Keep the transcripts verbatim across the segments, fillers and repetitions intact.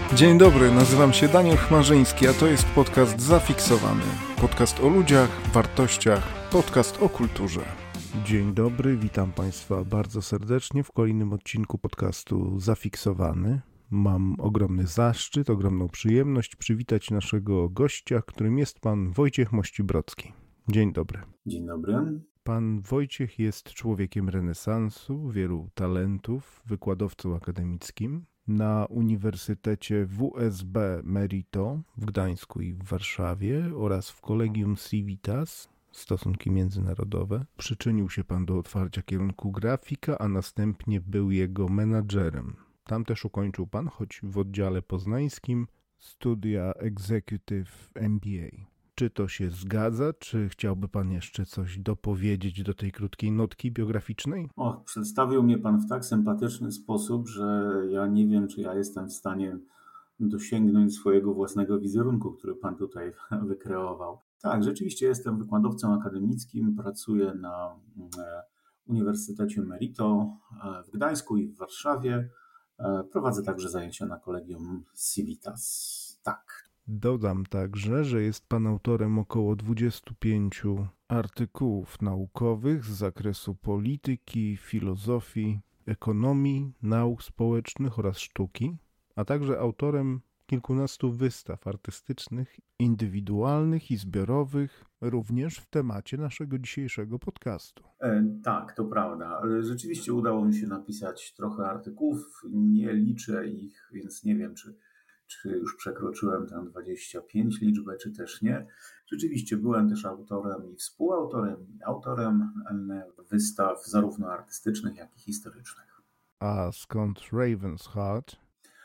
Dzień dobry, nazywam się Daniel Chmarzyński, a to jest podcast Zafiksowany. Podcast o ludziach, wartościach, podcast o kulturze. Dzień dobry, witam Państwa bardzo serdecznie w kolejnym odcinku podcastu Zafiksowany. Mam ogromny zaszczyt, ogromną przyjemność przywitać naszego gościa, którym jest pan Wojciech Mościbrocki. Dzień dobry. Dzień dobry. Pan Wojciech jest człowiekiem renesansu, wielu talentów, wykładowcą akademickim. Na Uniwersytecie W S B Merito w Gdańsku i w Warszawie oraz w Collegium Civitas, stosunki międzynarodowe, przyczynił się pan do otwarcia kierunku grafika, a następnie był jego menadżerem. Tam też ukończył pan, choć w oddziale poznańskim, studia Executive M B A. Czy to się zgadza? Czy chciałby pan jeszcze coś dopowiedzieć do tej krótkiej notki biograficznej? Och, przedstawił mnie pan w tak sympatyczny sposób, że ja nie wiem, czy ja jestem w stanie dosięgnąć swojego własnego wizerunku, który pan tutaj wykreował. Tak, rzeczywiście jestem wykładowcą akademickim, pracuję na Uniwersytecie Merito w Gdańsku i w Warszawie. Prowadzę także zajęcia na Collegium Civitas. Tak. Dodam także, że jest pan autorem około dwudziestu pięciu artykułów naukowych z zakresu polityki, filozofii, ekonomii, nauk społecznych oraz sztuki, a także autorem kilkunastu wystaw artystycznych, indywidualnych i zbiorowych, również w temacie naszego dzisiejszego podcastu. E, tak, to prawda. Rzeczywiście udało mi się napisać trochę artykułów. Nie liczę ich, więc nie wiem, czy czy już przekroczyłem tę dwadzieścia pięć liczbę, czy też nie. Rzeczywiście byłem też autorem i współautorem, i autorem wystaw zarówno artystycznych, jak i historycznych. A skąd Raven's Heart?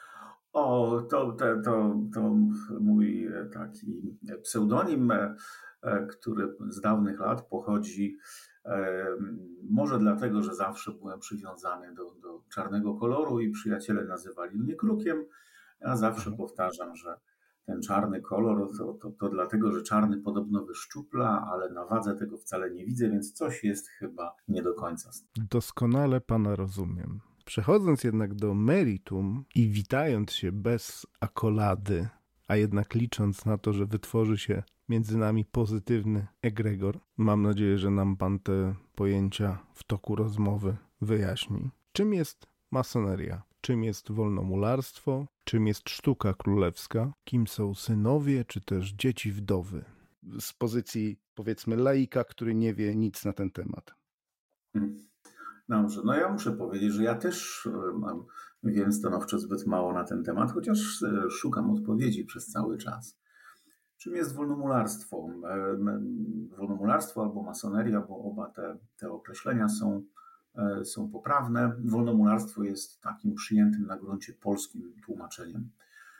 O, to, to, to, to mój taki pseudonim, który z dawnych lat pochodzi może dlatego, że zawsze byłem przywiązany do, do czarnego koloru i przyjaciele nazywali mnie Krukiem. Ja zawsze powtarzam, że ten czarny kolor to, to, to dlatego, że czarny podobno wyszczupla, ale na wadze tego wcale nie widzę, więc coś jest chyba nie do końca. Doskonale pana rozumiem. Przechodząc jednak do meritum i witając się bez akolady, a jednak licząc na to, że wytworzy się między nami pozytywny egregor, mam nadzieję, że nam pan te pojęcia w toku rozmowy wyjaśni. Czym jest masoneria? Czym jest wolnomularstwo? Czym jest sztuka królewska? Kim są synowie czy też dzieci wdowy? Z pozycji, powiedzmy, laika, który nie wie nic na ten temat. Dobrze, no ja muszę powiedzieć, że ja też mam, wiem stanowczo zbyt mało na ten temat, chociaż szukam odpowiedzi przez cały czas. Czym jest wolnomularstwo? Wolnomularstwo albo masoneria, bo oba te, te określenia są są poprawne. Wolnomularstwo jest takim przyjętym na gruncie polskim tłumaczeniem.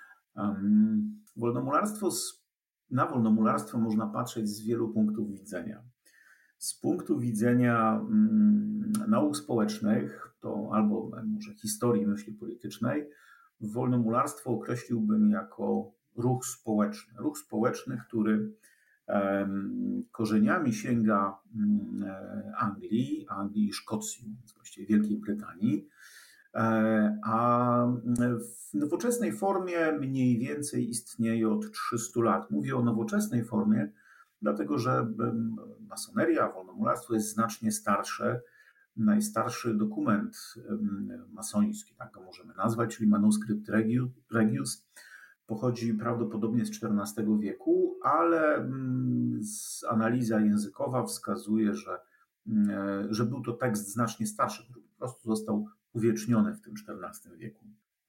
Wolnomularstwo, na wolnomularstwo można patrzeć z wielu punktów widzenia. Z punktu widzenia nauk społecznych, to albo może historii myśli politycznej, wolnomularstwo określiłbym jako ruch społeczny. Ruch społeczny, który korzeniami sięga Anglii, Anglii i Szkocji, więc właściwie Wielkiej Brytanii, a w nowoczesnej formie mniej więcej istnieje od trzystu lat. Mówię o nowoczesnej formie, dlatego że masoneria, wolnomularstwo jest znacznie starsze. Najstarszy dokument masoński, tak go możemy nazwać, czyli manuskrypt Regius, pochodzi prawdopodobnie z czternastego wieku, ale analiza językowa wskazuje, że, że był to tekst znacznie starszy, który po prostu został uwieczniony w tym czternastym wieku.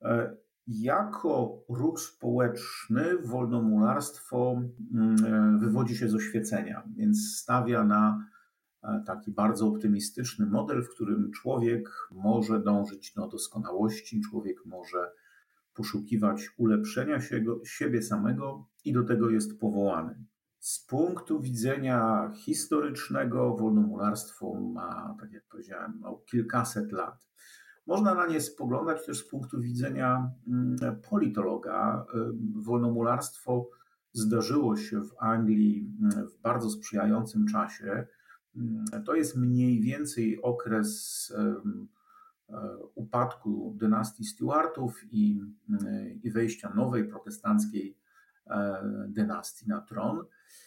Jako ruch społeczny wolnomularstwo wywodzi się z oświecenia, więc stawia na taki bardzo optymistyczny model, w którym człowiek może dążyć do doskonałości, człowiek może poszukiwać ulepszenia się, siebie samego i do tego jest powołany. Z punktu widzenia historycznego wolnomularstwo ma, tak jak powiedziałem, ma kilkaset lat. Można na nie spoglądać też z punktu widzenia politologa. Wolnomularstwo zdarzyło się w Anglii w bardzo sprzyjającym czasie. To jest mniej więcej okres upadku dynastii Stuartów i, i wejścia nowej protestanckiej dynastii na tron.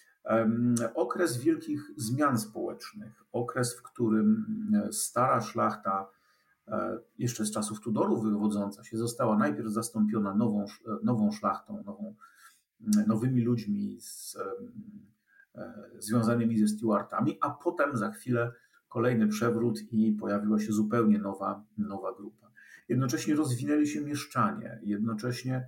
Okres wielkich zmian społecznych, okres, w którym stara szlachta, jeszcze z czasów Tudorów wywodząca się, została najpierw zastąpiona nową, nową szlachtą, nową, nowymi ludźmi z, związanymi ze Stuartami, a potem za chwilę kolejny przewrót i pojawiła się zupełnie nowa, nowa grupa. Jednocześnie rozwinęli się mieszczanie, jednocześnie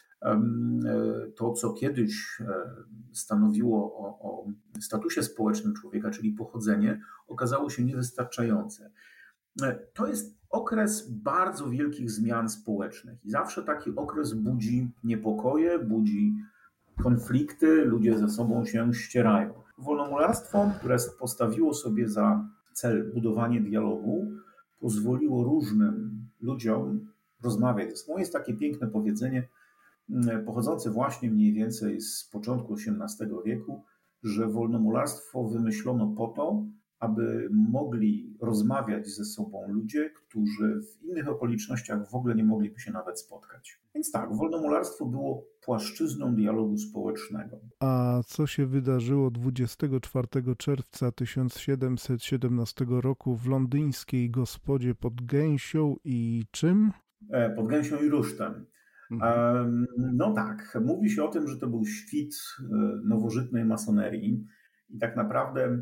to, co kiedyś stanowiło o, o statusie społecznym człowieka, czyli pochodzenie, okazało się niewystarczające. To jest okres bardzo wielkich zmian społecznych i zawsze taki okres budzi niepokoje, budzi konflikty, ludzie ze sobą się ścierają. Wolnomularstwo, które postawiło sobie za cel budowanie dialogu, pozwoliło różnym ludziom rozmawiać ze sobą. Jest takie piękne powiedzenie, pochodzące właśnie mniej więcej z początku osiemnastego wieku, że wolnomularstwo wymyślono po to, aby mogli rozmawiać ze sobą ludzie, którzy w innych okolicznościach w ogóle nie mogliby się nawet spotkać. Więc tak, wolnomularstwo było płaszczyzną dialogu społecznego. A co się wydarzyło dwudziestego czwartego czerwca tysiąc siedemset siedemnastego roku w londyńskiej gospodzie pod Gęsią i czym? Pod Gęsią i Rusztem. Mhm. No tak, mówi się o tym, że to był świt nowożytnej masonerii i tak naprawdę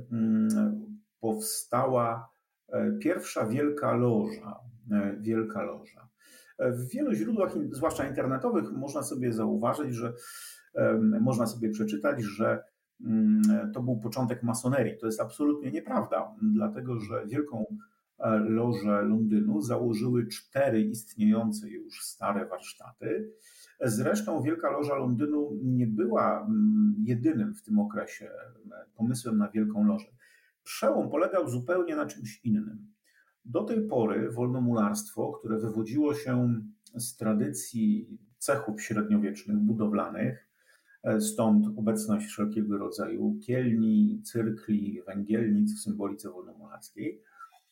powstała pierwsza wielka loża. Wielka loża. W wielu źródłach, zwłaszcza internetowych, można sobie zauważyć, że można sobie przeczytać, że to był początek masonerii. To jest absolutnie nieprawda, dlatego że Wielką Lożę Londynu założyły cztery istniejące już stare warsztaty. Zresztą Wielka Loża Londynu nie była jedynym w tym okresie pomysłem na Wielką Lożę. Przełom polegał zupełnie na czymś innym. Do tej pory wolnomularstwo, które wywodziło się z tradycji cechów średniowiecznych, budowlanych, stąd obecność wszelkiego rodzaju kielni, cyrkli, węgielnic w symbolice wolnomularskiej,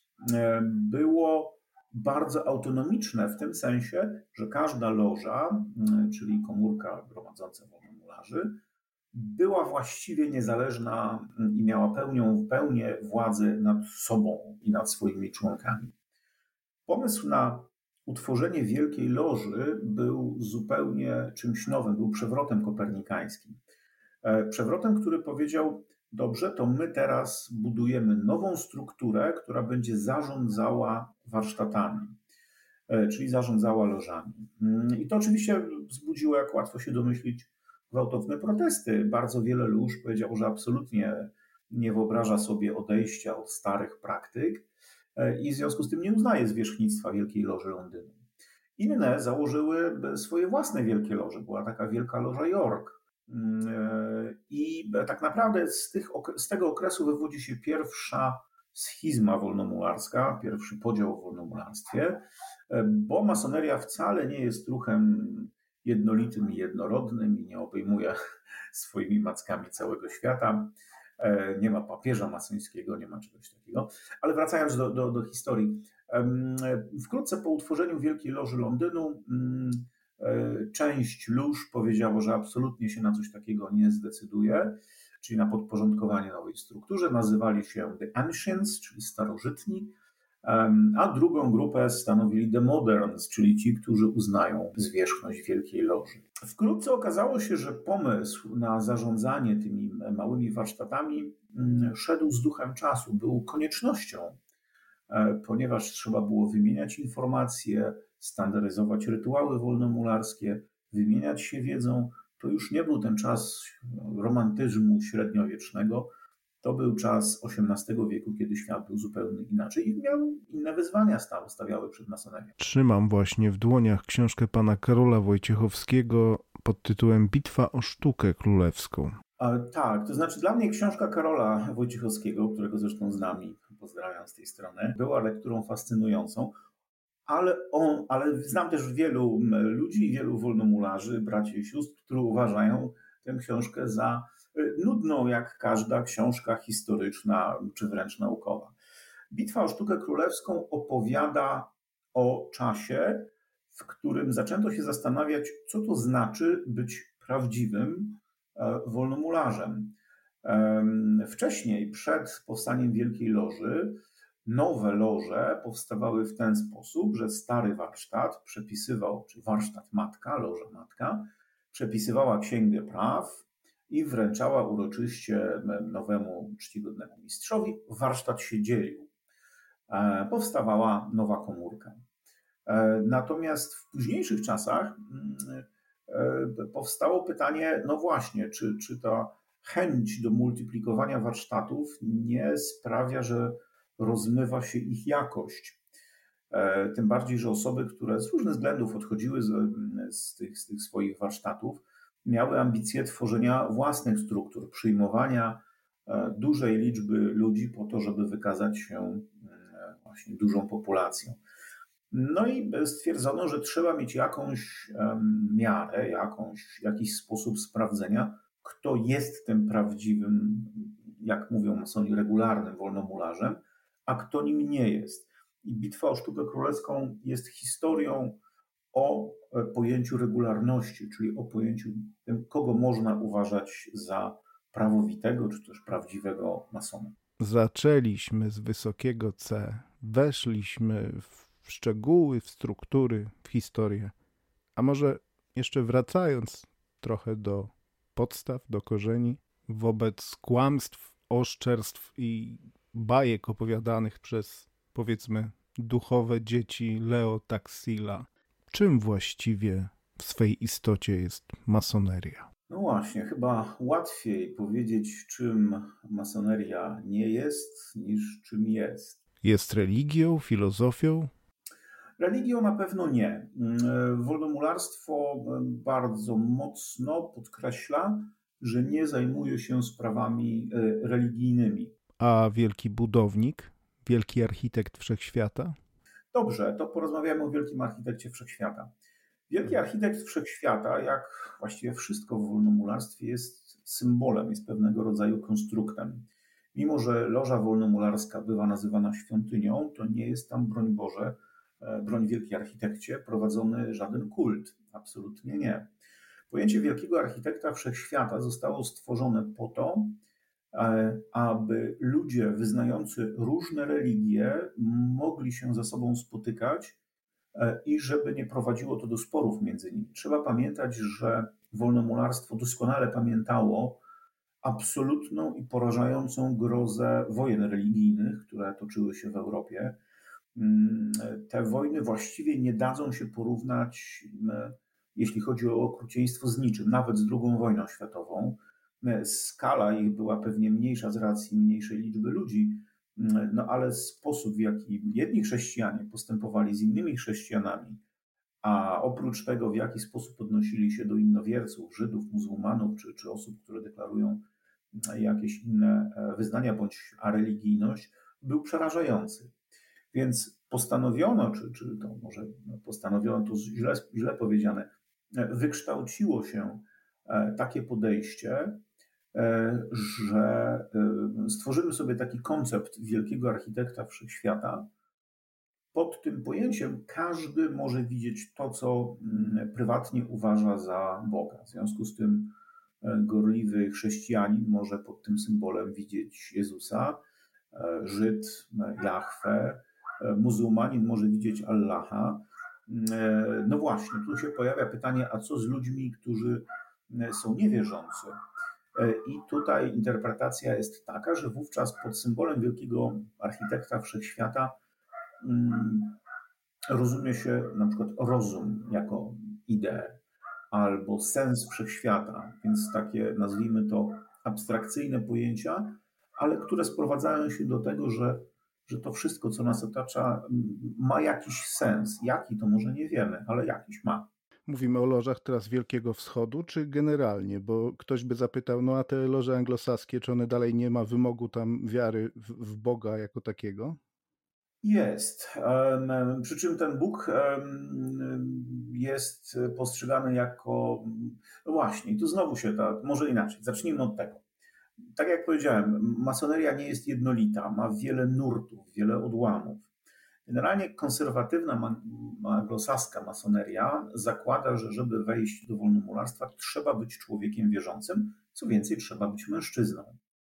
było bardzo autonomiczne w tym sensie, że każda loża, czyli komórka gromadząca wolnomularzy, była właściwie niezależna i miała pełnią, pełnię władzy nad sobą i nad swoimi członkami. Pomysł na utworzenie Wielkiej Loży był zupełnie czymś nowym, był przewrotem kopernikańskim. Przewrotem, który powiedział: dobrze, to my teraz budujemy nową strukturę, która będzie zarządzała warsztatami, czyli zarządzała lożami. I to oczywiście wzbudziło, jak łatwo się domyślić, gwałtowne protesty. Bardzo wiele lóż powiedziało, że absolutnie nie wyobraża sobie odejścia od starych praktyk i w związku z tym nie uznaje zwierzchnictwa Wielkiej Loży Londynu. Inne założyły swoje własne wielkie loże. Była taka Wielka Loża York. I tak naprawdę z, tych, z tego okresu wywodzi się pierwsza schizma wolnomularska, pierwszy podział w wolnomularstwie, bo masoneria wcale nie jest ruchem jednolitym i jednorodnym i nie obejmuje swoimi mackami całego świata. Nie ma papieża masońskiego, nie ma czegoś takiego. Ale wracając do, do, do historii. Wkrótce po utworzeniu Wielkiej Loży Londynu część lóż powiedziało, że absolutnie się na coś takiego nie zdecyduje, czyli na podporządkowanie nowej strukturze. Nazywali się The Ancients, czyli starożytni, a drugą grupę stanowili The Moderns, czyli ci, którzy uznają zwierzchność Wielkiej Loży. Wkrótce okazało się, że pomysł na zarządzanie tymi małymi warsztatami szedł z duchem czasu, był koniecznością, ponieważ trzeba było wymieniać informacje, standaryzować rytuały wolnomularskie, wymieniać się wiedzą. To już nie był ten czas romantyzmu średniowiecznego, to był czas osiemnastego wieku, kiedy świat był zupełnie inaczej i miał inne wyzwania stawiały przed masonerią. Trzymam właśnie w dłoniach książkę pana Karola Wojciechowskiego pod tytułem Bitwa o sztukę królewską. A, tak, to znaczy dla mnie książka Karola Wojciechowskiego, którego zresztą znam i pozdrawiam z tej strony, była lekturą fascynującą, ale, on, ale znam też wielu ludzi i wielu wolnomularzy, braci i sióstr, którzy uważają tę książkę za nudną, jak każda książka historyczna czy wręcz naukowa. Bitwa o sztukę królewską opowiada o czasie, w którym zaczęto się zastanawiać, co to znaczy być prawdziwym wolnomularzem. Wcześniej, przed powstaniem Wielkiej Loży, nowe loże powstawały w ten sposób, że stary warsztat przepisywał, czy warsztat matka, loża matka, przepisywała księgę praw i wręczała uroczyście nowemu czcigodnemu mistrzowi. Warsztat się dzielił. Powstawała nowa komórka. Natomiast w późniejszych czasach powstało pytanie, no właśnie, czy, czy ta chęć do multiplikowania warsztatów nie sprawia, że rozmywa się ich jakość. Tym bardziej, że osoby, które z różnych względów odchodziły z, z, tych, z tych swoich warsztatów, miały ambicje tworzenia własnych struktur, przyjmowania dużej liczby ludzi po to, żeby wykazać się właśnie dużą populacją. No i stwierdzono, że trzeba mieć jakąś miarę, jakąś, jakiś sposób sprawdzenia, kto jest tym prawdziwym, jak mówią masoni, regularnym wolnomularzem, a kto nim nie jest. I bitwa o sztukę królewską jest historią o pojęciu regularności, czyli o pojęciu tym, kogo można uważać za prawowitego, czy też prawdziwego masona. Zaczęliśmy z wysokiego C, weszliśmy w szczegóły, w struktury, w historię. A może jeszcze wracając trochę do podstaw, do korzeni, wobec kłamstw, oszczerstw i bajek opowiadanych przez, powiedzmy, duchowe dzieci Leo Taxila. Czym właściwie w swej istocie jest masoneria? No właśnie, chyba łatwiej powiedzieć, czym masoneria nie jest, niż czym jest. Jest religią, filozofią? Religią na pewno nie. Wolnomularstwo bardzo mocno podkreśla, że nie zajmuje się sprawami religijnymi. A wielki budownik, wielki architekt wszechświata? Dobrze, to porozmawiamy o wielkim architekcie wszechświata. Wielki architekt wszechświata, jak właściwie wszystko w wolnomularstwie, jest symbolem, jest pewnego rodzaju konstruktem. Mimo że loża wolnomularska bywa nazywana świątynią, to nie jest tam, broń Boże, broń wielki architekcie, prowadzony żaden kult. Absolutnie nie. Pojęcie wielkiego architekta wszechświata zostało stworzone po to, aby ludzie wyznający różne religie mogli się ze sobą spotykać i żeby nie prowadziło to do sporów między nimi. Trzeba pamiętać, że wolnomularstwo doskonale pamiętało absolutną i porażającą grozę wojen religijnych, które toczyły się w Europie. Te wojny właściwie nie dadzą się porównać, jeśli chodzi o okrucieństwo, z niczym, nawet z drugą wojną światową. Skala ich była pewnie mniejsza z racji mniejszej liczby ludzi, no ale sposób, w jaki jedni chrześcijanie postępowali z innymi chrześcijanami, a oprócz tego, w jaki sposób odnosili się do innowierców, Żydów, muzułmanów, czy, czy osób, które deklarują jakieś inne wyznania bądź religijność, był przerażający. Więc postanowiono, czy, czy to może postanowiono, to źle, źle powiedziane, wykształciło się takie podejście, że stworzymy sobie taki koncept wielkiego architekta wszechświata. Pod tym pojęciem każdy może widzieć to, co prywatnie uważa za Boga. W związku z tym gorliwy chrześcijanin może pod tym symbolem widzieć Jezusa, Żyd Jahwe, muzułmanin może widzieć Allaha. No właśnie, tu się pojawia pytanie, a co z ludźmi, którzy są niewierzący? I tutaj interpretacja jest taka, że wówczas pod symbolem wielkiego architekta wszechświata rozumie się na przykład rozum jako ideę albo sens wszechświata, więc takie, nazwijmy to, abstrakcyjne pojęcia, ale które sprowadzają się do tego, że, że to wszystko, co nas otacza, ma jakiś sens. Jaki, to może nie wiemy, ale jakiś ma. Mówimy o lożach teraz Wielkiego Wschodu, czy generalnie? Bo ktoś by zapytał, no a te loże anglosaskie, czy one dalej nie ma wymogu tam wiary w, w Boga jako takiego? Jest. Przy czym ten Bóg jest postrzegany jako... No właśnie, tu znowu się tak, może inaczej, zacznijmy od tego. Tak jak powiedziałem, masoneria nie jest jednolita, ma wiele nurtów, wiele odłamów. Generalnie konserwatywna anglosaska masoneria zakłada, że żeby wejść do wolnomularstwa, trzeba być człowiekiem wierzącym, co więcej, trzeba być mężczyzną.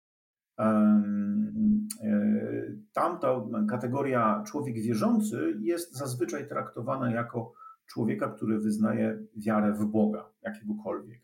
Tamta kategoria człowiek wierzący jest zazwyczaj traktowana jako człowieka, który wyznaje wiarę w Boga, jakiegokolwiek.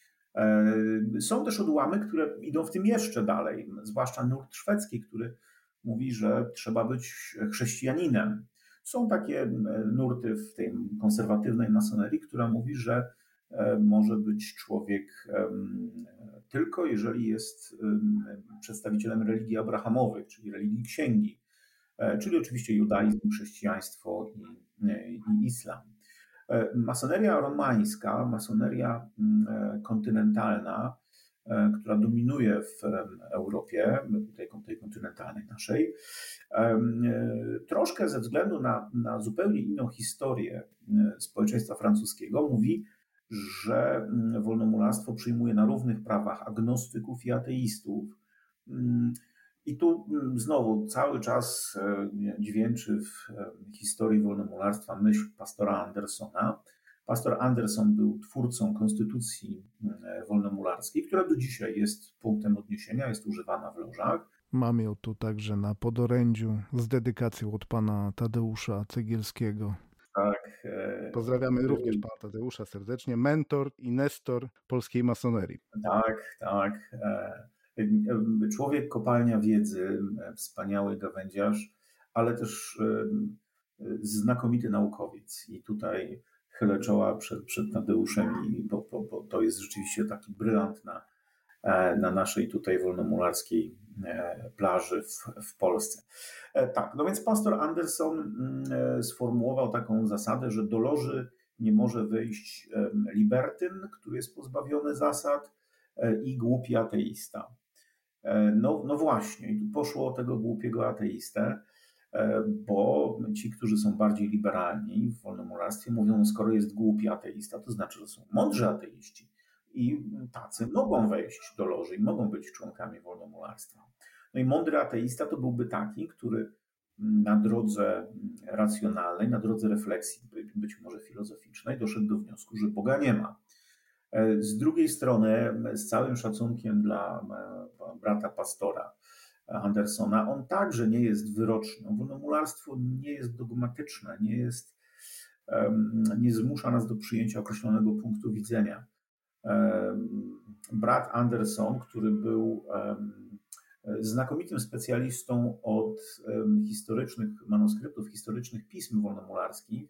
Są też odłamy, które idą w tym jeszcze dalej, zwłaszcza nurt szwedzki, który mówi, że trzeba być chrześcijaninem. Są takie nurty w tej konserwatywnej masonerii, która mówi, że może być człowiek tylko jeżeli jest przedstawicielem religii abrahamowej, czyli religii księgi, czyli oczywiście judaizm, chrześcijaństwo i, i islam. Masoneria romańska, masoneria kontynentalna, która dominuje w Europie, tej, tej kontynentalnej naszej, troszkę ze względu na, na zupełnie inną historię społeczeństwa francuskiego mówi, że wolnomularstwo przyjmuje na równych prawach agnostyków i ateistów. I tu znowu cały czas dźwięczy w historii wolnomularstwa myśl pastora Andersona. Pastor Anderson był twórcą konstytucji wolnomularskiej, która do dzisiaj jest punktem odniesienia, jest używana w lożach. Mamy ją tu także na podorędziu z dedykacją od pana Tadeusza Cegielskiego. Tak. Pozdrawiamy również pana Tadeusza serdecznie, mentor i nestor polskiej masonerii. Tak, tak. Człowiek kopalnia wiedzy, wspaniały gawędziarz, ale też znakomity naukowiec. I tutaj chylę czoła przed, przed Tadeuszem, bo, bo, bo to jest rzeczywiście taki brylant na, na naszej tutaj wolnomularskiej plaży w, w Polsce. Tak, no więc pastor Anderson sformułował taką zasadę, że do loży nie może wyjść libertyn, który jest pozbawiony zasad, i głupi ateista. No, no właśnie, i tu poszło o tego głupiego ateistę, bo ci, którzy są bardziej liberalni w wolnomularstwie, mówią, no skoro jest głupi ateista, to znaczy, że są mądrzy ateiści i tacy mogą wejść do loży i mogą być członkami wolnomularstwa. No i mądry ateista to byłby taki, który na drodze racjonalnej, na drodze refleksji, być może filozoficznej, doszedł do wniosku, że Boga nie ma. Z drugiej strony, z całym szacunkiem dla brata pastora Andersona, on także nie jest wyroczny. Wolnomularstwo nie jest dogmatyczne, nie jest, nie zmusza nas do przyjęcia określonego punktu widzenia. Brat Anderson, który był znakomitym specjalistą od historycznych manuskryptów, historycznych pism wolnomularskich,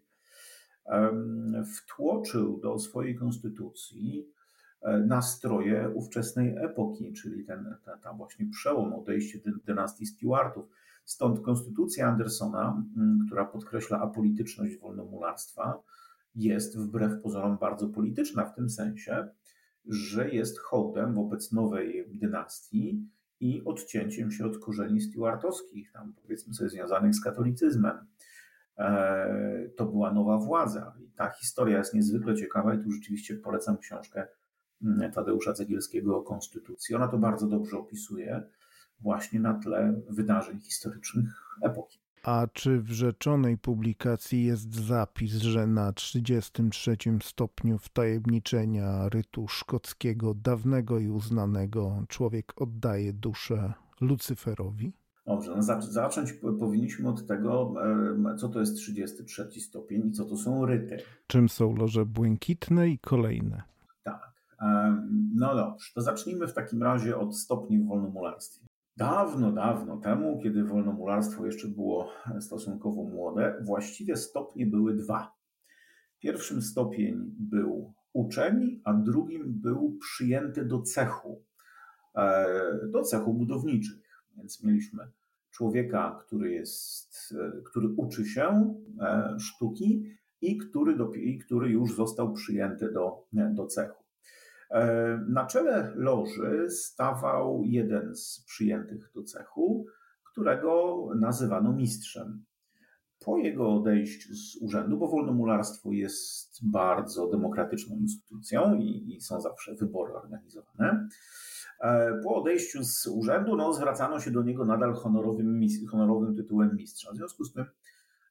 wtłoczył do swojej konstytucji nastroje ówczesnej epoki, czyli ten, ten, ten właśnie przełom, odejście dynastii Stuartów. Stąd konstytucja Andersona, która podkreśla apolityczność wolnomularstwa, jest wbrew pozorom bardzo polityczna w tym sensie, że jest hołdem wobec nowej dynastii i odcięciem się od korzeni stuartowskich, tam powiedzmy sobie związanych z katolicyzmem. To była nowa władza i ta historia jest niezwykle ciekawa i tu rzeczywiście polecam książkę Tadeusza Cegielskiego o konstytucji. Ona to bardzo dobrze opisuje właśnie na tle wydarzeń historycznych epoki. A czy w rzeczonej publikacji jest zapis, że na trzydziestym trzecim stopniu wtajemniczenia rytu szkockiego, dawnego i uznanego, człowiek oddaje duszę Lucyferowi? Dobrze, no zacząć powinniśmy od tego, co to jest trzydziesty trzeci stopień i co to są ryty. Czym są loże błękitne i kolejne? Tak, no dobrze, to zacznijmy w takim razie od stopni w wolnomularstwie. Dawno, dawno temu, kiedy wolnomularstwo jeszcze było stosunkowo młode, właściwie stopnie były dwa. Pierwszym stopień był uczeń, a drugim był przyjęty do cechu, do cechu budowniczych. Więc mieliśmy człowieka, który jest, który uczy się sztuki i który, do, i który już został przyjęty do, do cechu. Na czele loży stawał jeden z przyjętych do cechu, którego nazywano mistrzem. Po jego odejściu z urzędu, bo wolnomularstwo jest bardzo demokratyczną instytucją i, i są zawsze wybory organizowane, po odejściu z urzędu no, zwracano się do niego nadal honorowym, honorowym tytułem mistrza. W związku z tym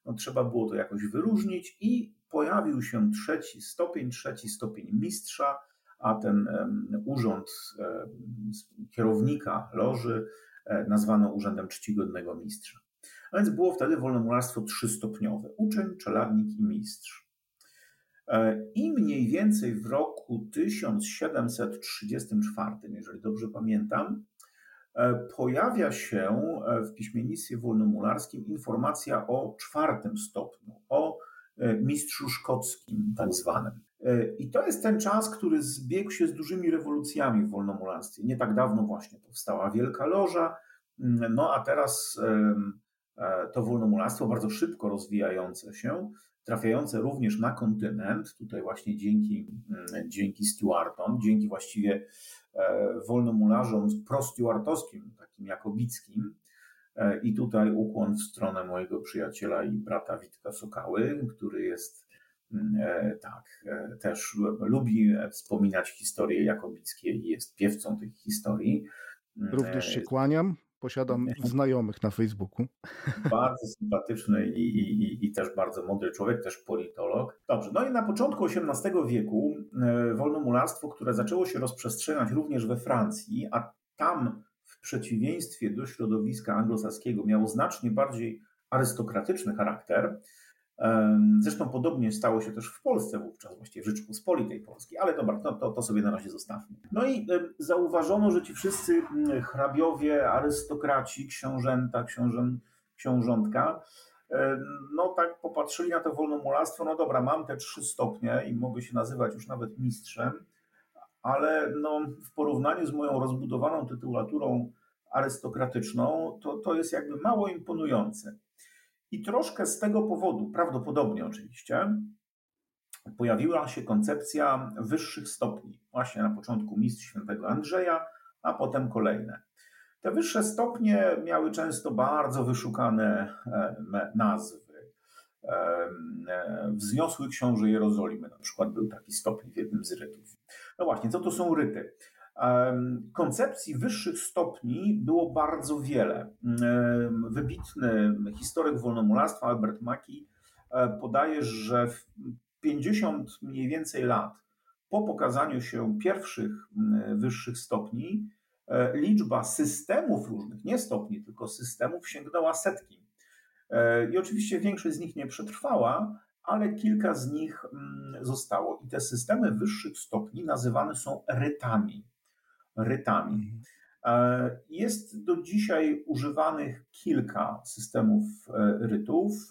no, trzeba było to jakoś wyróżnić i pojawił się trzeci stopień, trzeci stopień mistrza, a ten um, urząd um, kierownika loży um, nazwano urzędem czcigodnego mistrza. A więc było wtedy wolnomularstwo trzystopniowe. Uczeń, czeladnik i mistrz. I mniej więcej w roku tysiąc siedemset trzydziestym czwartym, jeżeli dobrze pamiętam, pojawia się w piśmiennictwie wolnomularskim informacja o czwartym stopniu, o mistrzu szkockim tak zwanym. I to jest ten czas, który zbiegł się z dużymi rewolucjami w wolnomularstwie. Nie tak dawno właśnie powstała Wielka Loża, no a teraz to wolnomularstwo bardzo szybko rozwijające się, trafiające również na kontynent, tutaj właśnie dzięki, dzięki Stuartom, dzięki właściwie wolnomularzom prostuartowskim, takim jakobickim. I tutaj ukłon w stronę mojego przyjaciela i brata Witka Sokały, który jest tak, też lubi wspominać historie jakobickie i jest piewcą tych historii. Również się kłaniam. Posiadam znajomych na Facebooku. Bardzo sympatyczny i, i, i też bardzo mądry człowiek, też politolog. Dobrze, no i na początku osiemnastego wieku wolnomularstwo, które zaczęło się rozprzestrzeniać również we Francji, a tam w przeciwieństwie do środowiska anglosaskiego miało znacznie bardziej arystokratyczny charakter. Zresztą podobnie stało się też w Polsce wówczas, właściwie w Rzeczypospolitej Polskiej, ale dobra, to, to, to sobie na razie zostawmy. No i zauważono, że ci wszyscy hrabiowie, arystokraci, książęta, książę, książątka, no tak popatrzyli na to wolnomularstwo, no dobra, mam te trzy stopnie i mogę się nazywać już nawet mistrzem, ale no w porównaniu z moją rozbudowaną tytułaturą arystokratyczną, to, to jest jakby mało imponujące. I troszkę z tego powodu, prawdopodobnie oczywiście, pojawiła się koncepcja wyższych stopni. Właśnie na początku mistrz świętego Andrzeja, a potem kolejne. Te wyższe stopnie miały często bardzo wyszukane nazwy. Wzniosły książę Jerozolimy, na przykład był taki stopień w jednym z rytów. No właśnie, co to są ryty? Koncepcji wyższych stopni było bardzo wiele. Wybitny historyk wolnomularstwa Albert Maki podaje, że w pięćdziesiąt mniej więcej lat po pokazaniu się pierwszych wyższych stopni liczba systemów różnych, nie stopni, tylko systemów sięgnęła setki. I oczywiście większość z nich nie przetrwała, ale kilka z nich zostało. I te systemy wyższych stopni nazywane są rytami. rytami. Jest do dzisiaj używanych kilka systemów rytów.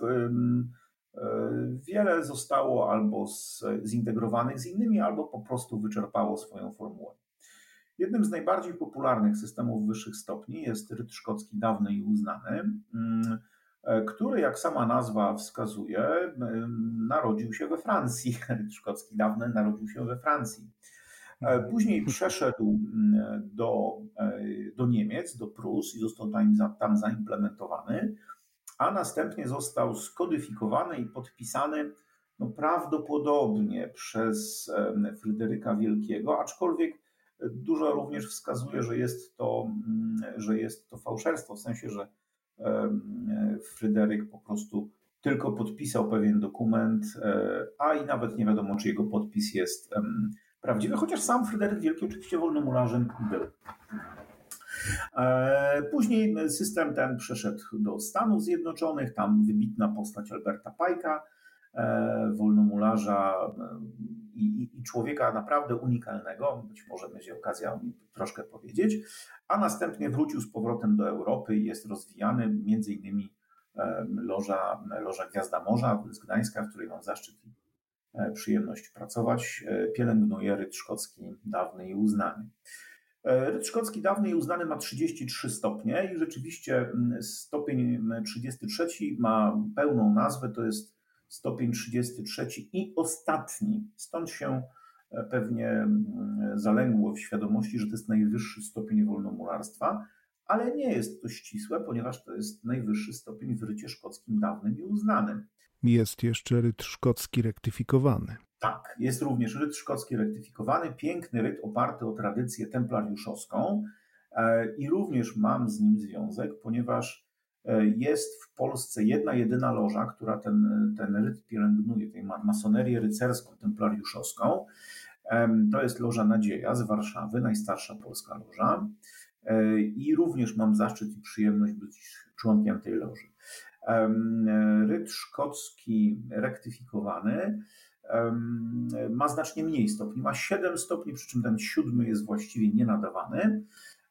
Wiele zostało albo zintegrowanych z innymi, albo po prostu wyczerpało swoją formułę. Jednym z najbardziej popularnych systemów wyższych stopni jest ryt szkocki dawny i uznany, który, jak sama nazwa wskazuje, narodził się we Francji. Ryt szkocki dawny narodził się we Francji. Później przeszedł do, do Niemiec, do Prus i został tam, tam zaimplementowany, a następnie został skodyfikowany i podpisany no, prawdopodobnie przez Fryderyka Wielkiego, aczkolwiek dużo również wskazuje, że jest to, że jest to fałszerstwo, w sensie, że Fryderyk po prostu tylko podpisał pewien dokument, a i nawet nie wiadomo, czy jego podpis jest prawdziwy, chociaż sam Fryderyk Wielki oczywiście wolnomularzem był. Później system ten przeszedł do Stanów Zjednoczonych, tam wybitna postać Alberta Pike'a, wolnomularza i, i, i człowieka naprawdę unikalnego, być może będzie okazja o nim troszkę powiedzieć, a następnie wrócił z powrotem do Europy i jest rozwijany, między innymi loża, loża Gwiazda Morza z Gdańska, w której mam zaszczyt i przyjemność pracować, pielęgnuje ryt szkocki dawny i uznany. Ryt szkocki dawny i uznany ma trzydzieści trzy stopnie i rzeczywiście stopień trzydziesty trzeci ma pełną nazwę, to jest stopień trzydziesty trzeci i ostatni. Stąd się pewnie zalęgło w świadomości, że to jest najwyższy stopień wolnomularstwa, ale nie jest to ścisłe, ponieważ to jest najwyższy stopień w rycie szkockim dawnym i uznanym. Jest jeszcze ryt szkocki rektyfikowany. Tak, jest również ryt szkocki rektyfikowany, piękny ryt oparty o tradycję templariuszowską i również mam z nim związek, ponieważ Jest w Polsce jedna, jedyna loża, która ten, ten ryt pielęgnuje, tę masonerię rycerską, templariuszowską. To jest Loża Nadzieja z Warszawy, najstarsza polska loża. I również mam zaszczyt i przyjemność być członkiem tej loży. Ryt szkocki rektyfikowany ma znacznie mniej stopni, ma siedem stopni, przy czym ten siódmy jest właściwie nienadawany.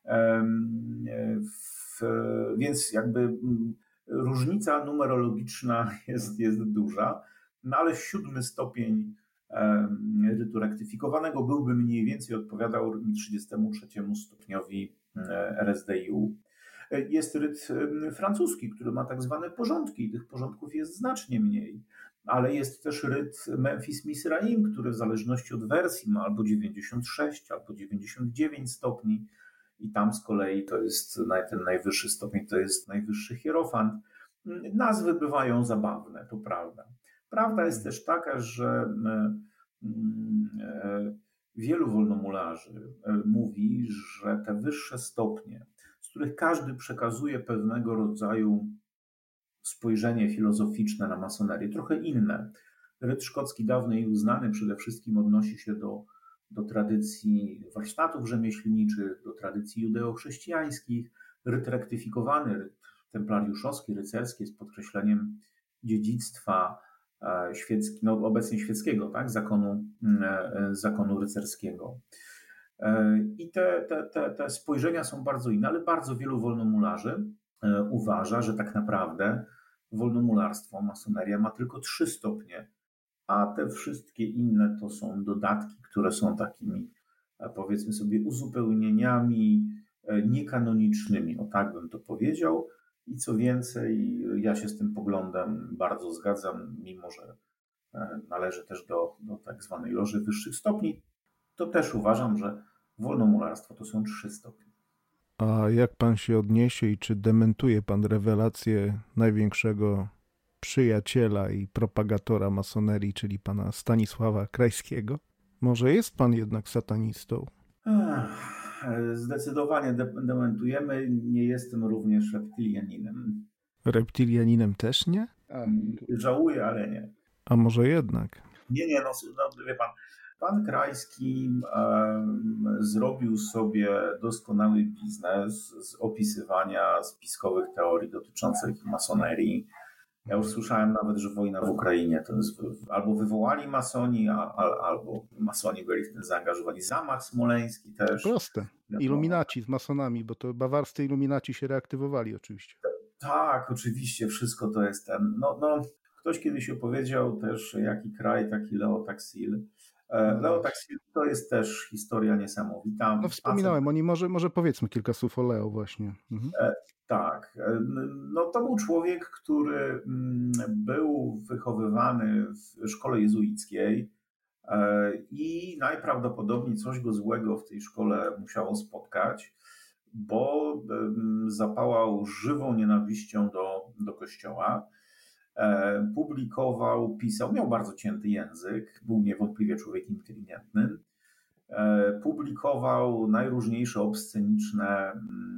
W, więc jakby różnica numerologiczna jest, jest duża, no ale siódmy stopień rytu rektyfikowanego byłby mniej więcej odpowiadał trzydziestemu trzeciemu stopniowi R S D I U. Jest ryt francuski, który ma tak zwane porządki i tych porządków jest znacznie mniej, ale jest też ryt Memphis Misraim, który w zależności od wersji ma albo dziewięćdziesiąt sześć, albo dziewięćdziesiąt dziewięć stopni i tam z kolei to jest ten najwyższy stopień, to jest najwyższy hierofant. Nazwy bywają zabawne, to prawda. Prawda jest też taka, że wielu wolnomularzy mówi, że te wyższe stopnie, z których każdy przekazuje pewnego rodzaju spojrzenie filozoficzne na masonerię, trochę inne. Ryt szkocki dawny i uznany przede wszystkim odnosi się do, do tradycji warsztatów rzemieślniczych, do tradycji judeo-chrześcijańskich. Ryt rektyfikowany, ryt templariuszowski, rycerski jest podkreśleniem dziedzictwa świecki, no obecnie świeckiego, tak, zakonu, zakonu rycerskiego. I te, te, te, te spojrzenia są bardzo inne, ale bardzo wielu wolnomularzy uważa, że tak naprawdę wolnomularstwo, masoneria ma tylko trzy stopnie, a te wszystkie inne to są dodatki, które są takimi, powiedzmy sobie, uzupełnieniami niekanonicznymi, o tak bym to powiedział. I co więcej, ja się z tym poglądem bardzo zgadzam, mimo że należy też do, do tak zwanej loży wyższych stopni, to też uważam, że wolnomularstwo to są trzy stopnie. A jak pan się odniesie i czy dementuje pan rewelację największego przyjaciela i propagatora masonerii, czyli pana Stanisława Krajskiego? Może jest pan jednak satanistą? Ech. Zdecydowanie dementujemy. Nie jestem również reptilianinem. Reptilianinem też nie? A, żałuję, ale nie. A może jednak? Nie, nie, no, no wie pan. Pan Krajski um, zrobił sobie doskonały biznes z opisywania spiskowych teorii dotyczących masonerii. Ja już słyszałem nawet, że wojna w Ukrainie to jest albo wywołali masoni, a, a, albo masoni byli w tym zaangażowani. Zamach smoleński też. Proste. Iluminaci z masonami, bo to bawarscy iluminaci się reaktywowali oczywiście. Tak, oczywiście, wszystko to jest ten. No, no, ktoś kiedyś opowiedział też, jaki kraj, taki Leo Taxil. Leo Taxil to jest też historia niesamowita. No wspominałem o nim, może, może powiedzmy kilka słów o Leo właśnie. Mhm. Tak, no to był człowiek, który był wychowywany w szkole jezuickiej i najprawdopodobniej coś go złego w tej szkole musiało spotkać, bo zapałał żywą nienawiścią do, do Kościoła. Publikował, pisał, miał bardzo cięty język, był niewątpliwie człowiekiem inteligentnym. Publikował najróżniejsze obsceniczne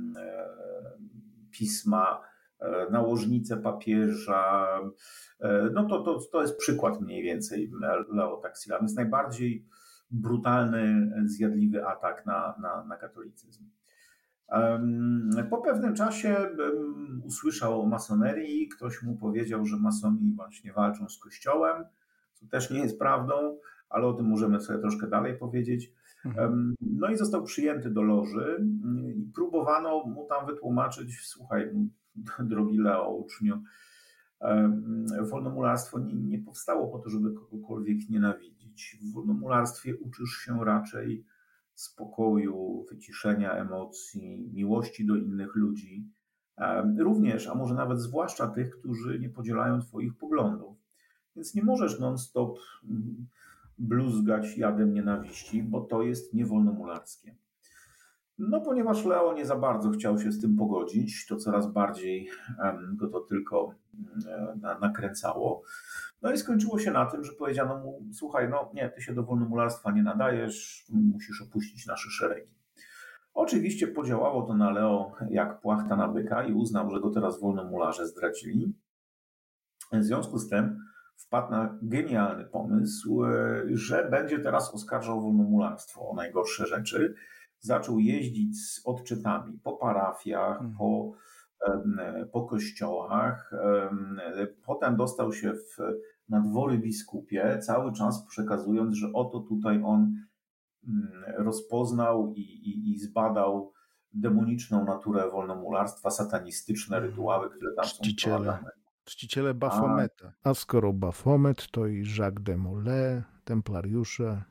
pisma, nałożnice papieża. No to, to, to jest przykład mniej więcej Leo Taxila. To jest najbardziej brutalny, zjadliwy atak na, na, na katolicyzm. Po pewnym czasie usłyszał o masonerii, ktoś mu powiedział, że masoni właśnie walczą z Kościołem, co też nie jest prawdą, ale o tym możemy sobie troszkę dalej powiedzieć. No i został przyjęty do loży i próbowano mu tam wytłumaczyć, słuchaj, drogi Leo, uczniu, wolnomularstwo nie, nie powstało po to, żeby kogokolwiek nienawidzić. W wolnomularstwie uczysz się raczej spokoju, wyciszenia emocji, miłości do innych ludzi, również, a może nawet zwłaszcza tych, którzy nie podzielają twoich poglądów. Więc nie możesz non-stop bluzgać jadem nienawiści, bo to jest niewolnomularskie. No ponieważ Leo nie za bardzo chciał się z tym pogodzić, to coraz bardziej go to tylko nakręcało. No i skończyło się na tym, że powiedziano mu, słuchaj, no nie, ty się do wolnomularstwa nie nadajesz, musisz opuścić nasze szeregi. Oczywiście podziałało to na Leo jak płachta na byka i uznał, że go teraz wolnomularze zdradzili. W związku z tym wpadł na genialny pomysł, że będzie teraz oskarżał wolnomularstwo o najgorsze rzeczy. Zaczął jeździć z odczytami po parafiach, Mhm. po, po kościołach. Potem dostał się w, na dwory biskupie, cały czas przekazując, że oto tutaj on rozpoznał i, i, i zbadał demoniczną naturę wolnomularstwa, satanistyczne rytuały, które tam są wprowadzane. Czciciele Bafometa. A skoro Bafomet, to i Jacques de Molay, templariusze.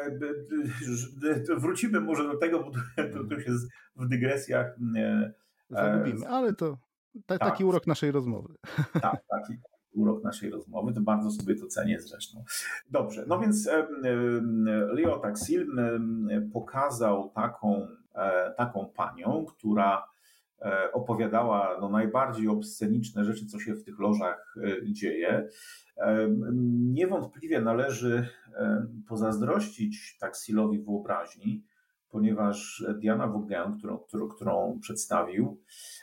Wrócimy może do tego, bo to, to się w dygresjach zagubimy, ale to ta, taki tak. urok naszej rozmowy. Tak, taki urok naszej rozmowy, to bardzo sobie to cenię zresztą. Dobrze, no więc Leo Taxil pokazał taką, taką panią, która opowiadała no, najbardziej obsceniczne rzeczy, co się w tych lożach dzieje. Niewątpliwie należy pozazdrościć Taxilowi wyobraźni, ponieważ Diana Vauguin, którą, którą, którą przedstawił,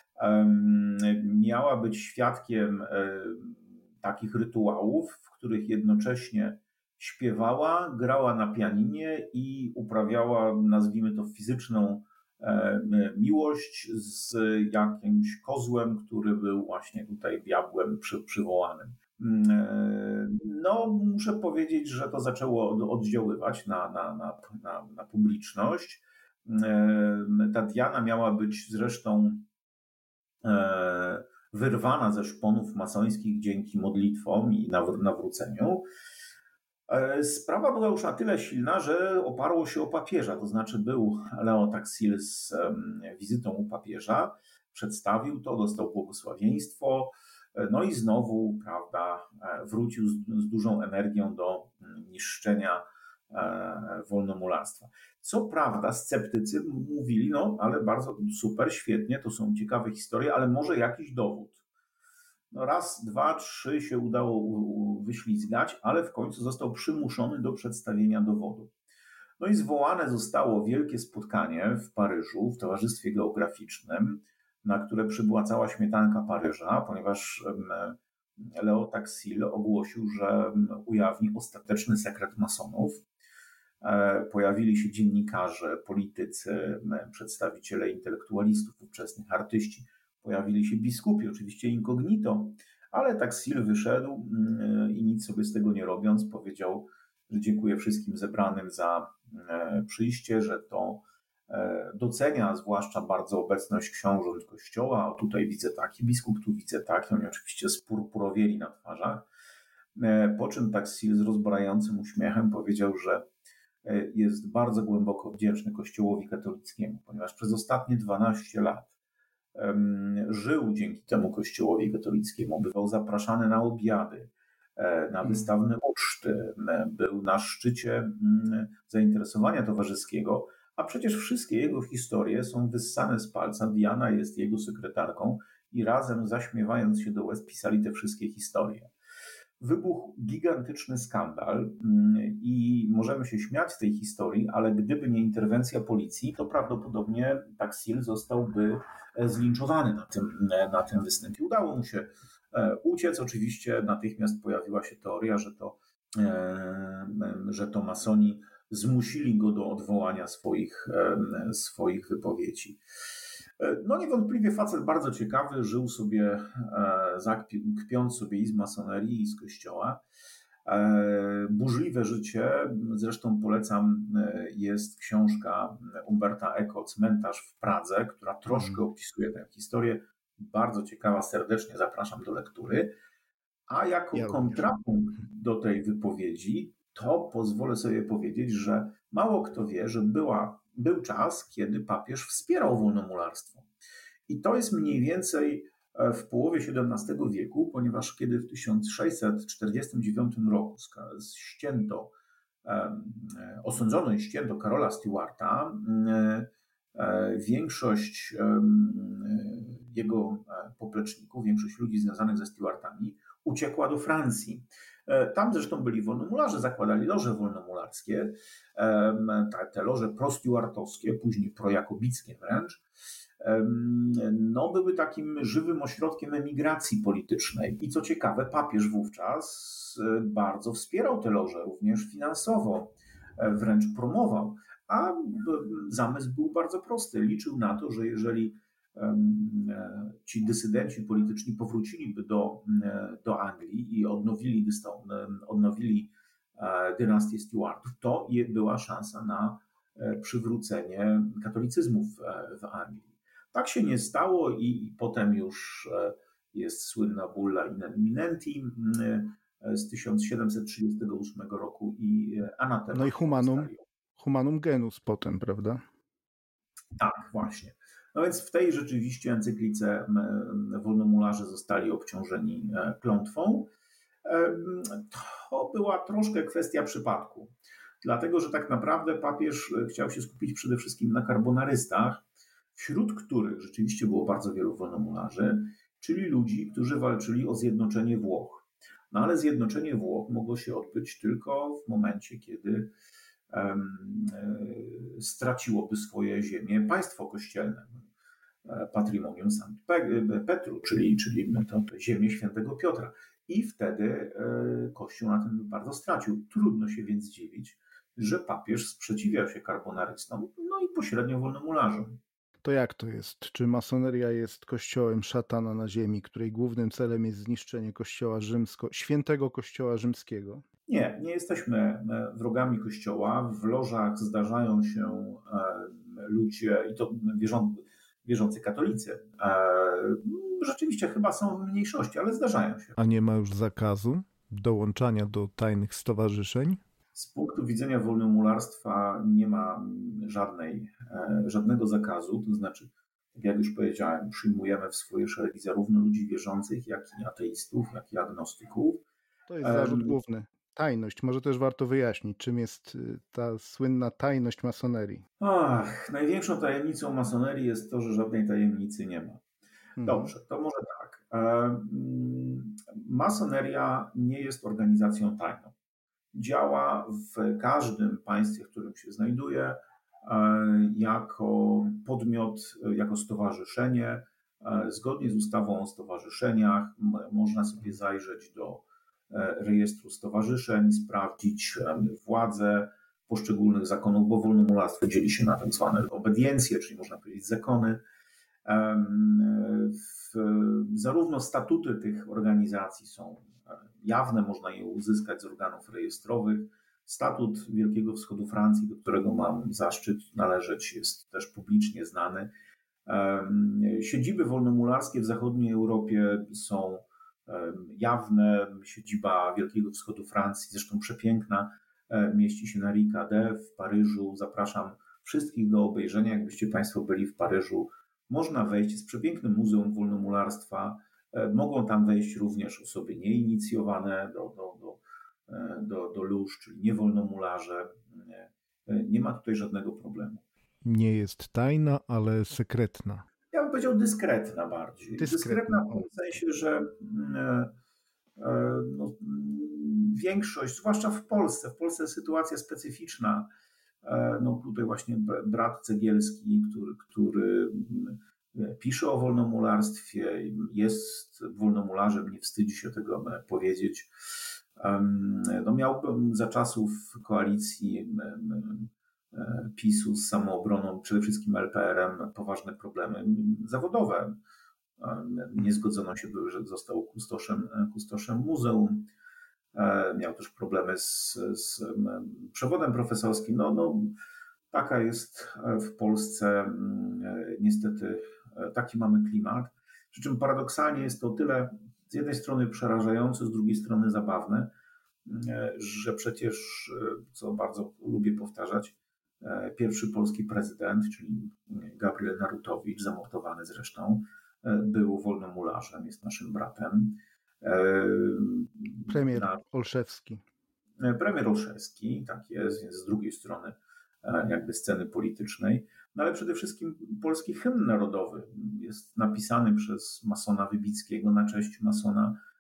miała być świadkiem takich rytuałów, w których jednocześnie śpiewała, grała na pianinie i uprawiała, nazwijmy to, fizyczną miłość z jakimś kozłem, który był właśnie tutaj diabłem przy, przywołanym. No, muszę powiedzieć, że to zaczęło oddziaływać na, na, na, na, na publiczność. Ta Diana miała być zresztą wyrwana ze szponów masońskich dzięki modlitwom i nawróceniu. Sprawa była już na tyle silna, że oparło się o papieża, to znaczy był Leo Taxil z wizytą u papieża, przedstawił to, dostał błogosławieństwo, no i znowu, prawda, wrócił z, z dużą energią do niszczenia wolnomularstwa. Co prawda sceptycy mówili, no ale bardzo super, świetnie, to są ciekawe historie, ale może jakiś dowód. No raz, dwa, trzy się udało wyślizgać, ale w końcu został przymuszony do przedstawienia dowodu. No i zwołane zostało wielkie spotkanie w Paryżu, w Towarzystwie Geograficznym, na które przybyła cała śmietanka Paryża, ponieważ Leo Taxil ogłosił, że ujawni ostateczny sekret masonów. Pojawili się dziennikarze, politycy, przedstawiciele intelektualistów, ówczesnych artyści. Pojawili się biskupi, oczywiście incognito, ale Taxil wyszedł i nic sobie z tego nie robiąc powiedział, że dziękuję wszystkim zebranym za przyjście, że to docenia zwłaszcza bardzo obecność książąt kościoła. O, tutaj widzę taki biskup, tu widzę taki. Oni oczywiście spurpurowieli na twarzach. Po czym Taxil z rozbrajającym uśmiechem powiedział, że jest bardzo głęboko wdzięczny Kościołowi katolickiemu, ponieważ przez ostatnie dwanaście lat żył dzięki temu Kościołowi katolickiemu, bywał zapraszany na obiady, na wystawne uczty, był na szczycie zainteresowania towarzyskiego, a przecież wszystkie jego historie są wyssane z palca. Diana jest jego sekretarką i razem, zaśmiewając się do łez, pisali te wszystkie historie. Wybuchł gigantyczny skandal i możemy się śmiać z tej historii, ale gdyby nie interwencja policji, to prawdopodobnie Taxil zostałby zlinczowany na tym, na tym występie. Udało mu się uciec. Oczywiście natychmiast pojawiła się teoria, że to, że to masoni zmusili go do odwołania swoich, swoich wypowiedzi. No niewątpliwie facet bardzo ciekawy, żył sobie, kpiąc sobie i z masonerii, i z kościoła. Burzliwe życie, zresztą polecam, jest książka Umberta Eco, Cmentarz w Pradze, która troszkę opisuje tę historię. Bardzo ciekawa, serdecznie zapraszam do lektury. A jako ja kontrapunkt do tej wypowiedzi, to pozwolę sobie powiedzieć, że mało kto wie, że była, był czas, kiedy papież wspierał wolnomularstwo. I to jest mniej więcej w połowie siedemnastego wieku, ponieważ kiedy w tysiąc sześćset czterdziestym dziewiątym roku ścięto, osądzono i ścięto Karola Stewarta, większość jego popleczników, większość ludzi związanych ze Stewartami uciekła do Francji. Tam zresztą byli wolnomularze, zakładali loże wolnomularskie, te loże prostuartowskie, później projakobickie wręcz. No, były takim żywym ośrodkiem emigracji politycznej. I co ciekawe, papież wówczas bardzo wspierał te loże, również finansowo, wręcz promował. A zamysł był bardzo prosty. Liczył na to, że jeżeli ci dysydenci polityczni powróciliby do, do Anglii i odnowili, odnowili dynastię Stuartów, to była szansa na przywrócenie katolicyzmu w, w Anglii. Tak się nie stało i potem już jest słynna bulla in eminenti z tysiąc siedemset trzydziestego ósmego roku i anatema. No i humanum, humanum genus potem, prawda? Tak, właśnie. No więc w tej rzeczywiście encyklice wolnomularze zostali obciążeni klątwą. To była troszkę kwestia przypadku, dlatego że tak naprawdę papież chciał się skupić przede wszystkim na karbonarystach, wśród których rzeczywiście było bardzo wielu wolnomularzy, czyli ludzi, którzy walczyli o zjednoczenie Włoch. No ale zjednoczenie Włoch mogło się odbyć tylko w momencie, kiedy um, straciłoby swoje ziemię państwo kościelne, patrimonium Sankt Petru, czyli, czyli to, to ziemię świętego Piotra. I wtedy Kościół na tym bardzo stracił. Trudno się więc dziwić, że papież sprzeciwiał się karbonarystom, no i pośrednio wolnomularzom. To jak to jest? Czy masoneria jest kościołem szatana na ziemi, której głównym celem jest zniszczenie kościoła rzymsko, świętego kościoła rzymskiego? Nie, nie jesteśmy wrogami kościoła. W lożach zdarzają się ludzie, i to wierzą, wierzący katolicy. Rzeczywiście chyba są w mniejszości, ale zdarzają się. A nie ma już zakazu dołączania do tajnych stowarzyszeń? Z punktu widzenia wolnomularstwa nie ma żadnej, żadnego zakazu, to znaczy, jak już powiedziałem, przyjmujemy w swoje szeregi zarówno ludzi wierzących, jak i ateistów, jak i agnostyków. To jest zarzut um, główny. Tajność. Może też warto wyjaśnić, czym jest ta słynna tajność masonerii. Ach, największą tajemnicą masonerii jest to, że żadnej tajemnicy nie ma. Dobrze, to może tak. Masoneria nie jest organizacją tajną. Działa w każdym państwie, w którym się znajduje, jako podmiot, jako stowarzyszenie. Zgodnie z ustawą o stowarzyszeniach można sobie zajrzeć do rejestru stowarzyszeń, sprawdzić władzę poszczególnych zakonów, bo wolnomularstwo dzieli się na tak zwane obediencje, czyli można powiedzieć zakony. Zarówno statuty tych organizacji są jawne, można je uzyskać z organów rejestrowych. Statut Wielkiego Wschodu Francji, do którego mam zaszczyt należeć, jest też publicznie znany. Siedziby wolnomularskie w zachodniej Europie są jawne. Siedziba Wielkiego Wschodu Francji, zresztą przepiękna, mieści się na Rue Cadet w Paryżu. Zapraszam wszystkich do obejrzenia. Jakbyście Państwo byli w Paryżu, można wejść. Jest przepięknym muzeum wolnomularstwa. Mogą tam wejść również osoby nieinicjowane do, do, do, do, do lóż, czyli niewolnomularze. Nie ma tutaj żadnego problemu. Nie jest tajna, ale sekretna. Ja bym powiedział dyskretna bardziej. Dyskretna, dyskretna w tym sensie, że no, większość, zwłaszcza w Polsce, w Polsce sytuacja specyficzna. No tutaj właśnie brat Cegielski, który, który pisze o wolnomularstwie, jest wolnomularzem, nie wstydzi się tego powiedzieć. No miał za czasów koalicji PiSu z Samoobroną, przede wszystkim L P R em, poważne problemy zawodowe. Nie zgodzono się, że został kustoszem, kustoszem muzeum. Miał też problemy z, z przewodem profesorskim. No, no, taka jest w Polsce niestety, taki mamy klimat. Przy czym paradoksalnie jest to o tyle z jednej strony przerażające, z drugiej strony zabawne, że przecież, co bardzo lubię powtarzać, pierwszy polski prezydent, czyli Gabriel Narutowicz, zamordowany zresztą, był wolnomularzem, jest naszym bratem. Premier Na, Olszewski. Premier Olszewski, tak jest, więc z drugiej strony jakby sceny politycznej. No ale przede wszystkim polski hymn narodowy jest napisany przez masona Wybickiego na cześć masona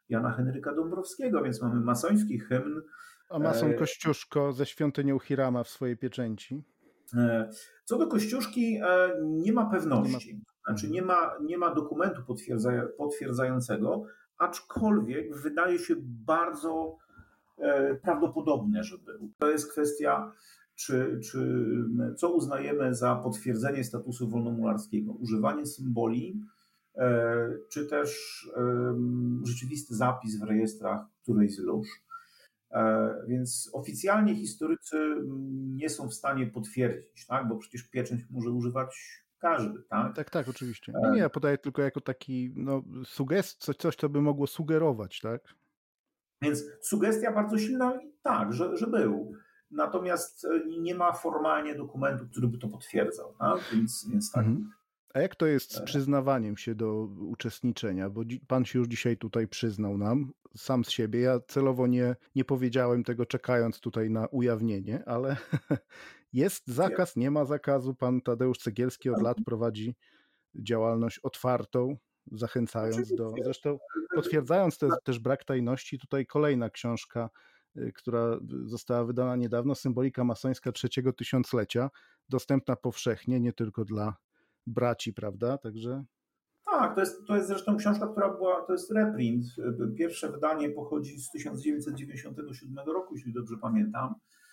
Jana Henryka Dąbrowskiego, więc mamy masoński hymn. A mason Kościuszko ze świątynią Hirama w swojej pieczęci? Co do Kościuszki nie ma pewności, nie ma, znaczy nie ma, nie ma dokumentu potwierdza, potwierdzającego, aczkolwiek wydaje się bardzo prawdopodobne, że był. To jest kwestia, czy, czy co uznajemy za potwierdzenie statusu wolnomularskiego. Używanie symboli, czy też rzeczywisty zapis w rejestrach którejś z lóż. Więc oficjalnie historycy nie są w stanie potwierdzić, tak? Bo przecież pieczęć może używać każdy. Tak, tak, tak, oczywiście. Nie, nie, ja podaję tylko jako taki no, sugest, coś, coś, co by mogło sugerować, tak? Więc sugestia bardzo silna, tak, że, że był. Natomiast nie ma formalnie dokumentu, który by to potwierdzał. Tak? Więc, więc tak. Mhm. A jak to jest z przyznawaniem się do uczestniczenia? Bo pan się już dzisiaj tutaj przyznał nam, sam z siebie. Ja celowo nie, nie powiedziałem tego, czekając tutaj na ujawnienie, ale jest zakaz, nie ma zakazu. Pan Tadeusz Cegielski od lat prowadzi działalność otwartą, zachęcając do... Zresztą potwierdzając te, też brak tajności, tutaj kolejna książka, która została wydana niedawno, Symbolika masońska trzeciego tysiąclecia, dostępna powszechnie, nie tylko dla braci, prawda? Także... Tak, to jest, to jest zresztą książka, która była, to jest reprint. Pierwsze wydanie pochodzi z tysiąc dziewięćset dziewięćdziesiątego siódmego roku, jeśli dobrze pamiętam.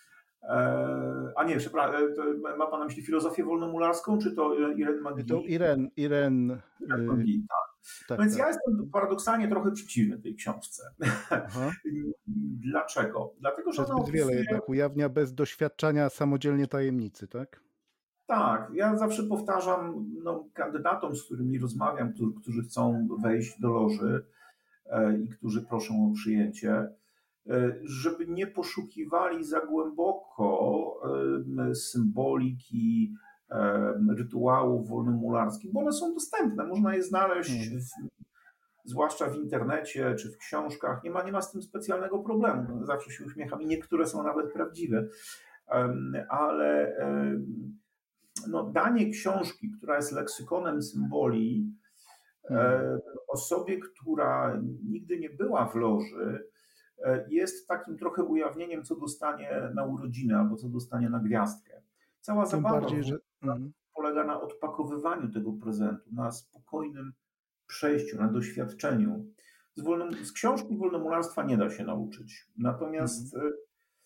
A nie, przepraszam, ma pan na myśli filozofię wolnomularską, czy to Irene Maggi? To Irene, Irene, Irene Maggi, tak. tak. Więc tak. Ja jestem paradoksalnie trochę przeciwny tej książce. Aha. Dlaczego? Dlatego, że ona opisuje... wiele jednak ujawnia bez doświadczania samodzielnie tajemnicy, tak? Tak, ja zawsze powtarzam no, kandydatom, z którymi rozmawiam, którzy, którzy chcą wejść do loży e, i którzy proszą o przyjęcie, e, żeby nie poszukiwali za głęboko e, symboliki, e, rytuałów wolnomularskich, bo one są dostępne, można je znaleźć, w, zwłaszcza w internecie czy w książkach, nie ma, nie ma z tym specjalnego problemu, zawsze się uśmiecham i niektóre są nawet prawdziwe, e, ale... E, No, danie książki, która jest leksykonem symboli, e, osobie, która nigdy nie była w loży, e, jest takim trochę ujawnieniem, co dostanie na urodziny albo co dostanie na gwiazdkę. Cała Tym zabawa bardziej, że... polega na odpakowywaniu tego prezentu, na spokojnym przejściu, na doświadczeniu. Z, wolnym, z książki wolnomularstwa nie da się nauczyć. Natomiast... Mhm.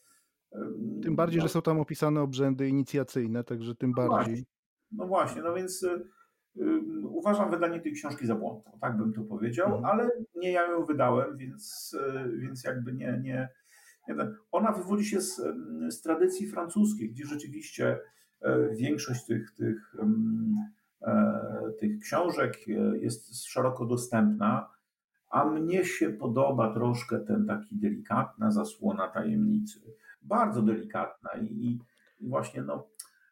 Tym bardziej, no, że są tam opisane obrzędy inicjacyjne, także tym no bardziej. Właśnie, no właśnie, no więc y, y, uważam wydanie tej książki za błąd, tak bym to powiedział, mhm. ale nie ja ją wydałem, więc, y, więc jakby nie, nie, nie. Ona wywodzi się z, z tradycji francuskiej, gdzie rzeczywiście y, większość tych, tych, y, y, tych książek jest szeroko dostępna, a mnie się podoba troszkę ten taki delikatna zasłona tajemnicy. Bardzo delikatna i, i właśnie no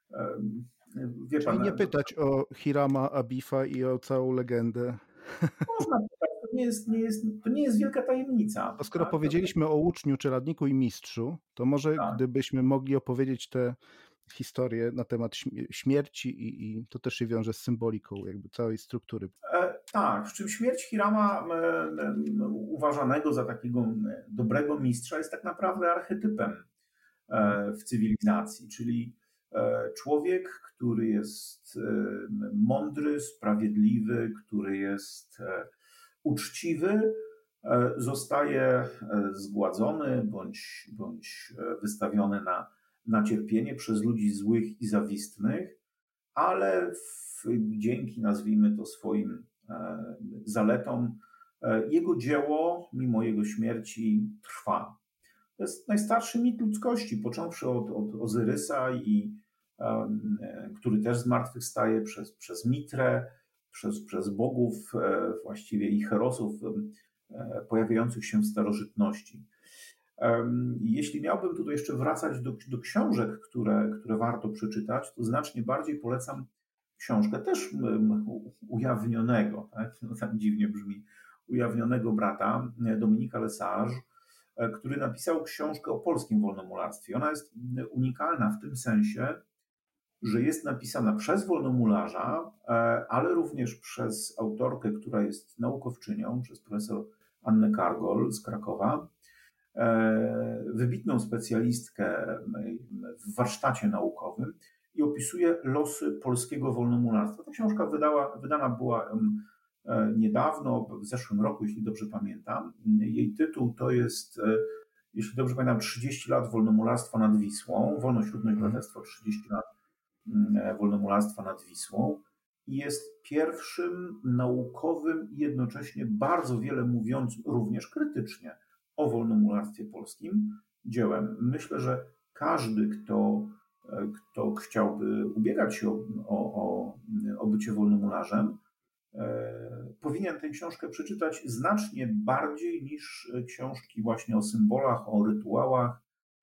wie Czyli pan, nie pytać o Hirama Abifa i o całą legendę. Można pytać, to nie jest, nie jest, to nie jest wielka tajemnica. To skoro tak? powiedzieliśmy o uczniu, czeladniku i mistrzu, to może tak. gdybyśmy mogli opowiedzieć tę historię na temat śmierci i, i to też się wiąże z symboliką jakby całej struktury. E, tak, przy czym śmierć Hirama e, e, uważanego za takiego dobrego mistrza jest tak naprawdę archetypem e, w cywilizacji, czyli e, człowiek, który jest e, mądry, sprawiedliwy, który jest e, uczciwy, e, zostaje e, zgładzony bądź, bądź wystawiony na, na cierpienie przez ludzi złych i zawistnych, ale w, dzięki, nazwijmy to swoim e, zaletom, e, jego dzieło, mimo jego śmierci, trwa. To jest najstarszy mit ludzkości, począwszy od, od Ozyrysa, i, e, który też zmartwychwstaje przez, przez Mitrę, przez, przez bogów, e, właściwie i herosów e, pojawiających się w starożytności. Jeśli miałbym tutaj jeszcze wracać do, do książek, które, które warto przeczytać, to znacznie bardziej polecam książkę też ujawnionego, tak, no tak dziwnie brzmi, ujawnionego brata, Dominika Lesage, który napisał książkę o polskim wolnomularstwie. Ona jest unikalna w tym sensie, że jest napisana przez wolnomularza, ale również przez autorkę, która jest naukowczynią, przez profesor Annę Kargol z Krakowa, wybitną specjalistkę w warsztacie naukowym i opisuje losy polskiego wolnomularstwa. Ta książka wydała, wydana była niedawno, w zeszłym roku, jeśli dobrze pamiętam. Jej tytuł to jest, jeśli dobrze pamiętam, trzydzieści lat wolnomularstwa nad Wisłą, Wolnoślubność Braterstwo trzydzieści lat wolnomularstwa nad Wisłą. I jest pierwszym naukowym i jednocześnie bardzo wiele mówiącym, również krytycznie, o wolnomularstwie polskim dziełem. Myślę, że każdy, kto, kto chciałby ubiegać się o, o, o bycie wolnomularzem, powinien tę książkę przeczytać znacznie bardziej niż książki właśnie o symbolach, o rytuałach.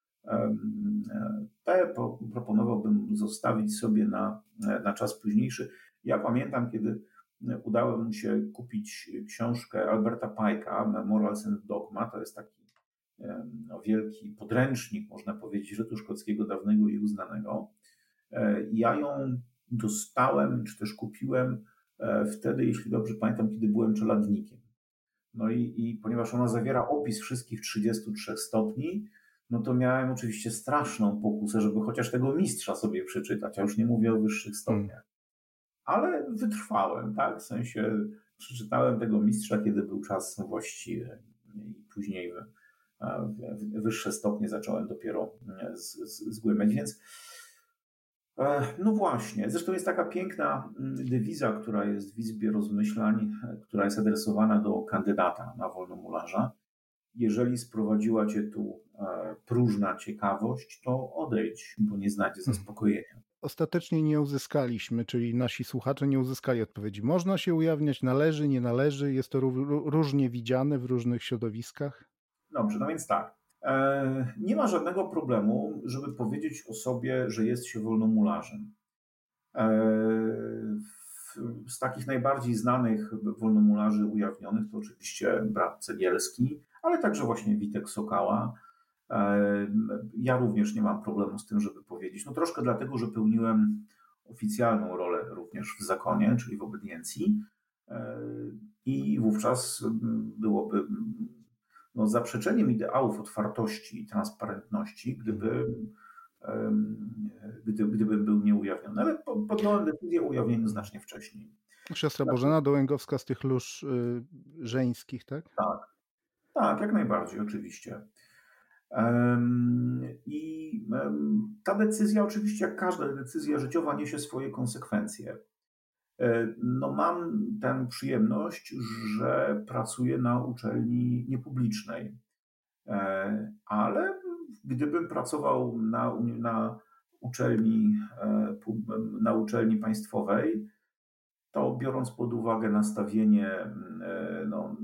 Te proponowałbym zostawić sobie na, na czas późniejszy. Ja pamiętam, kiedy udało mi się kupić książkę Alberta Pike'a, Morals and Dogma. To jest taki no, wielki podręcznik, można powiedzieć, rytu szkockiego dawnego i uznanego. Ja ją dostałem, czy też kupiłem wtedy, jeśli dobrze pamiętam, kiedy byłem czeladnikiem. No i, i ponieważ ona zawiera opis wszystkich trzydziestu trzech stopni, no to miałem oczywiście straszną pokusę, żeby chociaż tego mistrza sobie przeczytać, a już nie mówię o wyższych stopniach. Ale wytrwałem, tak? W sensie przeczytałem tego mistrza, kiedy był czas właściwy i później wyższe stopnie zacząłem dopiero z, z, zgłębiać, więc no właśnie, zresztą jest taka piękna dewiza, która jest w Izbie Rozmyślań, która jest adresowana do kandydata na wolnomularza. Jeżeli sprowadziła cię tu próżna ciekawość, to odejdź, bo nie znajdzie zaspokojenia. Ostatecznie nie uzyskaliśmy, czyli nasi słuchacze nie uzyskali odpowiedzi. Można się ujawniać, należy, nie należy, jest to różnie widziane w różnych środowiskach? Dobrze, no więc tak. Nie ma żadnego problemu, żeby powiedzieć o sobie, że jest się wolnomularzem. Z takich najbardziej znanych wolnomularzy ujawnionych to oczywiście brat Cegielski, ale także właśnie Witek Sokała. Ja również nie mam problemu z tym, żeby powiedzieć. No troszkę dlatego, że pełniłem oficjalną rolę również w zakonie, czyli w obediencji i wówczas byłoby no, zaprzeczeniem ideałów otwartości i transparentności, gdyby, gdy, gdybym był nieujawniony. Ale podjąłem decyzję o ujawnieniu znacznie wcześniej. Siostra Bożena Dołęgowska z tych lóż y, żeńskich, tak? Tak, tak, jak najbardziej, oczywiście. I ta decyzja, oczywiście jak każda decyzja życiowa, niesie swoje konsekwencje. No mam tę przyjemność, że pracuję na uczelni niepublicznej, ale gdybym pracował na, na, uczelni, na uczelni państwowej, to biorąc pod uwagę nastawienie no,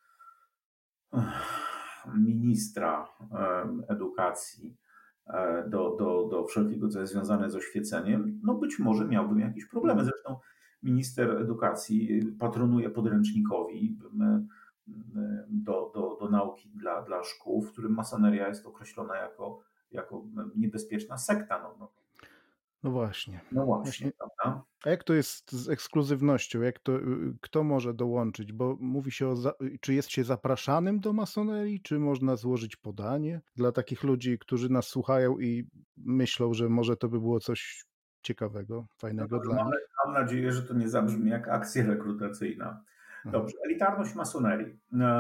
ministra edukacji do, do, do wszelkiego, co jest związane z oświeceniem, no być może miałbym jakieś problemy. Zresztą minister edukacji patronuje podręcznikowi do, do, do nauki dla, dla szkół, w którym masoneria jest określona jako, jako niebezpieczna sekta. No, no. No właśnie. No właśnie, prawda? A jak to jest z ekskluzywnością? Jak to, kto może dołączyć? Bo mówi się o, za, czy jest się zapraszanym do masonerii, czy można złożyć podanie dla takich ludzi, którzy nas słuchają i myślą, że może to by było coś ciekawego, fajnego no, dla mam, nich? Mam nadzieję, że to nie zabrzmi jak akcja rekrutacyjna. Dobrze, elitarność masonerii.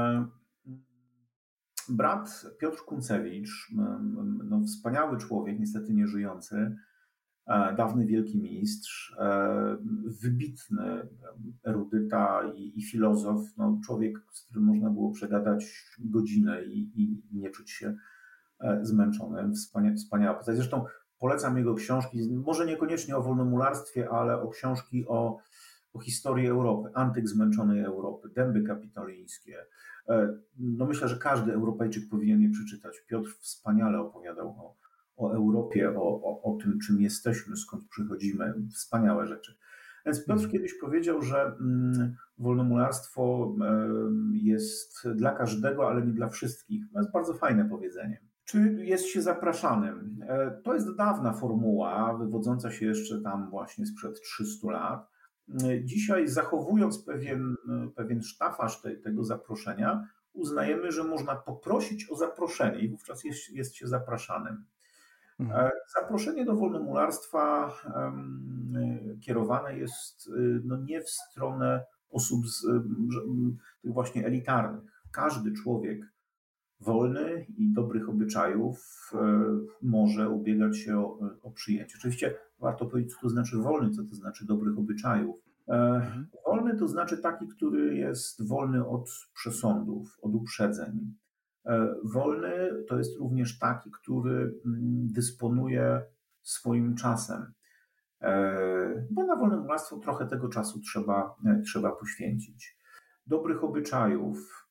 Brat Piotr Kuncewicz, no, wspaniały człowiek, niestety nieżyjący, dawny wielki mistrz, wybitny erudyta i, i filozof, no, człowiek, z którym można było przegadać godzinę i, i nie czuć się zmęczonym. Wspania, wspaniała postać. Zresztą polecam jego książki, może niekoniecznie o wolnomularstwie, ale o książki o, o historii Europy, antyk zmęczonej Europy, dęby kapitolińskie. No myślę, że każdy Europejczyk powinien je przeczytać. Piotr wspaniale opowiadał o, o Europie, o, o, o tym, czym jesteśmy, skąd przychodzimy. Wspaniałe rzeczy. Więc Piotr kiedyś powiedział, że mm, wolnomularstwo y, jest dla każdego, ale nie dla wszystkich. To jest bardzo fajne powiedzenie. Czy jest się zapraszanym? To jest dawna formuła, wywodząca się jeszcze tam właśnie sprzed trzystu lat. Dzisiaj, zachowując pewien, pewien sztafaż te, tego zaproszenia, uznajemy, że można poprosić o zaproszenie i wówczas jest, jest się zapraszanym. Mhm. Zaproszenie do wolnomularstwa kierowane jest no, nie w stronę osób z, tych właśnie elitarnych. Każdy człowiek wolny i dobrych obyczajów może ubiegać się o, o przyjęcie. Oczywiście warto powiedzieć, co to znaczy wolny, co to znaczy dobrych obyczajów. Mhm. Wolny to znaczy taki, który jest wolny od przesądów, od uprzedzeń. Wolny to jest również taki, który dysponuje swoim czasem, bo na wolne mularstwo trochę tego czasu trzeba, trzeba poświęcić. Dobrych obyczajów.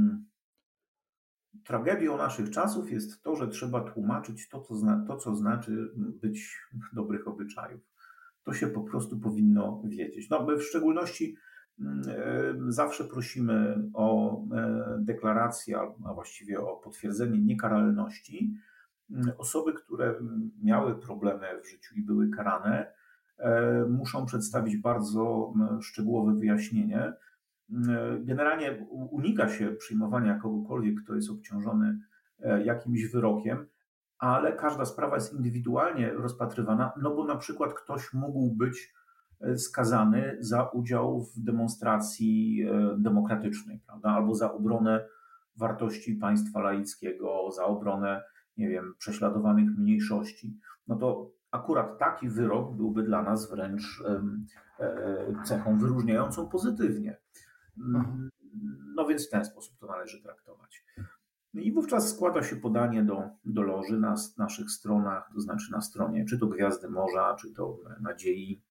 Tragedią naszych czasów jest to, że trzeba tłumaczyć to, co, zna, to, co znaczy być dobrych obyczajów. To się po prostu powinno wiedzieć. No, my w szczególności zawsze prosimy o deklarację, a właściwie o potwierdzenie niekaralności. Osoby, które miały problemy w życiu i były karane, muszą przedstawić bardzo szczegółowe wyjaśnienie. Generalnie unika się przyjmowania kogokolwiek, kto jest obciążony jakimś wyrokiem, ale każda sprawa jest indywidualnie rozpatrywana, no bo na przykład ktoś mógł być skazany za udział w demonstracji demokratycznej, prawda? Albo za obronę wartości państwa laickiego, za obronę, nie wiem, prześladowanych mniejszości. No to akurat taki wyrok byłby dla nas wręcz cechą wyróżniającą pozytywnie. Aha. No więc w ten sposób to należy traktować. I wówczas składa się podanie do, do loży na naszych stronach, to znaczy na stronie czy to Gwiazdy Morza, czy to Nadziei,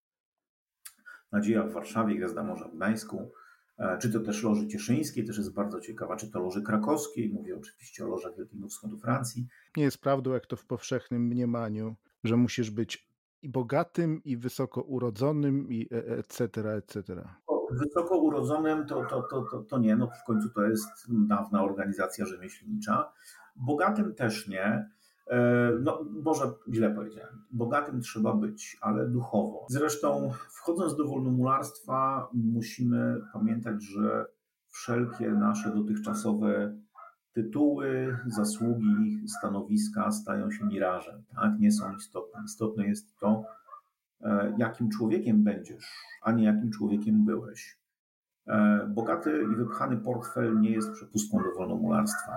Nadzieja w Warszawie, Gwiazda Morza w Gdańsku, czy to też Loży Cieszyńskiej, też jest bardzo ciekawa, czy to Loży Krakowskiej, mówię oczywiście o Lożach Wielkiego Wschodu Francji. Nie jest prawdą, jak to w powszechnym mniemaniu, że musisz być i bogatym, i wysoko urodzonym, i et cetera, et cetera. Wysoko urodzonym to, to, to, to, to nie, no w końcu to jest dawna organizacja rzemieślnicza. Bogatym też nie. No, może źle powiedziałem. Bogatym trzeba być, ale duchowo. Zresztą wchodząc do wolnomularstwa musimy pamiętać, że wszelkie nasze dotychczasowe tytuły, zasługi, stanowiska stają się mirażem, tak? Nie są istotne. Istotne jest to, jakim człowiekiem będziesz, a nie jakim człowiekiem byłeś. Bogaty i wypchany portfel nie jest przepustką do wolnomularstwa.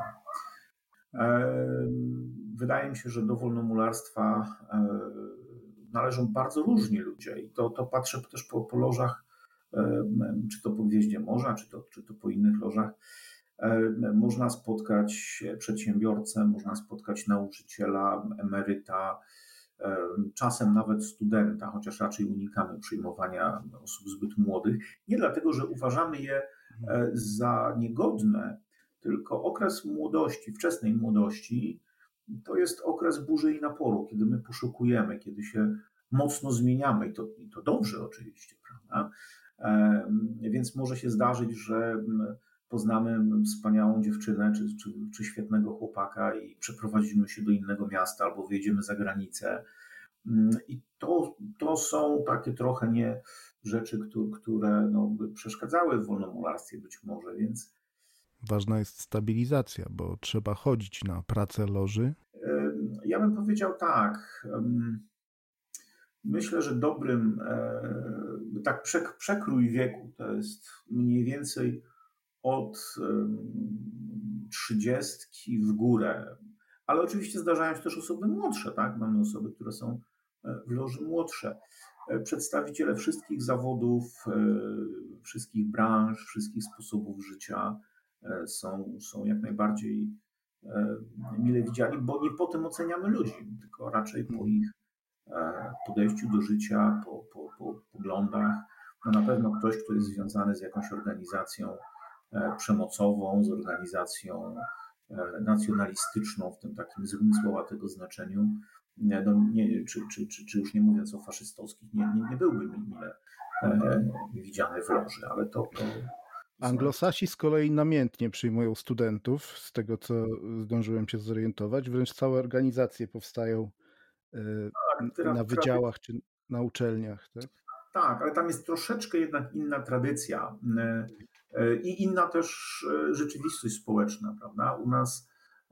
Wydaje mi się, że do wolnomularstwa należą bardzo różni ludzie i to, to patrzę też po, po lożach, czy to po Gwieździe Morza, czy to, czy to po innych lożach. Można spotkać przedsiębiorcę, można spotkać nauczyciela, emeryta, czasem nawet studenta, chociaż raczej unikamy przyjmowania osób zbyt młodych. Nie dlatego, że uważamy je za niegodne, tylko okres młodości, wczesnej młodości, to jest okres burzy i naporu, kiedy my poszukujemy, kiedy się mocno zmieniamy i to, i to dobrze oczywiście, prawda? Więc może się zdarzyć, że poznamy wspaniałą dziewczynę czy, czy, czy świetnego chłopaka i przeprowadzimy się do innego miasta albo wyjedziemy za granicę. I to, to są takie trochę nie rzeczy, które no, by przeszkadzały w wolnomularstwie być może, więc ważna jest stabilizacja, bo trzeba chodzić na pracę loży. Ja bym powiedział tak. Myślę, że dobrym, tak przekrój wieku to jest mniej więcej od trzydziestki w górę. Ale oczywiście zdarzają się też osoby młodsze, tak? Mamy osoby, które są w loży młodsze. Przedstawiciele wszystkich zawodów, wszystkich branż, wszystkich sposobów życia są, są jak najbardziej mile widziani, bo nie po tym oceniamy ludzi, tylko raczej po ich podejściu do życia, po, po, po poglądach. No na pewno ktoś, kto jest związany z jakąś organizacją przemocową, z organizacją nacjonalistyczną w tym takim złym słowa tego znaczeniu, no nie, czy, czy, czy, czy już nie mówiąc o faszystowskich, nie, nie, nie byłby mi mile e, widziany w loży, ale to... to Anglosasi z kolei namiętnie przyjmują studentów, z tego co zdążyłem się zorientować, wręcz całe organizacje powstają tak, na wydziałach czy na uczelniach. Tak? Tak, ale tam jest troszeczkę jednak inna tradycja. I inna też rzeczywistość społeczna, prawda? U nas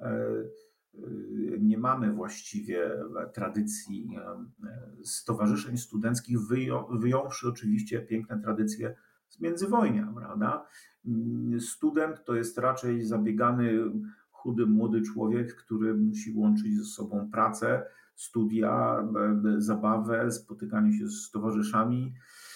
nie mamy właściwie tradycji stowarzyszeń studenckich, wyjąwszy oczywiście piękne tradycje z międzywojnia, prawda? Student to jest raczej zabiegany, chudy, młody człowiek, który musi łączyć ze sobą pracę, studia, zabawę, spotykanie się z towarzyszami.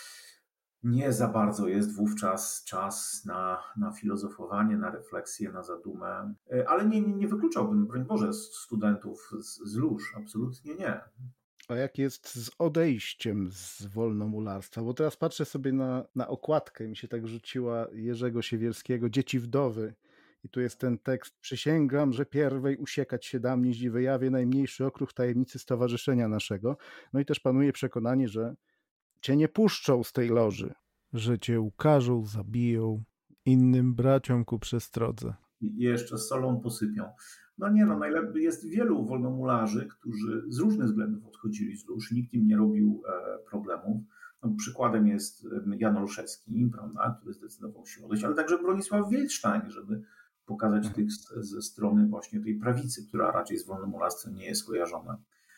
Nie za bardzo jest wówczas czas na, na filozofowanie, na refleksję, na zadumę, ale nie, nie, nie wykluczałbym, broń Boże, studentów z, z lóż, absolutnie nie. A jak jest z odejściem z wolnomularstwa? Bo teraz patrzę sobie na, na okładkę, mi się tak rzuciła Jerzego Siewierskiego, Dzieci wdowy. I tu jest ten tekst: przysięgam, że pierwej usiekać się dam, niźli wyjawię najmniejszy okruch tajemnicy stowarzyszenia naszego. No i też panuje przekonanie, że cię nie puszczą z tej loży, że cię ukażą, zabiją, innym braciom ku przestrodze. I jeszcze solą posypią. No nie no, najlepiej jest wielu wolnomularzy, którzy z różnych względów odchodzili z lóż, nikt im nie robił problemów. No, przykładem jest Jan Olszewski, prawda, który zdecydował się odejść, ale także Bronisław Wildstein, żeby pokazać tych ze strony właśnie tej prawicy, która raczej z wolnomularstwem nie jest kojarzona.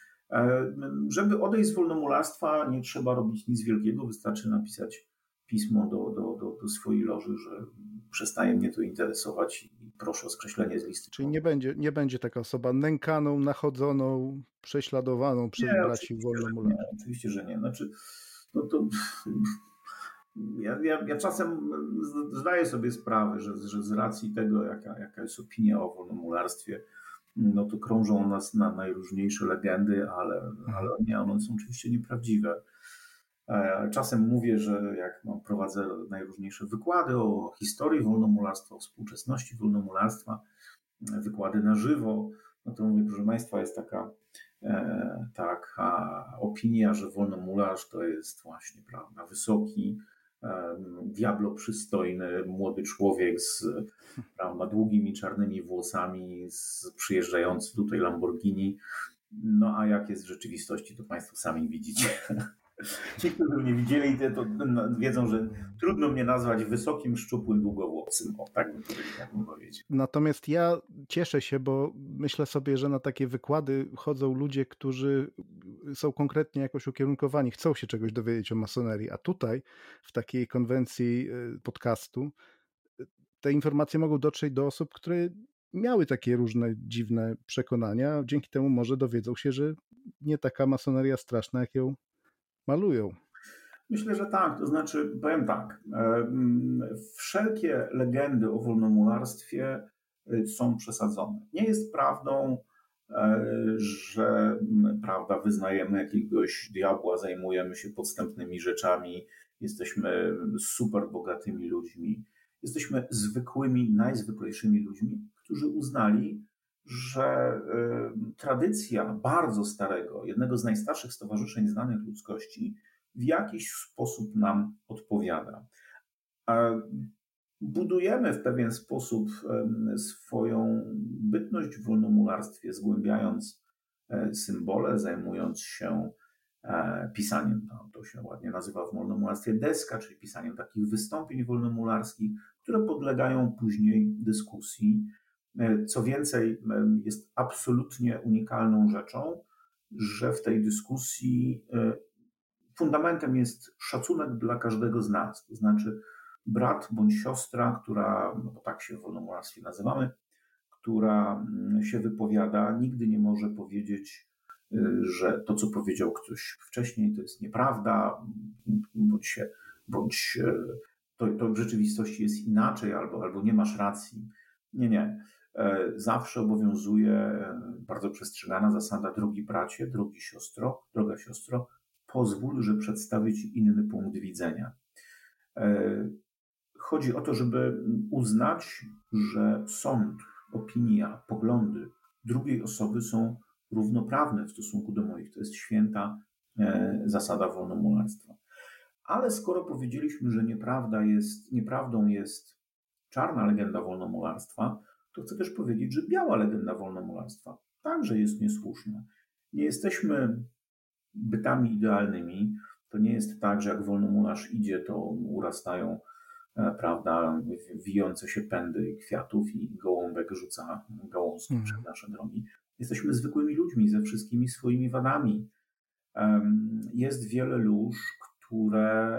Żeby odejść z wolnomularstwa, nie trzeba robić nic wielkiego, wystarczy napisać pismo do, do, do, do swojej loży, że przestaje mnie to interesować i proszę o skreślenie z listy. Czyli nie będzie, nie będzie taka osoba nękaną, nachodzoną, prześladowaną przez nie, braci wolnomularzy. Nie, oczywiście, że nie. Znaczy, no to ja, ja, ja czasem zdaję sobie sprawę, że, że z racji tego, jaka, jaka jest opinia o wolnomularstwie, no to krążą nas na najróżniejsze legendy, ale, ale nie, one są oczywiście nieprawdziwe. Czasem mówię, że jak no, prowadzę najróżniejsze wykłady o historii wolnomularstwa, o współczesności wolnomularstwa, wykłady na żywo, no to mówię, proszę Państwa, jest taka, e, taka opinia, że wolnomularz to jest właśnie, prawda, wysoki, e, diablo przystojny, młody człowiek z, prawda, długimi czarnymi włosami, z, przyjeżdżający tutaj Lamborghini. No a jak jest w rzeczywistości, to Państwo sami widzicie. Ci, którzy mnie widzieli, to wiedzą, że trudno mnie nazwać wysokim, szczupłym, długowłosym. O, tak bym, tak bym powiedział. Natomiast ja cieszę się, bo myślę sobie, że na takie wykłady chodzą ludzie, którzy są konkretnie jakoś ukierunkowani, chcą się czegoś dowiedzieć o masonerii, a tutaj w takiej konwencji podcastu te informacje mogą dotrzeć do osób, które miały takie różne dziwne przekonania. Dzięki temu może dowiedzą się, że nie taka masoneria straszna, jak ją malują. Myślę, że tak. To znaczy, powiem tak, wszelkie legendy o wolnomularstwie są przesadzone. Nie jest prawdą, że, prawda, wyznajemy jakiegoś diabła, zajmujemy się podstępnymi rzeczami, jesteśmy super bogatymi ludźmi. Jesteśmy zwykłymi, najzwyklejszymi ludźmi, którzy uznali, że tradycja bardzo starego, jednego z najstarszych stowarzyszeń znanych ludzkości, w jakiś sposób nam odpowiada. Budujemy w pewien sposób swoją bytność w wolnomularstwie, zgłębiając symbole, zajmując się pisaniem, no, to się ładnie nazywa w wolnomularstwie deska, czyli pisaniem takich wystąpień wolnomularskich, które podlegają później dyskusji. Co więcej, jest absolutnie unikalną rzeczą, że w tej dyskusji fundamentem jest szacunek dla każdego z nas, to znaczy brat bądź siostra, która, no bo tak się w wolnomularstwie nazywamy, która się wypowiada, nigdy nie może powiedzieć, że to, co powiedział ktoś wcześniej, to jest nieprawda, bądź, się, bądź to, to w rzeczywistości jest inaczej, albo, albo nie masz racji. Nie, nie. Zawsze obowiązuje bardzo przestrzegana zasada: drogi bracie, drogi siostro, droga siostro, pozwól, że przedstawię ci inny punkt widzenia. Chodzi o to, żeby uznać, że sąd, opinia, poglądy drugiej osoby są równoprawne w stosunku do moich. To jest święta zasada wolnomularstwa. Ale skoro powiedzieliśmy, że nieprawda jest, nieprawdą jest czarna legenda wolnomularstwa, to chcę też powiedzieć, że biała legenda wolnomularstwa także jest niesłuszna. Nie jesteśmy bytami idealnymi. To nie jest tak, że jak wolnomularz idzie, to urastają prawda, wijące się pędy kwiatów i gołąbek rzuca gałązki Mhm. przed nasze drogi. Jesteśmy zwykłymi ludźmi ze wszystkimi swoimi wadami. Jest wiele lóż, które...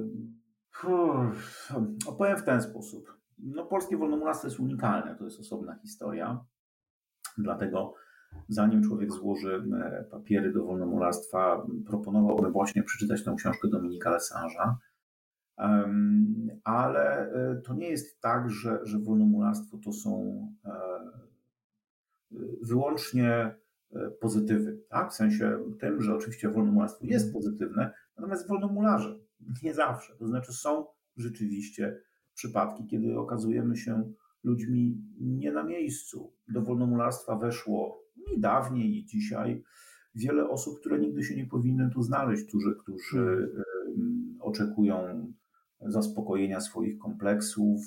Uff, opowiem w ten sposób. No, polskie wolnomularstwo jest unikalne, to jest osobna historia. Dlatego zanim człowiek złoży papiery do wolnomularstwa, proponowałbym właśnie przeczytać tę książkę Dominika Lesarza. Ale to nie jest tak, że, że wolnomularstwo to są wyłącznie pozytywy, tak? W sensie tym, że oczywiście wolnomularstwo jest pozytywne, natomiast wolnomularze nie zawsze. To znaczy są rzeczywiście przypadki, kiedy okazujemy się ludźmi nie na miejscu. Do wolnomularstwa weszło i dawniej, i dzisiaj wiele osób, które nigdy się nie powinny tu znaleźć, którzy, którzy hmm. oczekują zaspokojenia swoich kompleksów,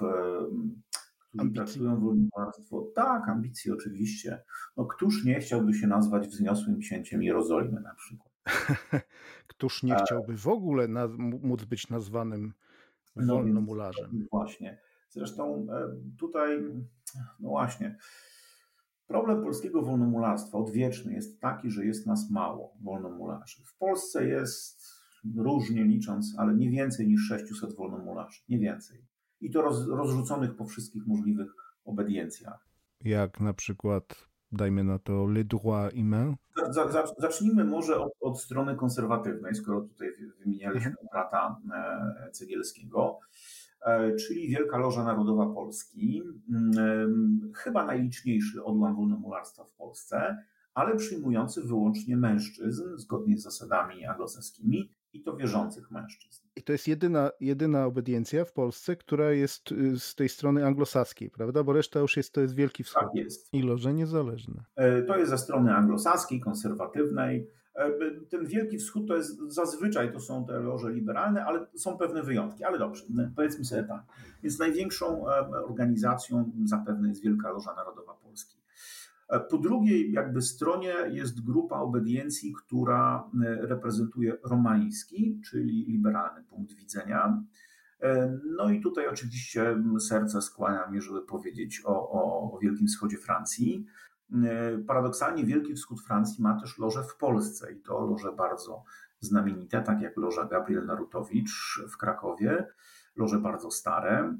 którzy traktują wolnomularstwo, tak, ambicje oczywiście. No, któż nie chciałby się nazwać wzniosłym księciem Jerozolimy na przykład? Któż nie chciałby w ogóle na, móc być nazwanym wolnomularzem? No więc, właśnie. Zresztą tutaj, no właśnie, problem polskiego wolnomularstwa odwieczny jest taki, że jest nas mało, wolnomularzy. W Polsce jest, różnie licząc, ale nie więcej niż sześciuset wolnomularzy, nie więcej. I to roz, rozrzuconych po wszystkich możliwych obediencjach. Jak na przykład, dajmy na to, le droit humain? Zacznijmy może od, od strony konserwatywnej, skoro tutaj wymienialiśmy mhm. brata Cegielskiego, czyli Wielka Loża Narodowa Polski, chyba najliczniejszy odłam wolnomularstwa w Polsce, ale przyjmujący wyłącznie mężczyzn, zgodnie z zasadami anglosaskimi, i to wierzących mężczyzn. I to jest jedyna, jedyna obediencja w Polsce, która jest z tej strony anglosaskiej, prawda? Bo reszta już jest, to jest Wielki Wschód. Tak jest. I loże niezależne. To jest ze strony anglosaskiej, konserwatywnej. Ten Wielki Wschód to jest zazwyczaj, to są te loże liberalne, ale są pewne wyjątki. Ale dobrze, powiedzmy sobie tak. Więc największą organizacją zapewne jest Wielka Loża Narodowa Polski. Po drugiej jakby stronie jest grupa obediencji, która reprezentuje romański, czyli liberalny punkt widzenia. No i tutaj oczywiście serce skłania mnie, żeby powiedzieć o, o, o Wielkim Wschodzie Francji. Paradoksalnie Wielki Wschód Francji ma też loże w Polsce i to loże bardzo znamienite, tak jak loża Gabriel Narutowicz w Krakowie, loże bardzo stare.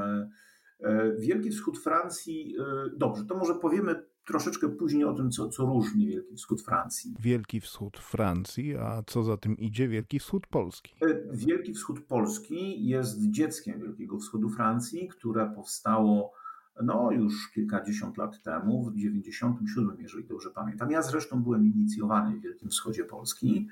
Wielki Wschód Francji, dobrze, to może powiemy troszeczkę później o tym, co, co różni Wielki Wschód Francji. Wielki Wschód Francji, a co za tym idzie Wielki Wschód Polski? Wielki Wschód Polski jest dzieckiem Wielkiego Wschodu Francji, które powstało no już kilkadziesiąt lat temu, w dziewięćdziesiątym siódmym, jeżeli dobrze pamiętam. Ja zresztą byłem inicjowany w Wielkim Wschodzie Polski.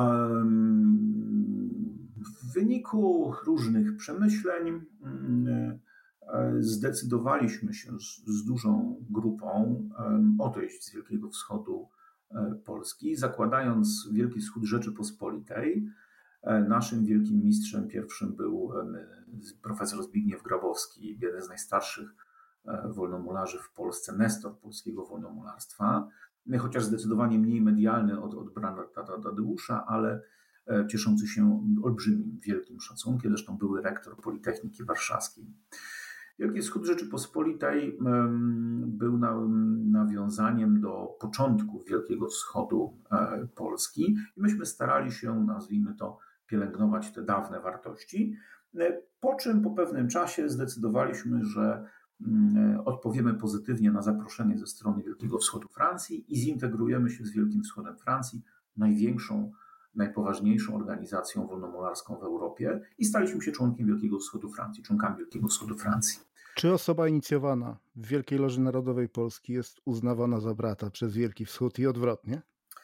W wyniku różnych przemyśleń zdecydowaliśmy się z, z dużą grupą odejść z Wielkiego Wschodu Polski, zakładając Wielki Wschód Rzeczypospolitej. Naszym wielkim mistrzem pierwszym był profesor Zbigniew Grabowski, jeden z najstarszych wolnomularzy w Polsce, nestor polskiego wolnomularstwa, chociaż zdecydowanie mniej medialny od, od brata Tadeusza, ale cieszący się olbrzymim, wielkim szacunkiem, zresztą były rektor Politechniki Warszawskiej. Wielki Wschód Rzeczypospolitej był nawiązaniem do początków Wielkiego Wschodu Polski i myśmy starali się, nazwijmy to, pielęgnować te dawne wartości, po czym po pewnym czasie zdecydowaliśmy, że odpowiemy pozytywnie na zaproszenie ze strony Wielkiego Wschodu Francji i zintegrujemy się z Wielkim Wschodem Francji, największą, najpoważniejszą organizacją wolnomularską w Europie i staliśmy się członkiem Wielkiego Wschodu Francji, członkami Wielkiego Wschodu Francji. Czy osoba inicjowana w Wielkiej Loży Narodowej Polski jest uznawana za brata przez Wielki Wschód i odwrotnie?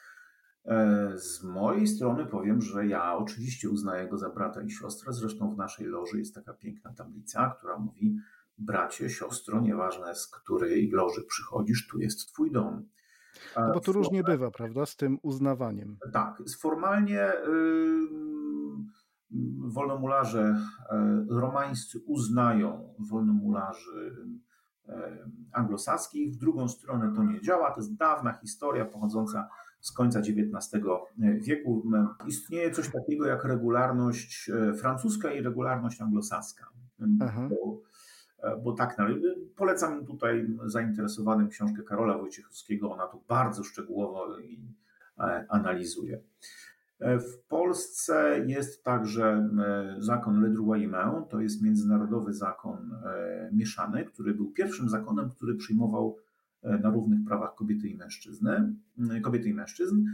Z mojej strony powiem, że ja oczywiście uznaję go za brata i siostrę. Zresztą w naszej loży jest taka piękna tablica, która mówi: bracie, siostro, nieważne z której loży przychodzisz, tu jest twój dom. No bo to różnie bywa, prawda, z tym uznawaniem. Tak, formalnie yy, wolnomularze yy, romańscy uznają wolnomularzy yy, anglosaskich, w drugą stronę to nie działa, to jest dawna historia pochodząca z końca dziewiętnastego wieku. Istnieje coś takiego jak regularność francuska i regularność anglosaska. Bo, bo tak, polecam tutaj zainteresowanym książkę Karola Wojciechowskiego, ona to bardzo szczegółowo analizuje. W Polsce jest także zakon Le Droit Humain, to jest międzynarodowy zakon mieszany, który był pierwszym zakonem, który przyjmował na równych prawach kobiety i mężczyzny, kobiety i mężczyzn.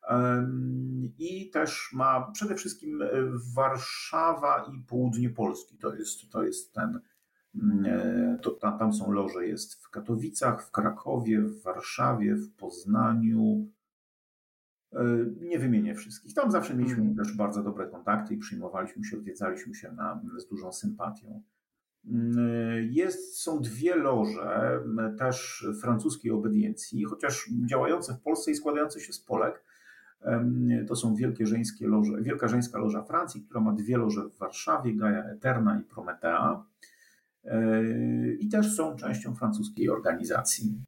I też ma przede wszystkim Warszawa i południe Polski. To jest, to jest ten, to, tam są loże, jest w Katowicach, w Krakowie, w Warszawie, w Poznaniu. Nie wymienię wszystkich. Tam zawsze mieliśmy mm. też bardzo dobre kontakty i przyjmowaliśmy się, odwiedzaliśmy się na, z dużą sympatią. Jest, są dwie loże, też francuskiej obediencji, chociaż działające w Polsce i składające się z Polek. To są wielkie żeńskie loże, Wielka Żeńska Loża Francji, która ma dwie loże w Warszawie, Gaia Eterna i Prometea. I też są częścią francuskiej organizacji.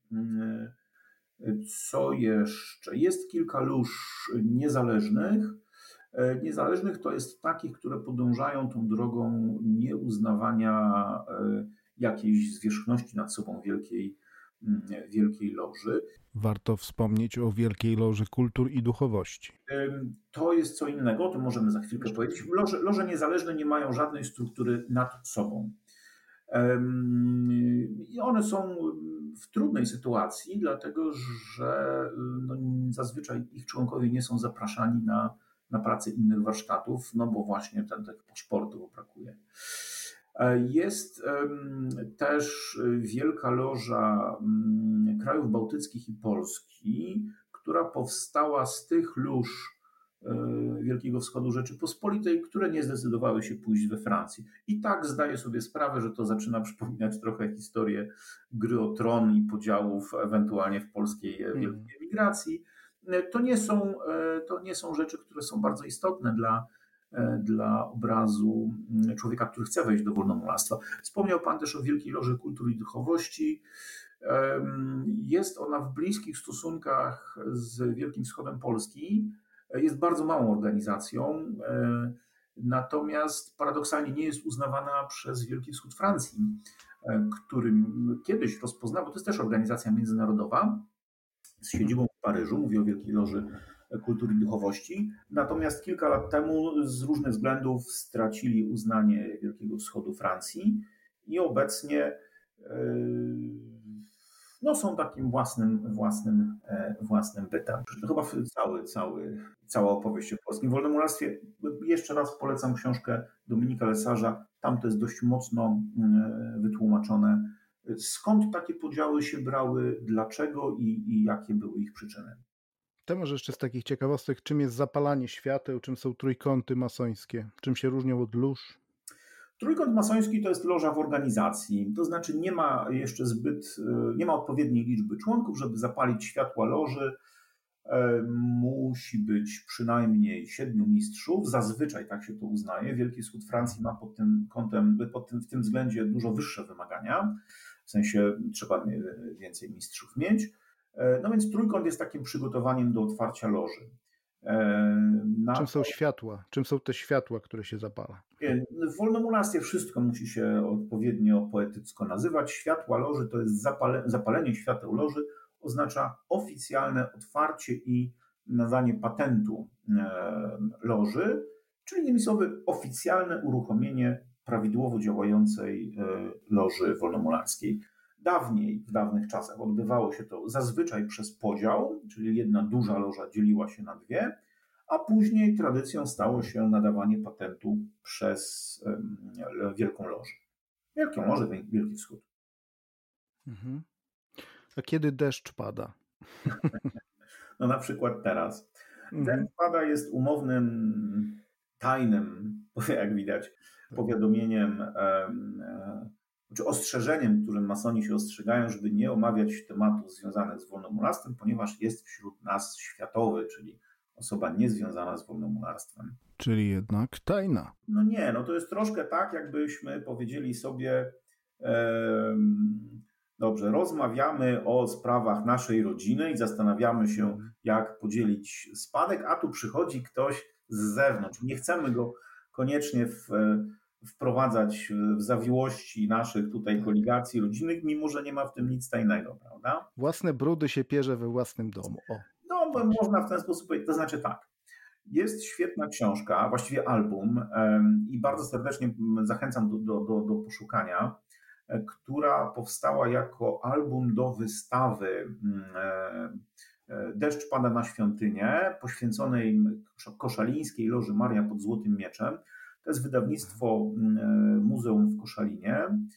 Co jeszcze? Jest kilka lóż niezależnych. Niezależnych to jest takich, które podążają tą drogą nieuznawania jakiejś zwierzchności nad sobą wielkiej, wielkiej loży. Warto wspomnieć o Wielkiej Loży Kultur i Duchowości. To jest co innego, to możemy za chwilkę powiedzieć. Loże, loże niezależne nie mają żadnej struktury nad sobą. I one są w trudnej sytuacji, dlatego że no, zazwyczaj ich członkowie nie są zapraszani na, na pracę innych warsztatów, no bo właśnie ten, tych paszportów brakuje. Jest też Wielka Loża Krajów Bałtyckich i Polski, która powstała z tych lóż Wielkiego Wschodu Rzeczypospolitej, które nie zdecydowały się pójść we Francji. I tak zdaję sobie sprawę, że to zaczyna przypominać trochę historię gry o tron i podziałów ewentualnie w polskiej wielkiej emigracji. To nie są, to nie są rzeczy, które są bardzo istotne dla, dla obrazu człowieka, który chce wejść do wolnomularstwa. Wspomniał Pan też o Wielkiej Loży Kultur i Duchowości. Jest ona w bliskich stosunkach z Wielkim Wschodem Polski. Jest bardzo małą organizacją, natomiast paradoksalnie nie jest uznawana przez Wielki Wschód Francji, którym kiedyś rozpoznał, bo to jest też organizacja międzynarodowa z siedzibą w Paryżu, mówię o Wielkiej Loży Kultury i Duchowości, natomiast kilka lat temu z różnych względów stracili uznanie Wielkiego Wschodu Francji i obecnie no, są takim własnym, własnym, własnym bytem. To chyba cały, cały, cała opowieść o polskim wolnomularstwie. Jeszcze raz polecam książkę Dominika Lesarza. Tam to jest dość mocno wytłumaczone, skąd takie podziały się brały, dlaczego i, i jakie były ich przyczyny. To może jeszcze z takich ciekawostek, czym jest zapalanie świateł, czym są trójkąty masońskie, czym się różnią od lóż? Trójkąt masoński to jest loża w organizacji, to znaczy nie ma jeszcze zbyt, nie ma odpowiedniej liczby członków, żeby zapalić światła loży. Musi być przynajmniej siedmiu mistrzów, zazwyczaj tak się to uznaje. Wielki Wschód Francji ma pod tym kątem, pod tym, w tym względzie dużo wyższe wymagania, w sensie trzeba więcej mistrzów mieć. No więc trójkąt jest takim przygotowaniem do otwarcia loży. Na Czym są światła? Czym są te światła, które się zapala? W wolnomularstwie wszystko musi się odpowiednio poetycko nazywać. Światła loży to jest zapale, zapalenie świateł loży, oznacza oficjalne otwarcie i nadanie patentu loży, czyli innymi słowy oficjalne uruchomienie prawidłowo działającej loży wolnomularskiej. Dawniej, w dawnych czasach odbywało się to zazwyczaj przez podział, czyli jedna duża loża dzieliła się na dwie, a później tradycją stało się nadawanie patentu przez Wielką Lożę. Wielką Lożę, Wielki Wschód. Mhm. A kiedy deszcz pada? No na przykład teraz. Mhm. Deszcz pada jest umownym, tajnym, jak widać, powiadomieniem, czy ostrzeżeniem, którym masoni się ostrzegają, żeby nie omawiać tematów związanych z wolnomularstwem, ponieważ jest wśród nas światowy, czyli osoba niezwiązana z wolnomularstwem. Czyli jednak tajna. No nie, no to jest troszkę tak, jakbyśmy powiedzieli sobie, e, Dobrze, rozmawiamy o sprawach naszej rodziny i zastanawiamy się, jak podzielić spadek, a tu przychodzi ktoś z zewnątrz. Nie chcemy go koniecznie w, wprowadzać w zawiłości naszych tutaj koligacji rodzinnych, mimo że nie ma w tym nic tajnego, prawda? Własne brudy się pierze we własnym domu. O. No, bo można w ten sposób powiedzieć, to znaczy tak. Jest świetna książka, właściwie album i bardzo serdecznie zachęcam do, do, do, do poszukania, która powstała jako album do wystawy Deszcz pada na świątynię, poświęconej koszalińskiej loży Maria pod Złotym Mieczem. To jest wydawnictwo Muzeum w Koszalinie.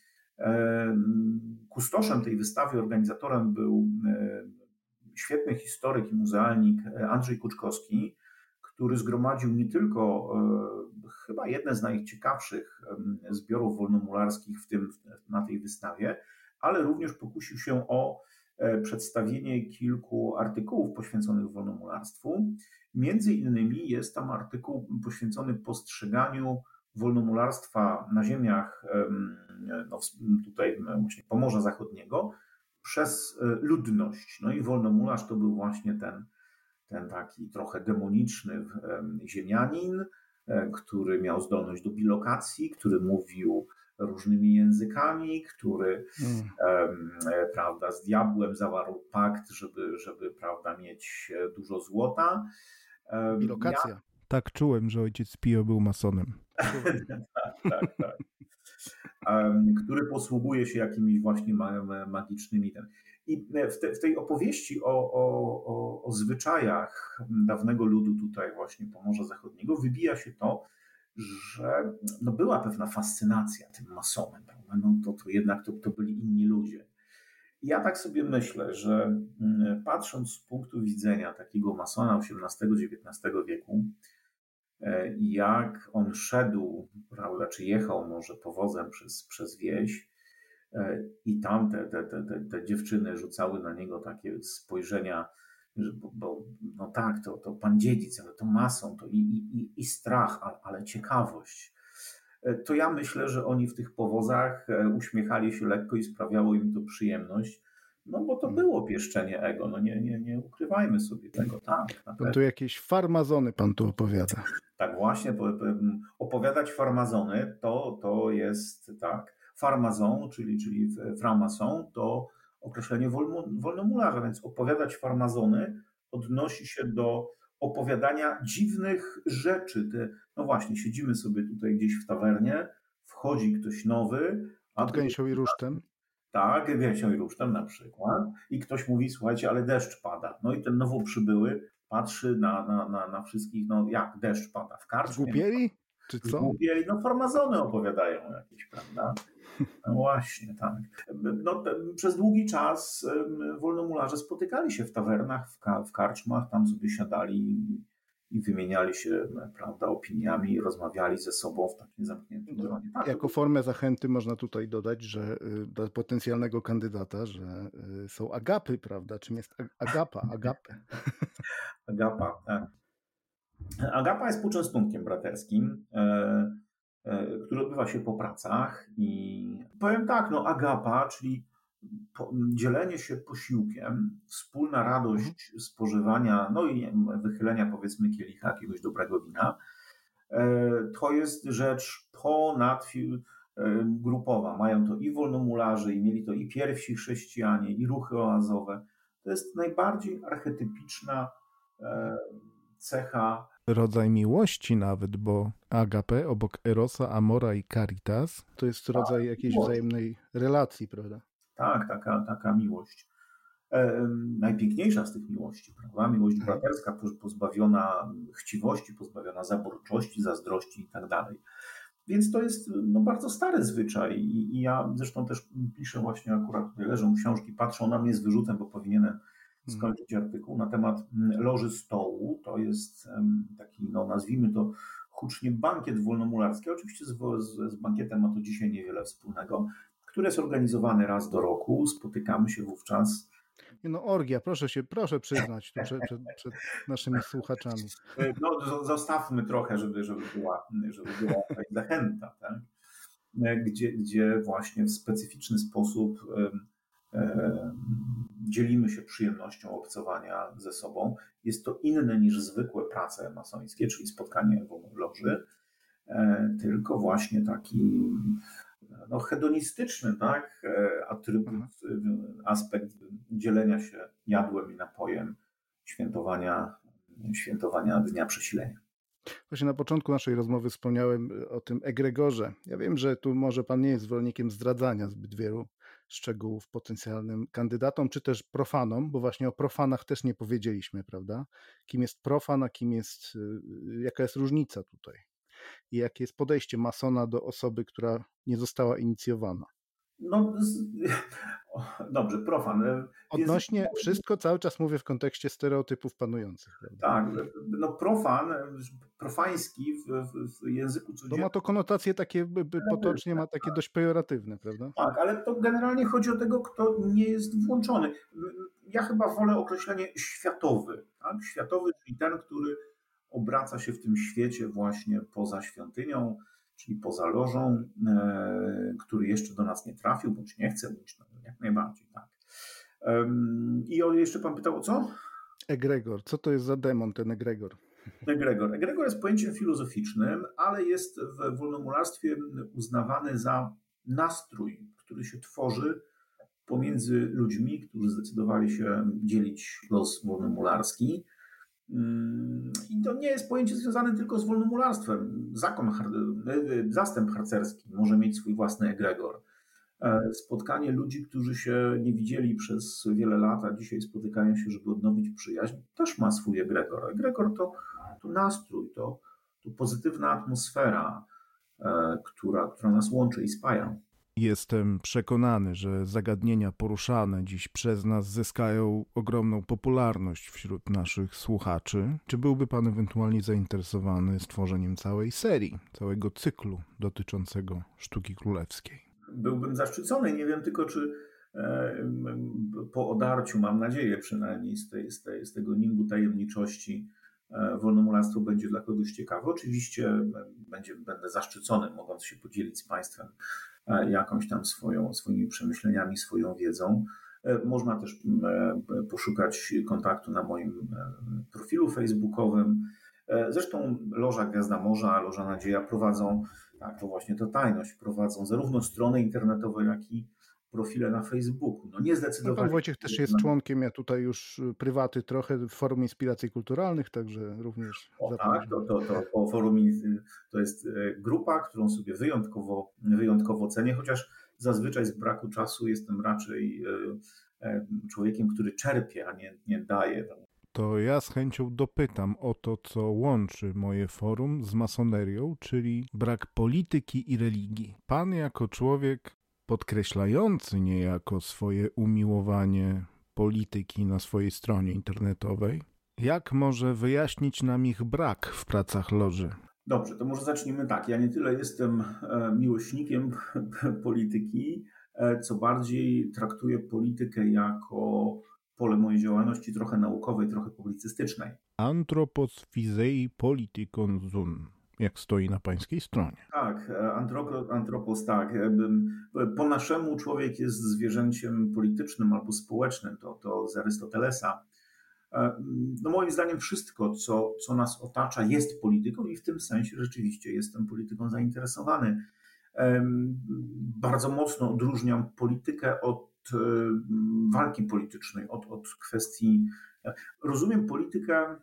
Kustoszem tej wystawy, organizatorem był świetny historyk i muzealnik Andrzej Kuczkowski, który zgromadził nie tylko e, chyba jedne z najciekawszych e, zbiorów wolnomularskich w tym, na tej wystawie, ale również pokusił się o e, przedstawienie kilku artykułów poświęconych wolnomularstwu. Między innymi jest tam artykuł poświęcony postrzeganiu wolnomularstwa na ziemiach e, no, tutaj właśnie Pomorza Zachodniego przez ludność. No i wolnomularz to był właśnie ten ten taki trochę demoniczny ziemianin, który miał zdolność do bilokacji, który mówił różnymi językami, który hmm. prawda, z diabłem zawarł pakt, żeby, żeby prawda, mieć dużo złota. Bilokacja. Ja... Tak czułem, że ojciec Pio był masonem. tak, tak, tak. Który posługuje się jakimiś właśnie magicznymi... Ten. I w, te, w tej opowieści o, o, o, o zwyczajach dawnego ludu tutaj właśnie Pomorza Zachodniego wybija się to, że no była pewna fascynacja tym masonem, prawda? No to, to jednak to, to byli inni ludzie. I ja tak sobie myślę, że patrząc z punktu widzenia takiego masona osiemnastego dziewiętnastego wieku, jak on szedł, prawda, czy jechał może powozem przez, przez wieś, i tam te, te, te, te dziewczyny rzucały na niego takie spojrzenia, że bo, bo no tak, to, to pan dziedzic, ale to mason, to i, i, i strach, ale, ale ciekawość. To ja myślę, że oni w tych powozach uśmiechali się lekko i sprawiało im to przyjemność, no bo to było pieszczenie ego, no nie, nie, nie ukrywajmy sobie tego, tak. Pan tu jakieś farmazony pan tu opowiada. Tak właśnie, opowiadać farmazony to, to jest tak. Farmazon, czyli, czyli franc-maçon, to określenie wolnomularza, więc opowiadać farmazony odnosi się do opowiadania dziwnych rzeczy. Te, no właśnie, siedzimy sobie tutaj gdzieś w tawernie, wchodzi ktoś nowy. Pod gęsią i rusztem. Tak, gęsią i rusztem na przykład. I ktoś mówi, słuchajcie, ale deszcz pada. No i ten nowo przybyły patrzy na, na, na, na wszystkich, no jak deszcz pada w karczmie. Zgubieli? Czy co? Zgubieli, no farmazony opowiadają jakieś, prawda? No właśnie, tak. No, przez długi czas wolnomularze spotykali się w tawernach, w, ka- w karczmach, tam sobie siadali i wymieniali się, prawda, opiniami i rozmawiali ze sobą w takim zamkniętym gronie. Tak, jako formę zachęty można tutaj dodać, że dla potencjalnego kandydata, że są agapy, prawda? Czym jest agapa? Agapę. Agapa, tak. Agapa jest poczęstunkiem braterskim, który odbywa się po pracach i powiem tak, no agapa, czyli dzielenie się posiłkiem, wspólna radość spożywania, no i wychylenia powiedzmy kielicha jakiegoś dobrego wina, to jest rzecz ponadgrupowa. Mają to i wolnomularze, i mieli to i pierwsi chrześcijanie, i ruchy oazowe. To jest najbardziej archetypiczna cecha. Rodzaj miłości nawet, bo agape obok erosa, amora i caritas to jest rodzaj tak, jakiejś miłość. Wzajemnej relacji, prawda? Tak, taka, taka miłość. E, najpiękniejsza z tych miłości, prawda? Miłość braterska, pozbawiona chciwości, pozbawiona zaborczości, zazdrości i tak dalej. Więc to jest no, bardzo stary zwyczaj i, i ja zresztą też piszę właśnie akurat, tutaj leżą książki, patrzą na mnie z wyrzutem, bo powinienem skończyć artykuł na temat loży stołu. To jest taki, no nazwijmy to hucznie bankiet wolnomularski. Oczywiście z, z, z bankietem ma to dzisiaj niewiele wspólnego, który jest organizowany raz do roku. Spotykamy się wówczas. No orgia, proszę się, proszę przyznać tu przed, przed, przed naszymi słuchaczami. No zostawmy trochę, żeby, żeby była, żeby była zachęta, tak? Gdzie, gdzie właśnie w specyficzny sposób dzielimy się przyjemnością obcowania ze sobą. Jest to inne niż zwykłe prace masońskie, czyli spotkanie w loży, tylko właśnie taki no, hedonistyczny, tak, atrybut, Aha. aspekt dzielenia się jadłem i napojem, świętowania, świętowania Dnia Przesilenia. Właśnie na początku naszej rozmowy wspomniałem o tym egregorze. Ja wiem, że tu może pan nie jest zwolennikiem zdradzania zbyt wielu szczegółów potencjalnym kandydatom, czy też profanom, bo właśnie o profanach też nie powiedzieliśmy, prawda? Kim jest profan, a kim jest, jaka jest różnica tutaj? I jakie jest podejście masona do osoby, która nie została inicjowana? No, z... dobrze, profan. Odnośnie Więc... wszystko cały czas mówię w kontekście stereotypów panujących. Prawda? Tak, no profan, profański w, w, w języku codziennym. Bo ma to konotacje takie, potocznie ma takie dość pejoratywne, prawda? Tak, ale to generalnie chodzi o tego, kto nie jest włączony. Ja chyba wolę określenie światowy. Tak? Światowy, czyli ten, który obraca się w tym świecie właśnie poza świątynią, czyli poza lożą, e, który jeszcze do nas nie trafił, bądź nie chce, bądź no, jak najbardziej. Tak. Um, I o, jeszcze pan pytał o co? Egregor. Co to jest za demon, ten egregor? Egregor. Egregor jest pojęciem filozoficznym, ale jest w wolnomularstwie uznawany za nastrój, który się tworzy pomiędzy ludźmi, którzy zdecydowali się dzielić los wolnomularski. I to nie jest pojęcie związane tylko z wolnomularstwem. Zakon, zastęp harcerski może mieć swój własny egregor. Spotkanie ludzi, którzy się nie widzieli przez wiele lat, a dzisiaj spotykają się, żeby odnowić przyjaźń, też ma swój egregor. Egregor to, to nastrój, to, to pozytywna atmosfera, która, która nas łączy i spaja. Jestem przekonany, że zagadnienia poruszane dziś przez nas zyskają ogromną popularność wśród naszych słuchaczy. Czy byłby pan ewentualnie zainteresowany stworzeniem całej serii, całego cyklu dotyczącego sztuki królewskiej? Byłbym zaszczycony. Nie wiem tylko, czy po odarciu, mam nadzieję przynajmniej z, tej, z, tej, z tego nimbu tajemniczości, wolnomularstwo będzie dla kogoś ciekawe. Oczywiście będzie, będę zaszczycony, mogąc się podzielić z państwem jakąś tam swoją, swoimi przemyśleniami, swoją wiedzą. Można też poszukać kontaktu na moim profilu facebookowym. Zresztą Loża Gwiazda Morza, Loża Nadzieja prowadzą, tak, to właśnie to tajność, prowadzą zarówno strony internetowe, jak i profile na Facebooku. No nie zdecydowanie. Pan Wojciech też jest członkiem, ja tutaj już prywaty trochę w Forum Inspiracji Kulturalnych, także również o, zapraszam. Tak, to, to, to, to Forum to jest grupa, którą sobie wyjątkowo, wyjątkowo cenię, chociaż zazwyczaj z braku czasu jestem raczej człowiekiem, który czerpie, a nie, nie daje. To ja z chęcią dopytam o to, co łączy moje forum z masonerią, czyli brak polityki i religii. Pan jako człowiek podkreślający niejako swoje umiłowanie polityki na swojej stronie internetowej, jak może wyjaśnić nam ich brak w pracach loży? Dobrze, to może zacznijmy tak. Ja nie tyle jestem miłośnikiem polityki, co bardziej traktuję politykę jako pole mojej działalności trochę naukowej, trochę publicystycznej. Anthropos physei politikon sum, jak stoi na pańskiej stronie. Tak, antropos, tak. Po naszemu człowiek jest zwierzęciem politycznym albo społecznym, to, to z Arystotelesa. No moim zdaniem wszystko, co, co nas otacza, jest polityką i w tym sensie rzeczywiście jestem polityką zainteresowany. Bardzo mocno odróżniam politykę od walki politycznej, od, od kwestii. Rozumiem politykę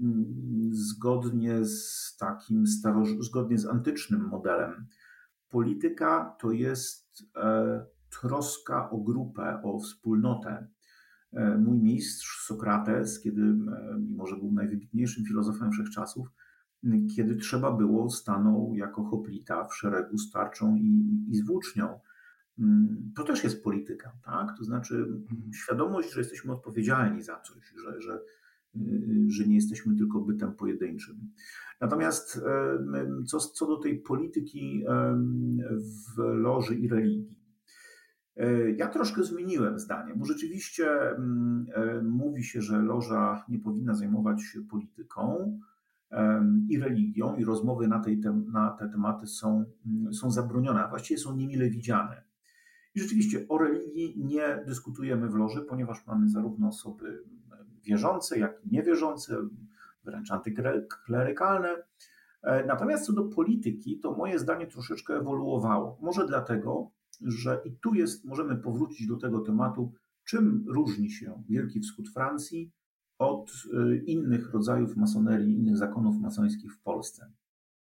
zgodnie z takim staroż... zgodnie z antycznym modelem. Polityka to jest troska o grupę, o wspólnotę. Mój mistrz Sokrates, kiedy, mimo że był najwybitniejszym filozofem wszechczasów, kiedy trzeba było, stanął jako hoplita w szeregu z tarczą i, i z włócznią. To też jest polityka, tak? To znaczy świadomość, że jesteśmy odpowiedzialni za coś, że, że, że nie jesteśmy tylko bytem pojedynczym. Natomiast co, co do tej polityki w loży i religii, ja troszkę zmieniłem zdanie, bo rzeczywiście mówi się, że loża nie powinna zajmować się polityką i religią, i rozmowy na, tej, na te tematy są, są zabronione, a właściwie są niemile widziane. I rzeczywiście o religii nie dyskutujemy w loży, ponieważ mamy zarówno osoby wierzące, jak i niewierzące, wręcz antyklerykalne. Natomiast co do polityki, to moje zdanie troszeczkę ewoluowało. Może dlatego, że i tu jest, możemy powrócić do tego tematu, czym różni się Wielki Wschód Francji od innych rodzajów masonerii, innych zakonów masońskich w Polsce.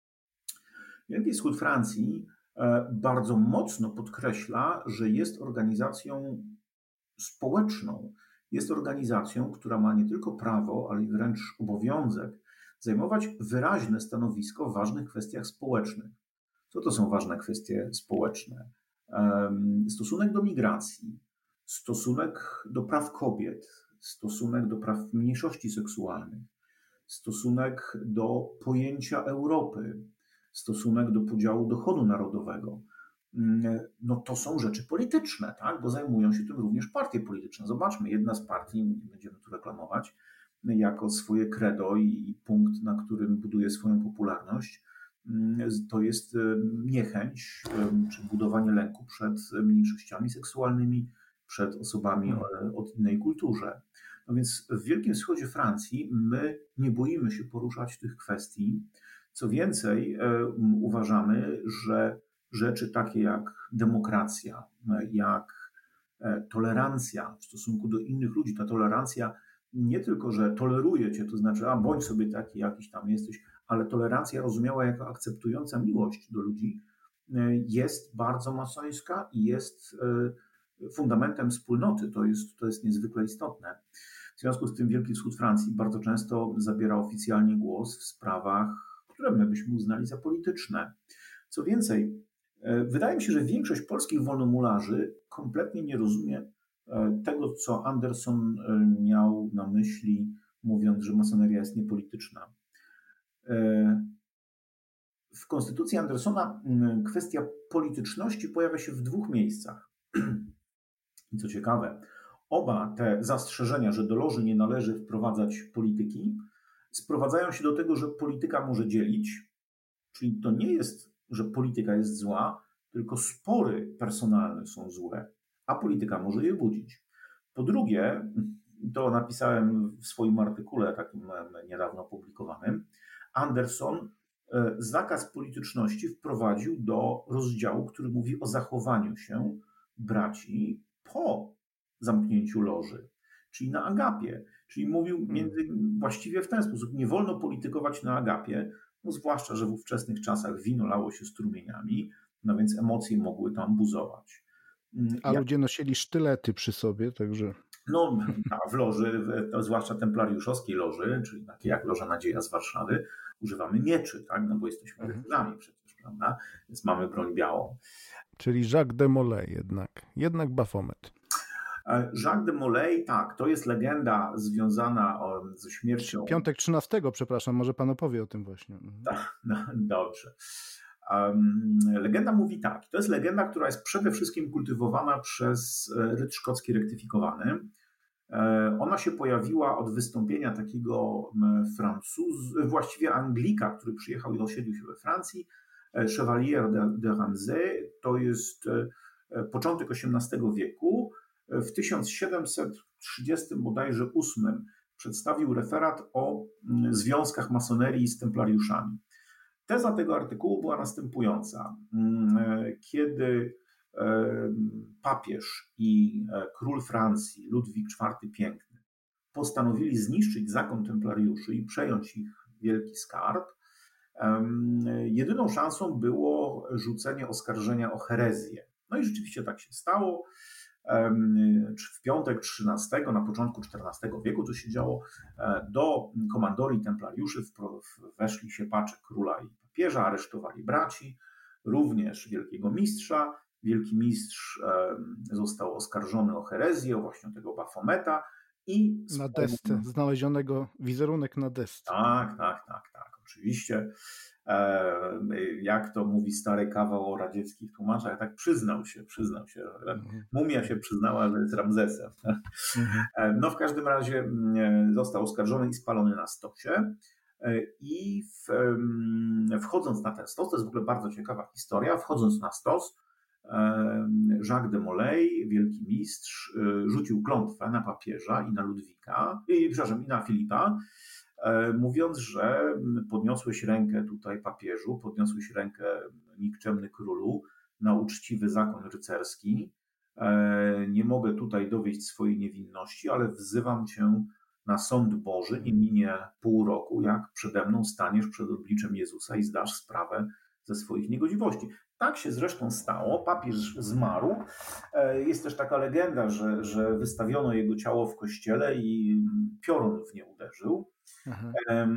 Wielki Wschód Francji bardzo mocno podkreśla, że jest organizacją społeczną. Jest organizacją, która ma nie tylko prawo, ale i wręcz obowiązek zajmować wyraźne stanowisko w ważnych kwestiach społecznych. Co to są ważne kwestie społeczne? Stosunek do migracji, stosunek do praw kobiet, stosunek do praw mniejszości seksualnych, stosunek do pojęcia Europy, stosunek do podziału dochodu narodowego. No to są rzeczy polityczne, tak? Bo zajmują się tym również partie polityczne. Zobaczmy, jedna z partii, nie będziemy tu reklamować, jako swoje credo i punkt, na którym buduje swoją popularność, to jest niechęć czy budowanie lęku przed mniejszościami seksualnymi, przed osobami o innej kulturze. No więc w Wielkim Wschodzie Francji my nie boimy się poruszać tych kwestii. Co więcej, uważamy, że rzeczy takie jak demokracja, jak tolerancja w stosunku do innych ludzi, ta tolerancja nie tylko, że toleruje cię, to znaczy, a bądź sobie taki jakiś tam jesteś, ale tolerancja rozumiała jako akceptująca miłość do ludzi jest bardzo masońska i jest fundamentem wspólnoty. To jest, to jest niezwykle istotne. W związku z tym Wielki Wschód Francji bardzo często zabiera oficjalnie głos w sprawach, które my byśmy uznali za polityczne. Co więcej, wydaje mi się, że większość polskich wolnomularzy kompletnie nie rozumie tego, co Anderson miał na myśli, mówiąc, że masoneria jest niepolityczna. W konstytucji Andersona kwestia polityczności pojawia się w dwóch miejscach. I co ciekawe, oba te zastrzeżenia, że do loży nie należy wprowadzać polityki, sprowadzają się do tego, że polityka może dzielić, czyli to nie jest, że polityka jest zła, tylko spory personalne są złe, a polityka może je budzić. Po drugie, to napisałem w swoim artykule, takim niedawno opublikowanym, Anderson zakaz polityczności wprowadził do rozdziału, który mówi o zachowaniu się braci po zamknięciu loży, czyli na agapie. Czyli mówił między, właściwie w ten sposób, nie wolno politykować na agapie, no zwłaszcza, że w ówczesnych czasach wino lało się strumieniami, no więc emocje mogły tam buzować. A ja... ludzie nosili sztylety przy sobie, także... No, w loży, to zwłaszcza templariuszowskiej loży, czyli takiej jak Loża Nadzieja z Warszawy, używamy mieczy, tak? No bo jesteśmy rycerzami przecież, prawda? Więc mamy broń białą. Czyli Jacques de Molay jednak, jednak Baphomet. Jacques de Molay, tak, to jest legenda związana ze śmiercią... Piątek trzynastego, przepraszam, może pan opowie o tym właśnie. Tak, no, dobrze. Um, legenda mówi tak, to jest legenda, która jest przede wszystkim kultywowana przez ryt szkocki rektyfikowany. Ona się pojawiła od wystąpienia takiego Francuza, właściwie Anglika, który przyjechał i osiedlił się we Francji, Chevalier de, de Ramsay, to jest początek osiemnastego wieku. W tysiąc siedemset trzydziestym bodajże ósmym przedstawił referat o związkach masonerii z templariuszami. Teza tego artykułu była następująca. Kiedy papież i król Francji, Ludwik czwarty Piękny, postanowili zniszczyć zakon templariuszy i przejąć ich wielki skarb, jedyną szansą było rzucenie oskarżenia o herezję. No i rzeczywiście tak się stało. W piątek trzynastego, na początku czternastego wieku to się działo, do komandorii templariuszy weszli siepacze króla i papieża, aresztowali braci, również wielkiego mistrza. Wielki mistrz został oskarżony o herezję, właśnie tego Baphometa. I na desce, znalezionego wizerunek na desce. Tak, tak, tak, tak, oczywiście. Jak to mówi stary kawał o radzieckich tłumaczach, tak przyznał się, przyznał się. Mumia się przyznała, że jest Ramzesem. No w każdym razie został oskarżony i spalony na stosie. I w, wchodząc na ten stos, to jest w ogóle bardzo ciekawa historia, wchodząc na stos, Jacques de Molay, wielki mistrz, rzucił klątwę na papieża i na Ludwika, i, przepraszam, i na Filipa, mówiąc, że podniosłeś rękę tutaj papieżu, podniosłeś rękę nikczemny królu na uczciwy zakon rycerski. Nie mogę tutaj dowieść swojej niewinności, ale wzywam cię na sąd Boży i minie pół roku, jak przede mną staniesz przed obliczem Jezusa i zdasz sprawę ze swoich niegodziwości. Tak się zresztą stało. Papież zmarł. Jest też taka legenda, że, że wystawiono jego ciało w kościele i piorun w nie uderzył. Aha.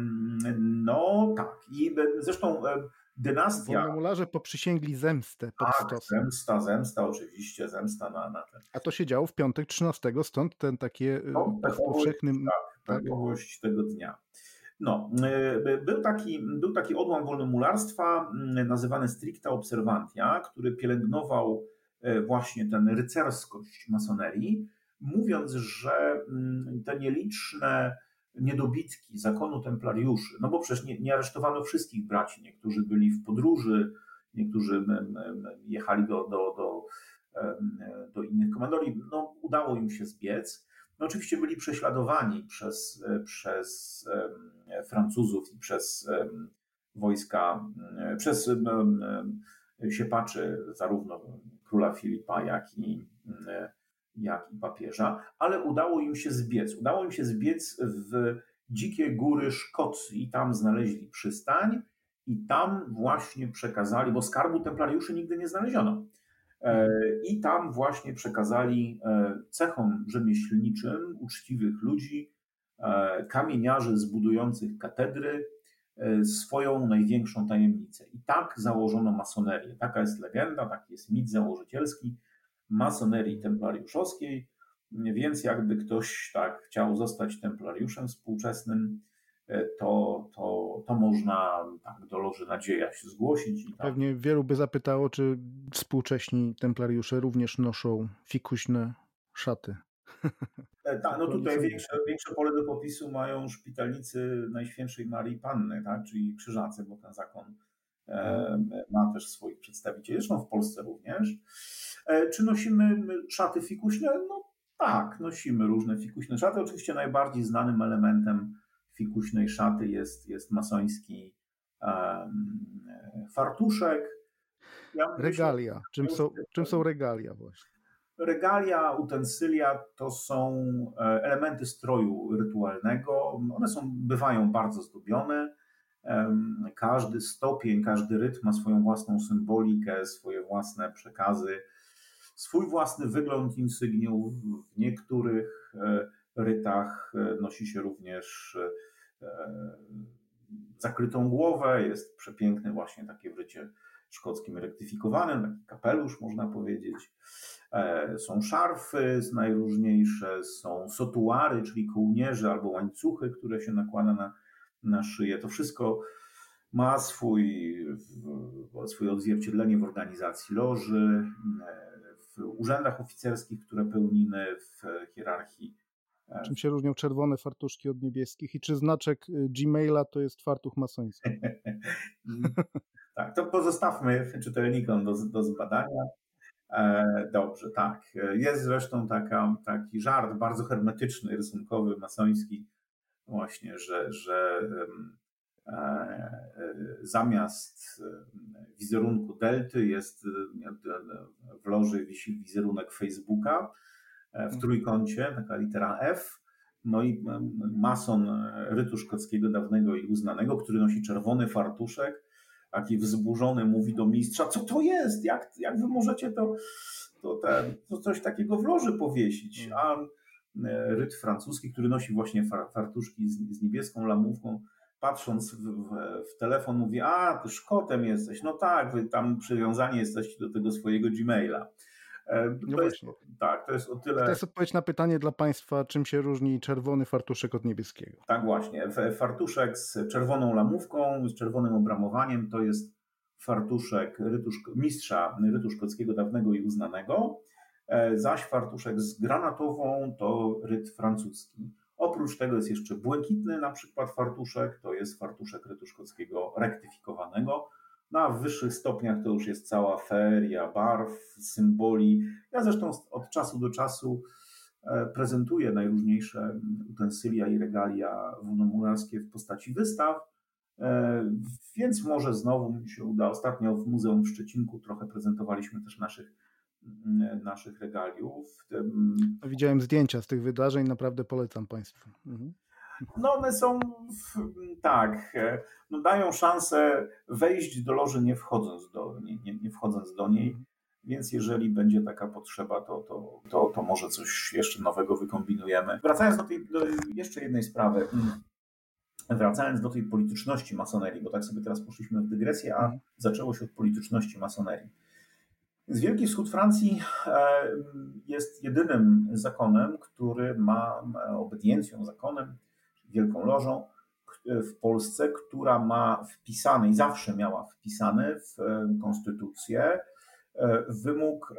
No tak. I zresztą dynastia... Wolnomularze poprzysięgli zemstę pod tak, stosem. zemsta, zemsta, oczywiście, zemsta na, na ten. A to się działo w piątek trzynastego, stąd ten takie no, w powszechnym... Tak, pechowość tego dnia. No, był taki, był taki odłam wolnomularstwa nazywany stricta observantia, który pielęgnował właśnie tę rycerskość masonerii, mówiąc, że te nieliczne niedobitki zakonu templariuszy, no bo przecież nie, nie aresztowano wszystkich braci, niektórzy byli w podróży, niektórzy jechali do, do, do, do innych komandorii, no udało im się zbiec. No oczywiście byli prześladowani przez, przez Francuzów i przez wojska, przez siepaczy zarówno króla Filipa, jak i, jak i papieża, ale udało im się zbiec. Udało im się zbiec w dzikie góry Szkocji, tam znaleźli przystań i tam właśnie przekazali, bo skarbu templariuszy nigdy nie znaleziono. I tam właśnie przekazali cechom rzemieślniczym uczciwych ludzi, kamieniarzy zbudujących katedry, swoją największą tajemnicę. I tak założono masonerię. Taka jest legenda, taki jest mit założycielski masonerii templariuszowskiej, więc jakby ktoś tak chciał zostać templariuszem współczesnym, to, to, to można tak do Loży Nadzieja się zgłosić. I tak. Pewnie wielu by zapytało, czy współcześni templariusze również noszą fikuśne szaty. Tak, no tutaj większe, większe pole do popisu mają szpitalnicy Najświętszej Marii Panny, tak, czyli krzyżacy, bo ten zakon e, ma też swoich przedstawicieli, zresztą w Polsce również. E, czy nosimy szaty fikuśne? No tak, nosimy różne fikuśne szaty. Oczywiście najbardziej znanym elementem fikuśnej szaty jest, jest masoński um, fartuszek. Ja regalia. Myślę, czym, są, czym są regalia właśnie? Regalia, utensylia to są elementy stroju rytualnego. One są, bywają bardzo zdobione. Każdy stopień, każdy rytm ma swoją własną symbolikę, swoje własne przekazy, swój własny wygląd insygniów. W niektórych rytach nosi się również zakrytą głowę. Jest przepiękny właśnie takie w rycie szkockim rektyfikowanym, taki kapelusz można powiedzieć. Są szarfy najróżniejsze, są sotuary, czyli kołnierze albo łańcuchy, które się nakłada na, na szyję. To wszystko ma swój, swoje odzwierciedlenie w organizacji loży, w urzędach oficerskich, które pełnimy, w hierarchii. Czym się różnią czerwone fartuszki od niebieskich i czy znaczek Gmaila to jest fartuch masoński? Tak, to pozostawmy czytelnikom do, do zbadania. E, dobrze, tak. Jest zresztą taka, taki żart bardzo hermetyczny, rysunkowy, masoński, właśnie, że, że e, e, zamiast wizerunku delty jest w loży wisi wizerunek Facebooka w trójkącie, taka litera F. No i mason rytu szkockiego dawnego i uznanego, który nosi czerwony fartuszek, taki wzburzony mówi do mistrza, co to jest? Jak, jak wy możecie to, to, te, to coś takiego w loży powiesić? A ryt francuski, który nosi właśnie fartuszki z, z niebieską lamówką, patrząc w, w, w telefon mówi, a ty Szkotem jesteś, no tak, wy tam przywiązani jesteście do tego swojego Gmaila. No to jest, właśnie. Tak, to jest o tyle... To jest odpowiedź na pytanie dla Państwa, czym się różni czerwony fartuszek od niebieskiego. Tak właśnie. Fartuszek z czerwoną lamówką, z czerwonym obramowaniem to jest fartuszek rytu, mistrza rytu szkockiego dawnego i uznanego, zaś fartuszek z granatową to ryt francuski. Oprócz tego jest jeszcze błękitny na przykład fartuszek, to jest fartuszek rytu szkockiego rektyfikowanego. No a w wyższych stopniach to już jest cała feria barw, symboli. Ja zresztą od czasu do czasu prezentuję najróżniejsze utensylia i regalia wolnomularskie w postaci wystaw, więc może znowu mi się uda. Ostatnio w Muzeum w Szczecinku trochę prezentowaliśmy też naszych, naszych regaliów. Widziałem zdjęcia z tych wydarzeń, naprawdę polecam Państwu. Mhm. No one są, tak, no dają szansę wejść do loży nie wchodząc do, nie, nie, nie wchodząc do niej, więc jeżeli będzie taka potrzeba, to, to, to, to może coś jeszcze nowego wykombinujemy. Wracając do tej, do jeszcze jednej sprawy, wracając do tej polityczności masonerii, bo tak sobie teraz poszliśmy w dygresję, a zaczęło się od polityczności masonerii. Więc Wielki Wschód Francji jest jedynym zakonem, który ma obediencją, zakonem, Wielką Lożą w Polsce, która ma wpisany i zawsze miała wpisany w konstytucję wymóg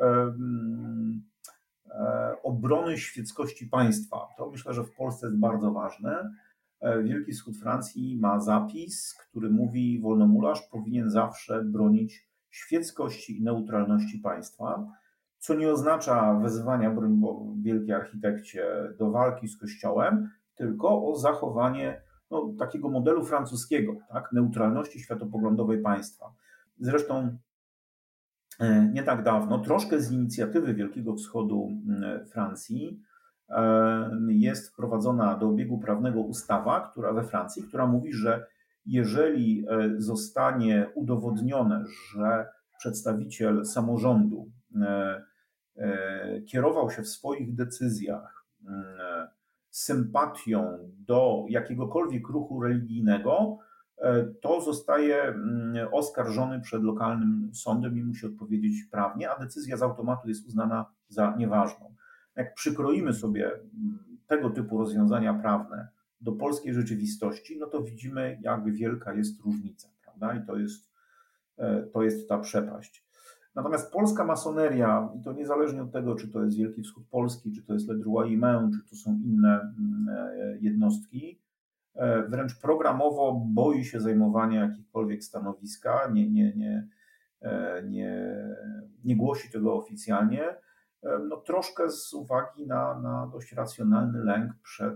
obrony świeckości państwa. To myślę, że w Polsce jest bardzo ważne. Wielki Wschód Francji ma zapis, który mówi, wolnomularz powinien zawsze bronić świeckości i neutralności państwa, co nie oznacza wezwania, broń wielki architekcie, do walki z Kościołem, tylko o zachowanie no, takiego modelu francuskiego, tak, neutralności światopoglądowej państwa. Zresztą nie tak dawno, troszkę z inicjatywy Wielkiego Wschodu Francji, jest wprowadzona do obiegu prawnego ustawa, która we Francji, która mówi, że jeżeli zostanie udowodnione, że przedstawiciel samorządu kierował się w swoich decyzjach sympatią do jakiegokolwiek ruchu religijnego, to zostaje oskarżony przed lokalnym sądem i musi odpowiedzieć prawnie, a decyzja z automatu jest uznana za nieważną. Jak przykroimy sobie tego typu rozwiązania prawne do polskiej rzeczywistości, no to widzimy, jak wielka jest różnica, prawda? I to jest, to jest ta przepaść. Natomiast polska masoneria, i to niezależnie od tego, czy to jest Wielki Wschód Polski, czy to jest Le Droit Humain, czy to są inne jednostki, wręcz programowo boi się zajmowania jakichkolwiek stanowiska, nie, nie, nie, nie, nie głosi tego oficjalnie, no troszkę z uwagi na, na dość racjonalny lęk przed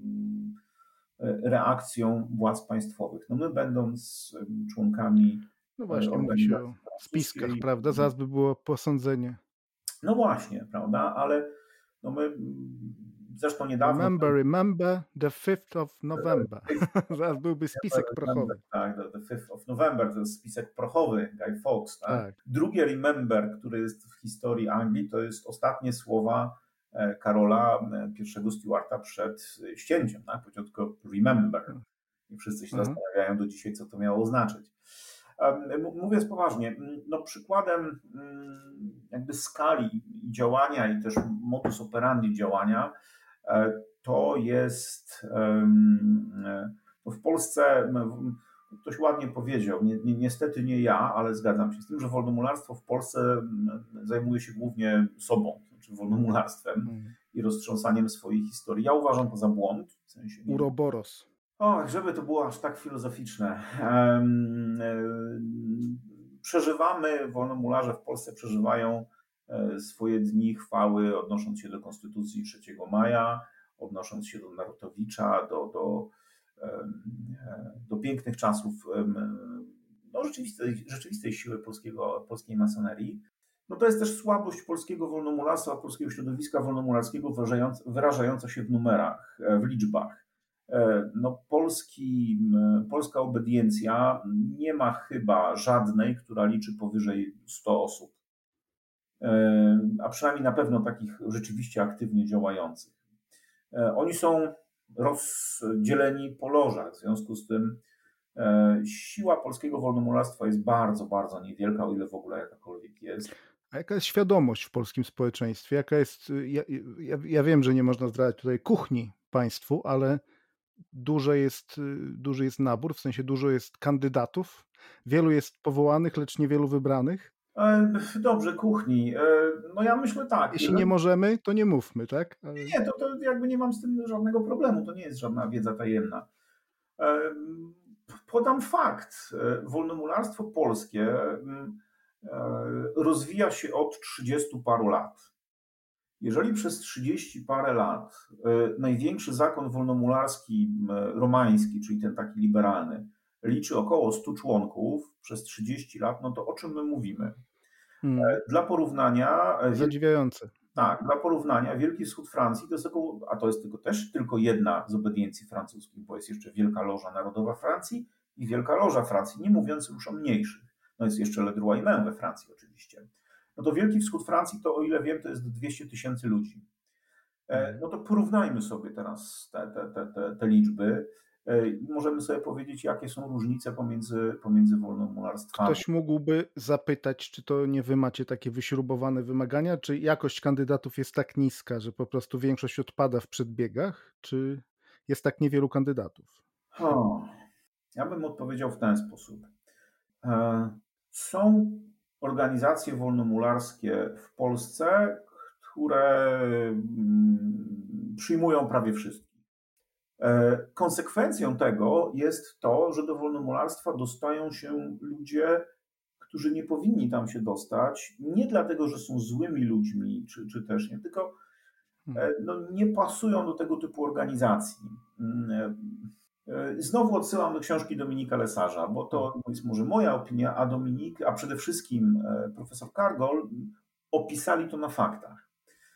reakcją władz państwowych. No my będąc członkami No właśnie, mówi się o spiskach, prawda? Zaraz by było posądzenie. No właśnie, prawda, ale no my zresztą niedawno... Remember, remember the fifth of November. Zaraz byłby spisek prochowy. Tak, the fifth of November to jest spisek prochowy, Guy Fawkes. Tak? Tak. Drugie remember, które jest w historii Anglii, to jest ostatnie słowa Karola I Stuarta przed ścięciem. Tak? Powiedział tylko remember. I wszyscy się mhm. zastanawiają do dzisiaj, co to miało oznaczyć. Mówiąc poważnie, no przykładem jakby skali działania i też modus operandi działania to jest no w Polsce, ktoś ładnie powiedział, ni, ni, niestety nie ja, ale zgadzam się z tym, że wolnomularstwo w Polsce zajmuje się głównie sobą, znaczy wolnomularstwem mm. i roztrząsaniem swojej historii. Ja uważam to za błąd. W sensie nie... Uroboros. O, żeby to było aż tak filozoficzne. Przeżywamy, wolnomularze w Polsce przeżywają swoje dni chwały, odnosząc się do Konstytucji trzeciego maja, odnosząc się do Narutowicza, do, do, do pięknych czasów no, rzeczywistej, rzeczywistej siły polskiego, polskiej masonerii. No to jest też słabość polskiego wolnomularstwa, polskiego środowiska wolnomularskiego wyrażająca się w numerach, w liczbach. No, polski, polska obediencja nie ma chyba żadnej, która liczy powyżej stu osób, a przynajmniej na pewno takich rzeczywiście aktywnie działających. Oni są rozdzieleni po lożach, w związku z tym siła polskiego wolnomularstwa jest bardzo, bardzo niewielka, o ile w ogóle jakakolwiek jest. A jaka jest świadomość w polskim społeczeństwie? Jaka jest, ja, ja, ja wiem, że nie można zdradzać tutaj kuchni państwu, ale Duży jest, duży jest nabór, w sensie dużo jest kandydatów, wielu jest powołanych, lecz niewielu wybranych. Dobrze, kuchni. No ja myślę tak. Jeśli nie możemy, to nie mówmy, tak? Ale... Nie, to, to jakby nie mam z tym żadnego problemu, to nie jest żadna wiedza tajemna. Podam fakt. Wolnomularstwo polskie rozwija się od trzydziestu paru lat. Jeżeli przez trzydzieści parę lat największy zakon wolnomularski romański, czyli ten taki liberalny, liczy około stu członków przez trzydzieści lat, no to o czym my mówimy? Hmm. Dla porównania... Zadziwiające. Tak, dla porównania Wielki Wschód Francji to jest około, a to jest tylko, też tylko jedna z obediencji francuskich, bo jest jeszcze Wielka Loża Narodowa Francji i Wielka Loża Francji, nie mówiąc już o mniejszych. No jest jeszcze Le Droit Humain we Francji oczywiście. No to Wielki Wschód Francji to, o ile wiem, to jest dwieście tysięcy ludzi. No to porównajmy sobie teraz te, te, te, te, te liczby. Możemy sobie powiedzieć, jakie są różnice pomiędzy, pomiędzy wolnomularstwami. Ktoś mógłby zapytać, czy to nie wy macie takie wyśrubowane wymagania, czy jakość kandydatów jest tak niska, że po prostu większość odpada w przedbiegach, czy jest tak niewielu kandydatów? O, ja bym odpowiedział w ten sposób. Są organizacje wolnomularskie w Polsce, które przyjmują prawie wszystkich. Konsekwencją tego jest to, że do wolnomularstwa dostają się ludzie, którzy nie powinni tam się dostać, nie dlatego, że są złymi ludźmi, czy, czy też nie, tylko no, nie pasują do tego typu organizacji. Znowu odsyłam do książki Dominika Lesarza, bo to jest może moja opinia, a Dominik, a przede wszystkim profesor Kargol opisali to na faktach.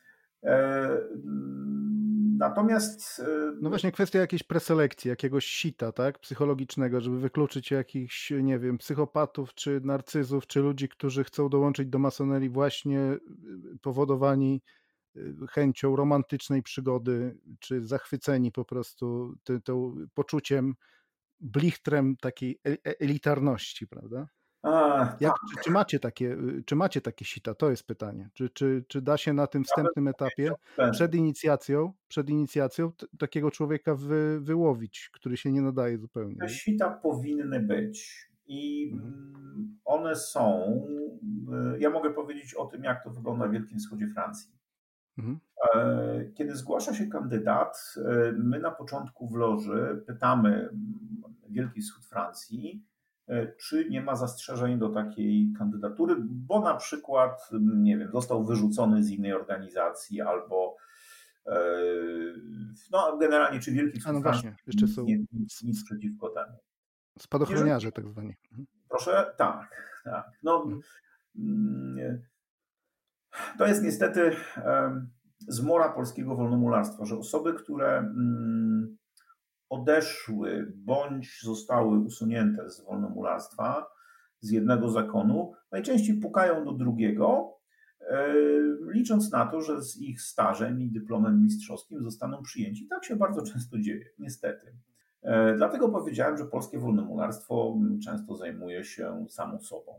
Natomiast... No właśnie kwestia jakiejś preselekcji, jakiegoś sita, tak, psychologicznego, żeby wykluczyć jakichś, nie wiem, psychopatów, czy narcyzów, czy ludzi, którzy chcą dołączyć do masonerii właśnie powodowani chęcią romantycznej przygody, czy zachwyceni po prostu tym poczuciem, blichtrem takiej elitarności, prawda? A, Jak, tak. czy, czy, macie takie, czy macie takie sita? To jest pytanie. Czy, czy, czy da się na tym wstępnym etapie, przed inicjacją, przed inicjacją t- takiego człowieka wy, wyłowić, który się nie nadaje zupełnie? Te sita powinny być i mhm. one są. Ja mogę powiedzieć o tym, jak to wygląda w Wielkim Wschodzie Francji. Mhm. Kiedy zgłasza się kandydat, my na początku w loży pytamy Wielki Wschód Francji, czy nie ma zastrzeżeń do takiej kandydatury, bo na przykład, nie wiem, został wyrzucony z innej organizacji albo no generalnie, czy Wielki Wschód no Francji właśnie, jeszcze są nic, nic, nic przeciwko temu. Spadochroniarze tak zwani. Proszę, tak, tak. No, hmm. To jest niestety zmora polskiego wolnomularstwa, że osoby, które odeszły bądź zostały usunięte z wolnomularstwa, z jednego zakonu, najczęściej pukają do drugiego, licząc na to, że z ich stażem i dyplomem mistrzowskim zostaną przyjęci. Tak się bardzo często dzieje, niestety. Dlatego powiedziałem, że polskie wolnomularstwo często zajmuje się samą sobą.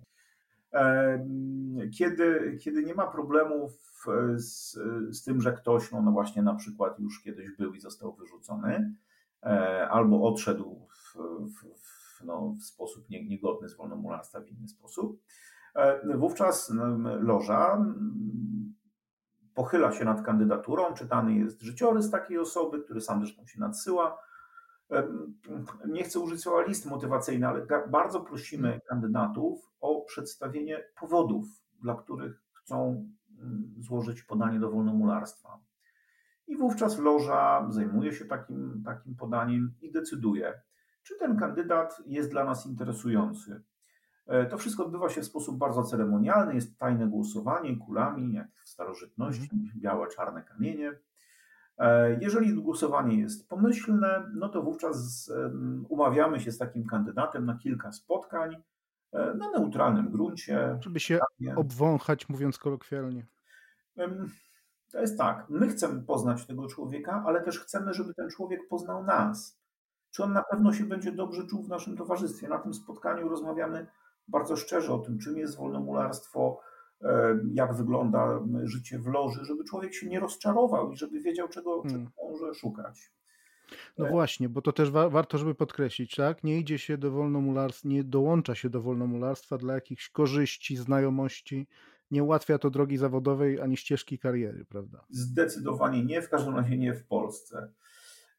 Kiedy, kiedy nie ma problemów z, z tym, że ktoś, no, no właśnie na przykład już kiedyś był i został wyrzucony, albo odszedł w, w, no, w sposób niegodny z wolnomularstwa w inny sposób, wówczas loża pochyla się nad kandydaturą, czytany jest życiorys takiej osoby, który sam zresztą się nadsyła. Nie chcę użyć słowa list motywacyjny, ale bardzo prosimy kandydatów o przedstawienie powodów, dla których chcą złożyć podanie do wolnomularstwa. I wówczas loża zajmuje się takim, takim podaniem i decyduje, czy ten kandydat jest dla nas interesujący. To wszystko odbywa się w sposób bardzo ceremonialny, jest tajne głosowanie kulami, jak w starożytności, mhm. białe, czarne kamienie. Jeżeli głosowanie jest pomyślne, no to wówczas umawiamy się z takim kandydatem na kilka spotkań na neutralnym gruncie. Żeby się obwąchać, mówiąc kolokwialnie. To jest tak, my chcemy poznać tego człowieka, ale też chcemy, żeby ten człowiek poznał nas. Czy on na pewno się będzie dobrze czuł w naszym towarzystwie? Na tym spotkaniu rozmawiamy bardzo szczerze o tym, czym jest wolnomularstwo, jak wygląda życie w loży, żeby człowiek się nie rozczarował i żeby wiedział, czego, czego może szukać. No właśnie, bo to też wa- warto, żeby podkreślić, tak? Nie idzie się do wolnomularstwa, nie dołącza się do wolnomularstwa dla jakichś korzyści, znajomości, nie ułatwia to drogi zawodowej ani ścieżki kariery, prawda? Zdecydowanie nie, w każdym razie nie w Polsce.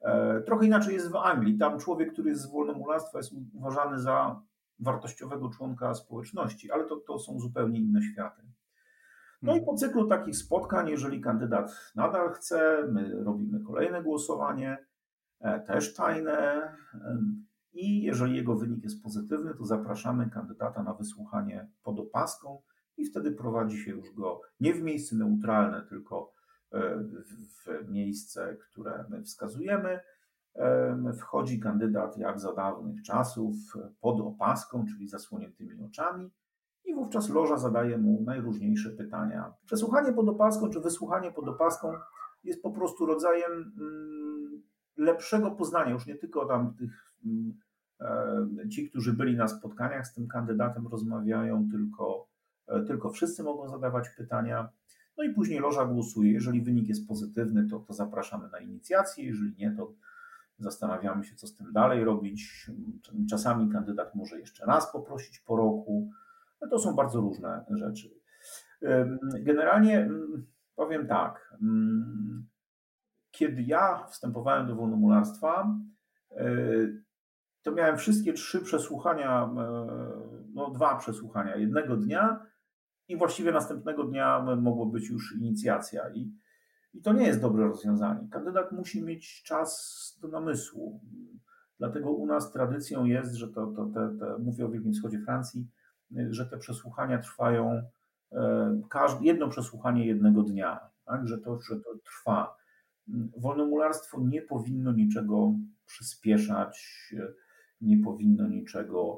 Trochę inaczej jest w Anglii. Tam człowiek, który jest z wolnomularstwa, jest uważany za wartościowego członka społeczności, ale to, to są zupełnie inne światy. No i po cyklu takich spotkań, jeżeli kandydat nadal chce, my robimy kolejne głosowanie, też tajne, i jeżeli jego wynik jest pozytywny, to zapraszamy kandydata na wysłuchanie pod opaską i wtedy prowadzi się już go nie w miejsce neutralne, tylko w miejsce, które my wskazujemy. Wchodzi kandydat jak za dawnych czasów pod opaską, czyli zasłoniętymi oczami, i wówczas loża zadaje mu najróżniejsze pytania. Przesłuchanie pod opaską czy wysłuchanie pod opaską jest po prostu rodzajem lepszego poznania, już nie tylko tam tych, ci, którzy byli na spotkaniach z tym kandydatem, rozmawiają, tylko, tylko wszyscy mogą zadawać pytania. No i później loża głosuje. Jeżeli wynik jest pozytywny, to, to zapraszamy na inicjację, jeżeli nie, to zastanawiamy się, co z tym dalej robić. Czasami kandydat może jeszcze raz poprosić po roku. No to są bardzo różne rzeczy. Generalnie powiem tak, kiedy ja wstępowałem do wolnomularstwa, to miałem wszystkie trzy przesłuchania, no dwa przesłuchania jednego dnia i właściwie następnego dnia mogło być już inicjacja. I, i to nie jest dobre rozwiązanie. Kandydat musi mieć czas do namysłu. Dlatego u nas tradycją jest, że to, to te, te, mówię o Wielkim Wschodzie Francji, że te przesłuchania trwają, każde, jedno przesłuchanie jednego dnia, tak? że, to, że to trwa. Wolnomularstwo nie powinno niczego przyspieszać, nie powinno niczego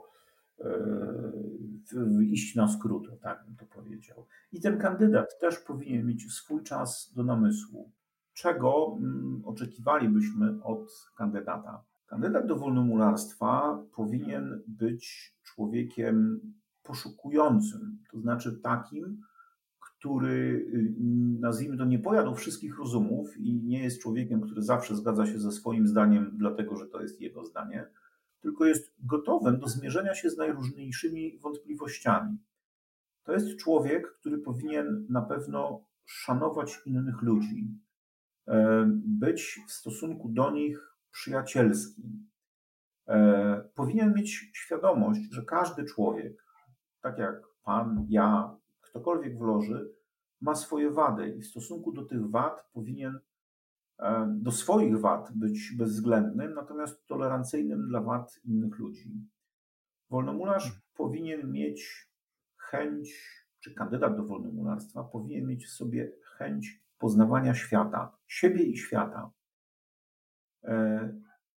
e, iść na skrót, tak bym to powiedział. I ten kandydat też powinien mieć swój czas do namysłu. Czego mm, oczekiwalibyśmy od kandydata? Kandydat do wolnomularstwa powinien być człowiekiem poszukującym, to znaczy takim, który, nazwijmy to, nie pojadł wszystkich rozumów i nie jest człowiekiem, który zawsze zgadza się ze swoim zdaniem, dlatego że to jest jego zdanie, tylko jest gotowym do zmierzenia się z najróżniejszymi wątpliwościami. To jest człowiek, który powinien na pewno szanować innych ludzi, być w stosunku do nich przyjacielski. Powinien mieć świadomość, że każdy człowiek, tak jak pan, ja, ktokolwiek w loży, ma swoje wady i w stosunku do tych wad powinien do swoich wad być bezwzględnym, natomiast tolerancyjnym dla wad innych ludzi. Wolnomularz hmm. powinien mieć chęć, czy kandydat do wolnomularstwa powinien mieć w sobie chęć poznawania świata, siebie i świata. E,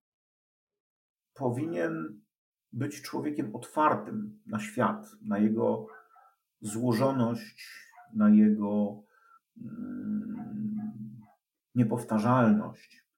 powinien być człowiekiem otwartym na świat, na jego złożoność, na jego mm, niepowtarzalność.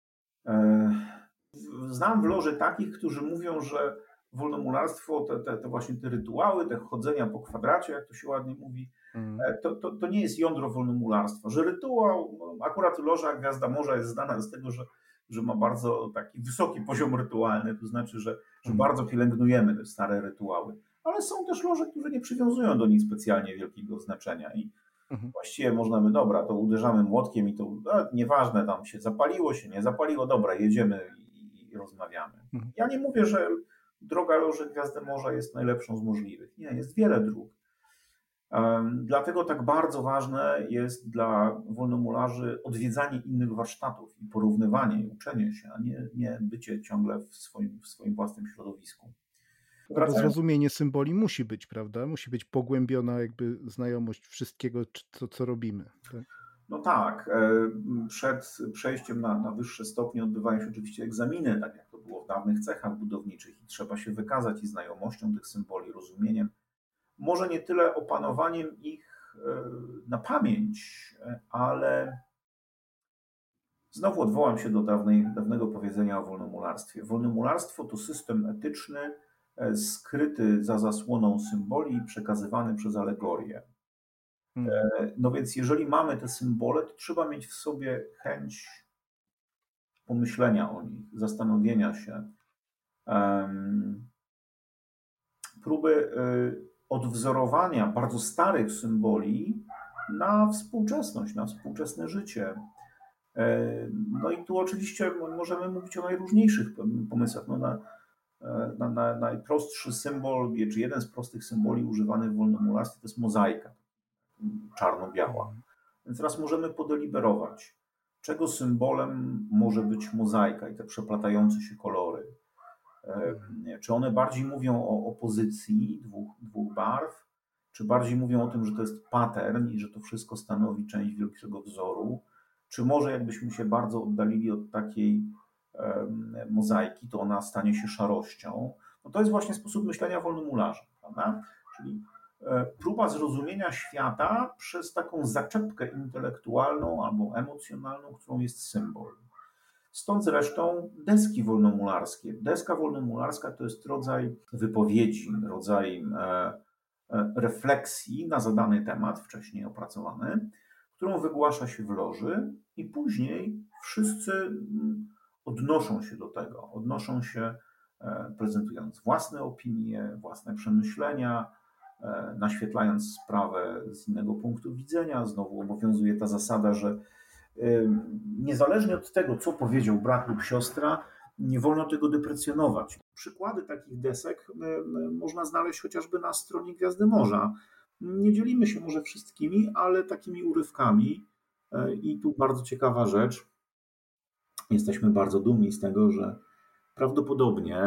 Znam w loży takich, którzy mówią, że wolnomularstwo, te, te, te właśnie te rytuały, te chodzenia po kwadracie, jak to się ładnie mówi, mm. to, to, to nie jest jądro wolnomularstwa. Że rytuał, no, akurat loża Gwiazda Morza jest znana z tego, że, że ma bardzo taki wysoki poziom rytualny, to znaczy, że, że mm. bardzo pielęgnujemy te stare rytuały. Ale są też loże, które nie przywiązują do nich specjalnie wielkiego znaczenia i mhm. właściwie można by, dobra, to uderzamy młotkiem i to no, nieważne, tam się zapaliło, się nie zapaliło, dobra, jedziemy i, i rozmawiamy. Mhm. Ja nie mówię, że droga loży Gwiazdy Morza jest najlepszą z możliwych. Nie, jest wiele dróg. Um, dlatego tak bardzo ważne jest dla wolnomularzy odwiedzanie innych warsztatów i porównywanie, i uczenie się, a nie, nie bycie ciągle w swoim, w swoim własnym środowisku. No bo zrozumienie symboli musi być, prawda? Musi być pogłębiona jakby znajomość wszystkiego, co, co robimy. Tak? No tak. Przed przejściem na, na wyższe stopnie odbywają się oczywiście egzaminy, tak jak to było w dawnych cechach budowniczych i trzeba się wykazać i znajomością tych symboli, rozumieniem. Może nie tyle opanowaniem ich na pamięć, ale znowu odwołam się do dawnej, dawnego powiedzenia o wolnomularstwie. Wolnomularstwo to system etyczny, skryty za zasłoną symboli i przekazywany przez alegorię. Hmm. No więc jeżeli mamy te symbole, to trzeba mieć w sobie chęć pomyślenia o nich, zastanowienia się, um, próby y, odwzorowania bardzo starych symboli na współczesność, na współczesne życie. No i tu oczywiście możemy mówić o najróżniejszych pomysłach. No na, na, na najprostszy symbol, czy jeden z prostych symboli używanych w wolnomularstwie to jest mozaika, czarno-biała. Więc teraz możemy podeliberować, czego symbolem może być mozaika i te przeplatające się kolory. Czy one bardziej mówią o opozycji dwóch, dwóch barw, czy bardziej mówią o tym, że to jest pattern i że to wszystko stanowi część wielkiego wzoru, czy może jakbyśmy się bardzo oddalili od takiej um, mozaiki, to ona stanie się szarością. No to jest właśnie sposób myślenia wolnomularza, prawda? Czyli e, próba zrozumienia świata przez taką zaczepkę intelektualną albo emocjonalną, którą jest symbol. Stąd zresztą deski wolnomularskie. Deska wolnomularska to jest rodzaj wypowiedzi, rodzaj e, e, refleksji na zadany temat, wcześniej opracowany, którą wygłasza się w loży i później wszyscy odnoszą się do tego, odnoszą się e, prezentując własne opinie, własne przemyślenia, e, naświetlając sprawę z innego punktu widzenia. Znowu obowiązuje ta zasada, że niezależnie od tego, co powiedział brat lub siostra, nie wolno tego deprecjonować. Przykłady takich desek można znaleźć chociażby na stronie Gwiazdy Morza. Nie dzielimy się może wszystkimi, ale takimi urywkami. I tu bardzo ciekawa rzecz. Jesteśmy bardzo dumni z tego, że prawdopodobnie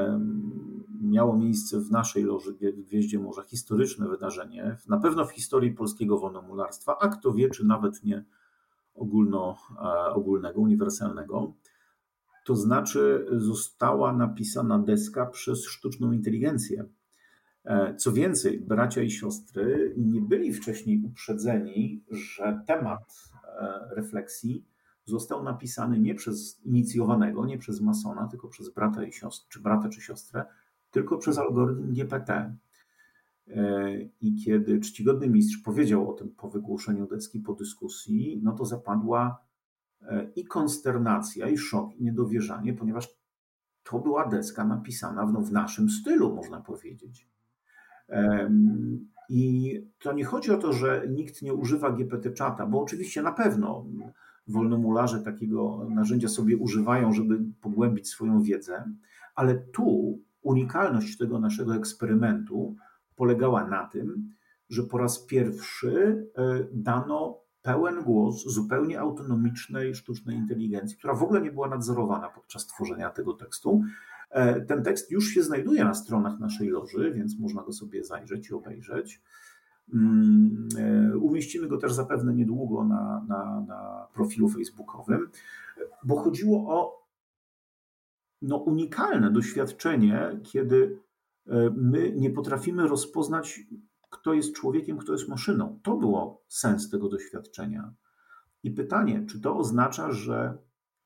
miało miejsce w naszej loży w Gwieździe Morza historyczne wydarzenie, na pewno w historii polskiego wolnomularstwa, a kto wie, czy nawet nie ogólno, ogólnego, uniwersalnego, to znaczy została napisana deska przez sztuczną inteligencję. Co więcej, bracia i siostry nie byli wcześniej uprzedzeni, że temat refleksji został napisany nie przez inicjowanego, nie przez masona, tylko przez brata i siostrę, czy brata czy siostrę, tylko przez algorytm G P T. I kiedy czcigodny mistrz powiedział o tym po wygłoszeniu deski, po dyskusji, no to zapadła i konsternacja, i szok, i niedowierzanie, ponieważ to była deska napisana w, no, w naszym stylu, można powiedzieć. I to nie chodzi o to, że nikt nie używa G P T czata, bo oczywiście na pewno wolnomularze takiego narzędzia sobie używają, żeby pogłębić swoją wiedzę, ale tu unikalność tego naszego eksperymentu polegała na tym, że po raz pierwszy dano pełen głos zupełnie autonomicznej sztucznej inteligencji, która w ogóle nie była nadzorowana podczas tworzenia tego tekstu. Ten tekst już się znajduje na stronach naszej loży, więc można go sobie zajrzeć i obejrzeć. Umieścimy go też zapewne niedługo na, na, na profilu facebookowym, bo chodziło o no, unikalne doświadczenie, kiedy my nie potrafimy rozpoznać, kto jest człowiekiem, kto jest maszyną. To było sens tego doświadczenia. I pytanie, czy to oznacza, że,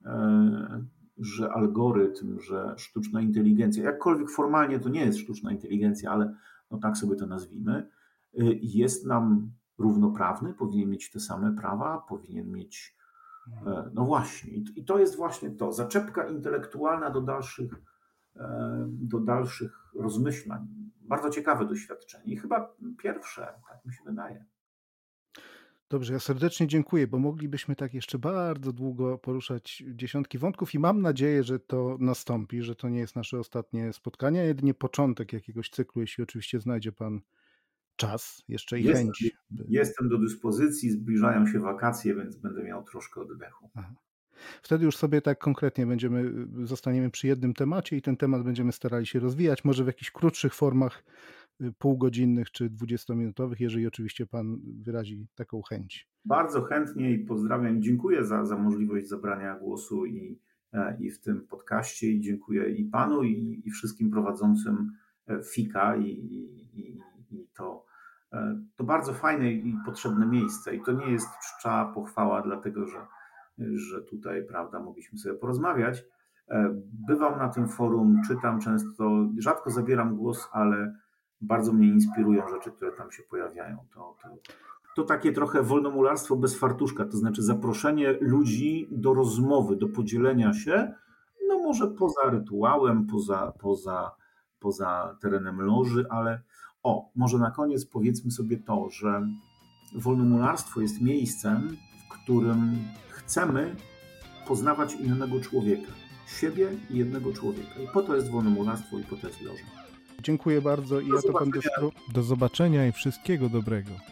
że algorytm, że sztuczna inteligencja, jakkolwiek formalnie to nie jest sztuczna inteligencja, ale no tak sobie to nazwijmy, jest nam równoprawny, powinien mieć te same prawa, powinien mieć, no właśnie, i to jest właśnie to, zaczepka intelektualna do dalszych, do dalszych rozmyślań. Bardzo ciekawe doświadczenie i chyba pierwsze, tak mi się wydaje. Dobrze, ja serdecznie dziękuję, bo moglibyśmy tak jeszcze bardzo długo poruszać dziesiątki wątków i mam nadzieję, że to nastąpi, że to nie jest nasze ostatnie spotkanie, a jedynie początek jakiegoś cyklu, jeśli oczywiście znajdzie Pan czas jeszcze i Jestem, chęć. Jestem do dyspozycji, zbliżają się wakacje, więc będę miał troszkę oddechu. Aha. Wtedy już sobie tak konkretnie będziemy, zostaniemy przy jednym temacie i ten temat będziemy starali się rozwijać, może w jakichś krótszych formach, półgodzinnych czy dwudziestominutowych, jeżeli oczywiście Pan wyrazi taką chęć. Bardzo chętnie i pozdrawiam. Dziękuję za, za możliwość zabrania głosu i, i w tym podcaście i dziękuję i Panu i, i wszystkim prowadzącym Fika i, i, i to, to bardzo fajne i potrzebne miejsce i to nie jest czcza pochwała, dlatego że, że tutaj, prawda, mogliśmy sobie porozmawiać. Bywam na tym forum, czytam często, rzadko zabieram głos, ale bardzo mnie inspirują rzeczy, które tam się pojawiają. To, to, to takie trochę wolnomularstwo bez fartuszka, to znaczy zaproszenie ludzi do rozmowy, do podzielenia się, no może poza rytuałem, poza, poza, poza terenem loży, ale o, może na koniec powiedzmy sobie to, że wolnomularstwo jest miejscem, w którym chcemy poznawać innego człowieka, siebie i jednego człowieka. I po to jest wolnomularstwo i po to jest loża. Dziękuję bardzo i Do ja to będę... zobaczenia. Do zobaczenia i wszystkiego dobrego.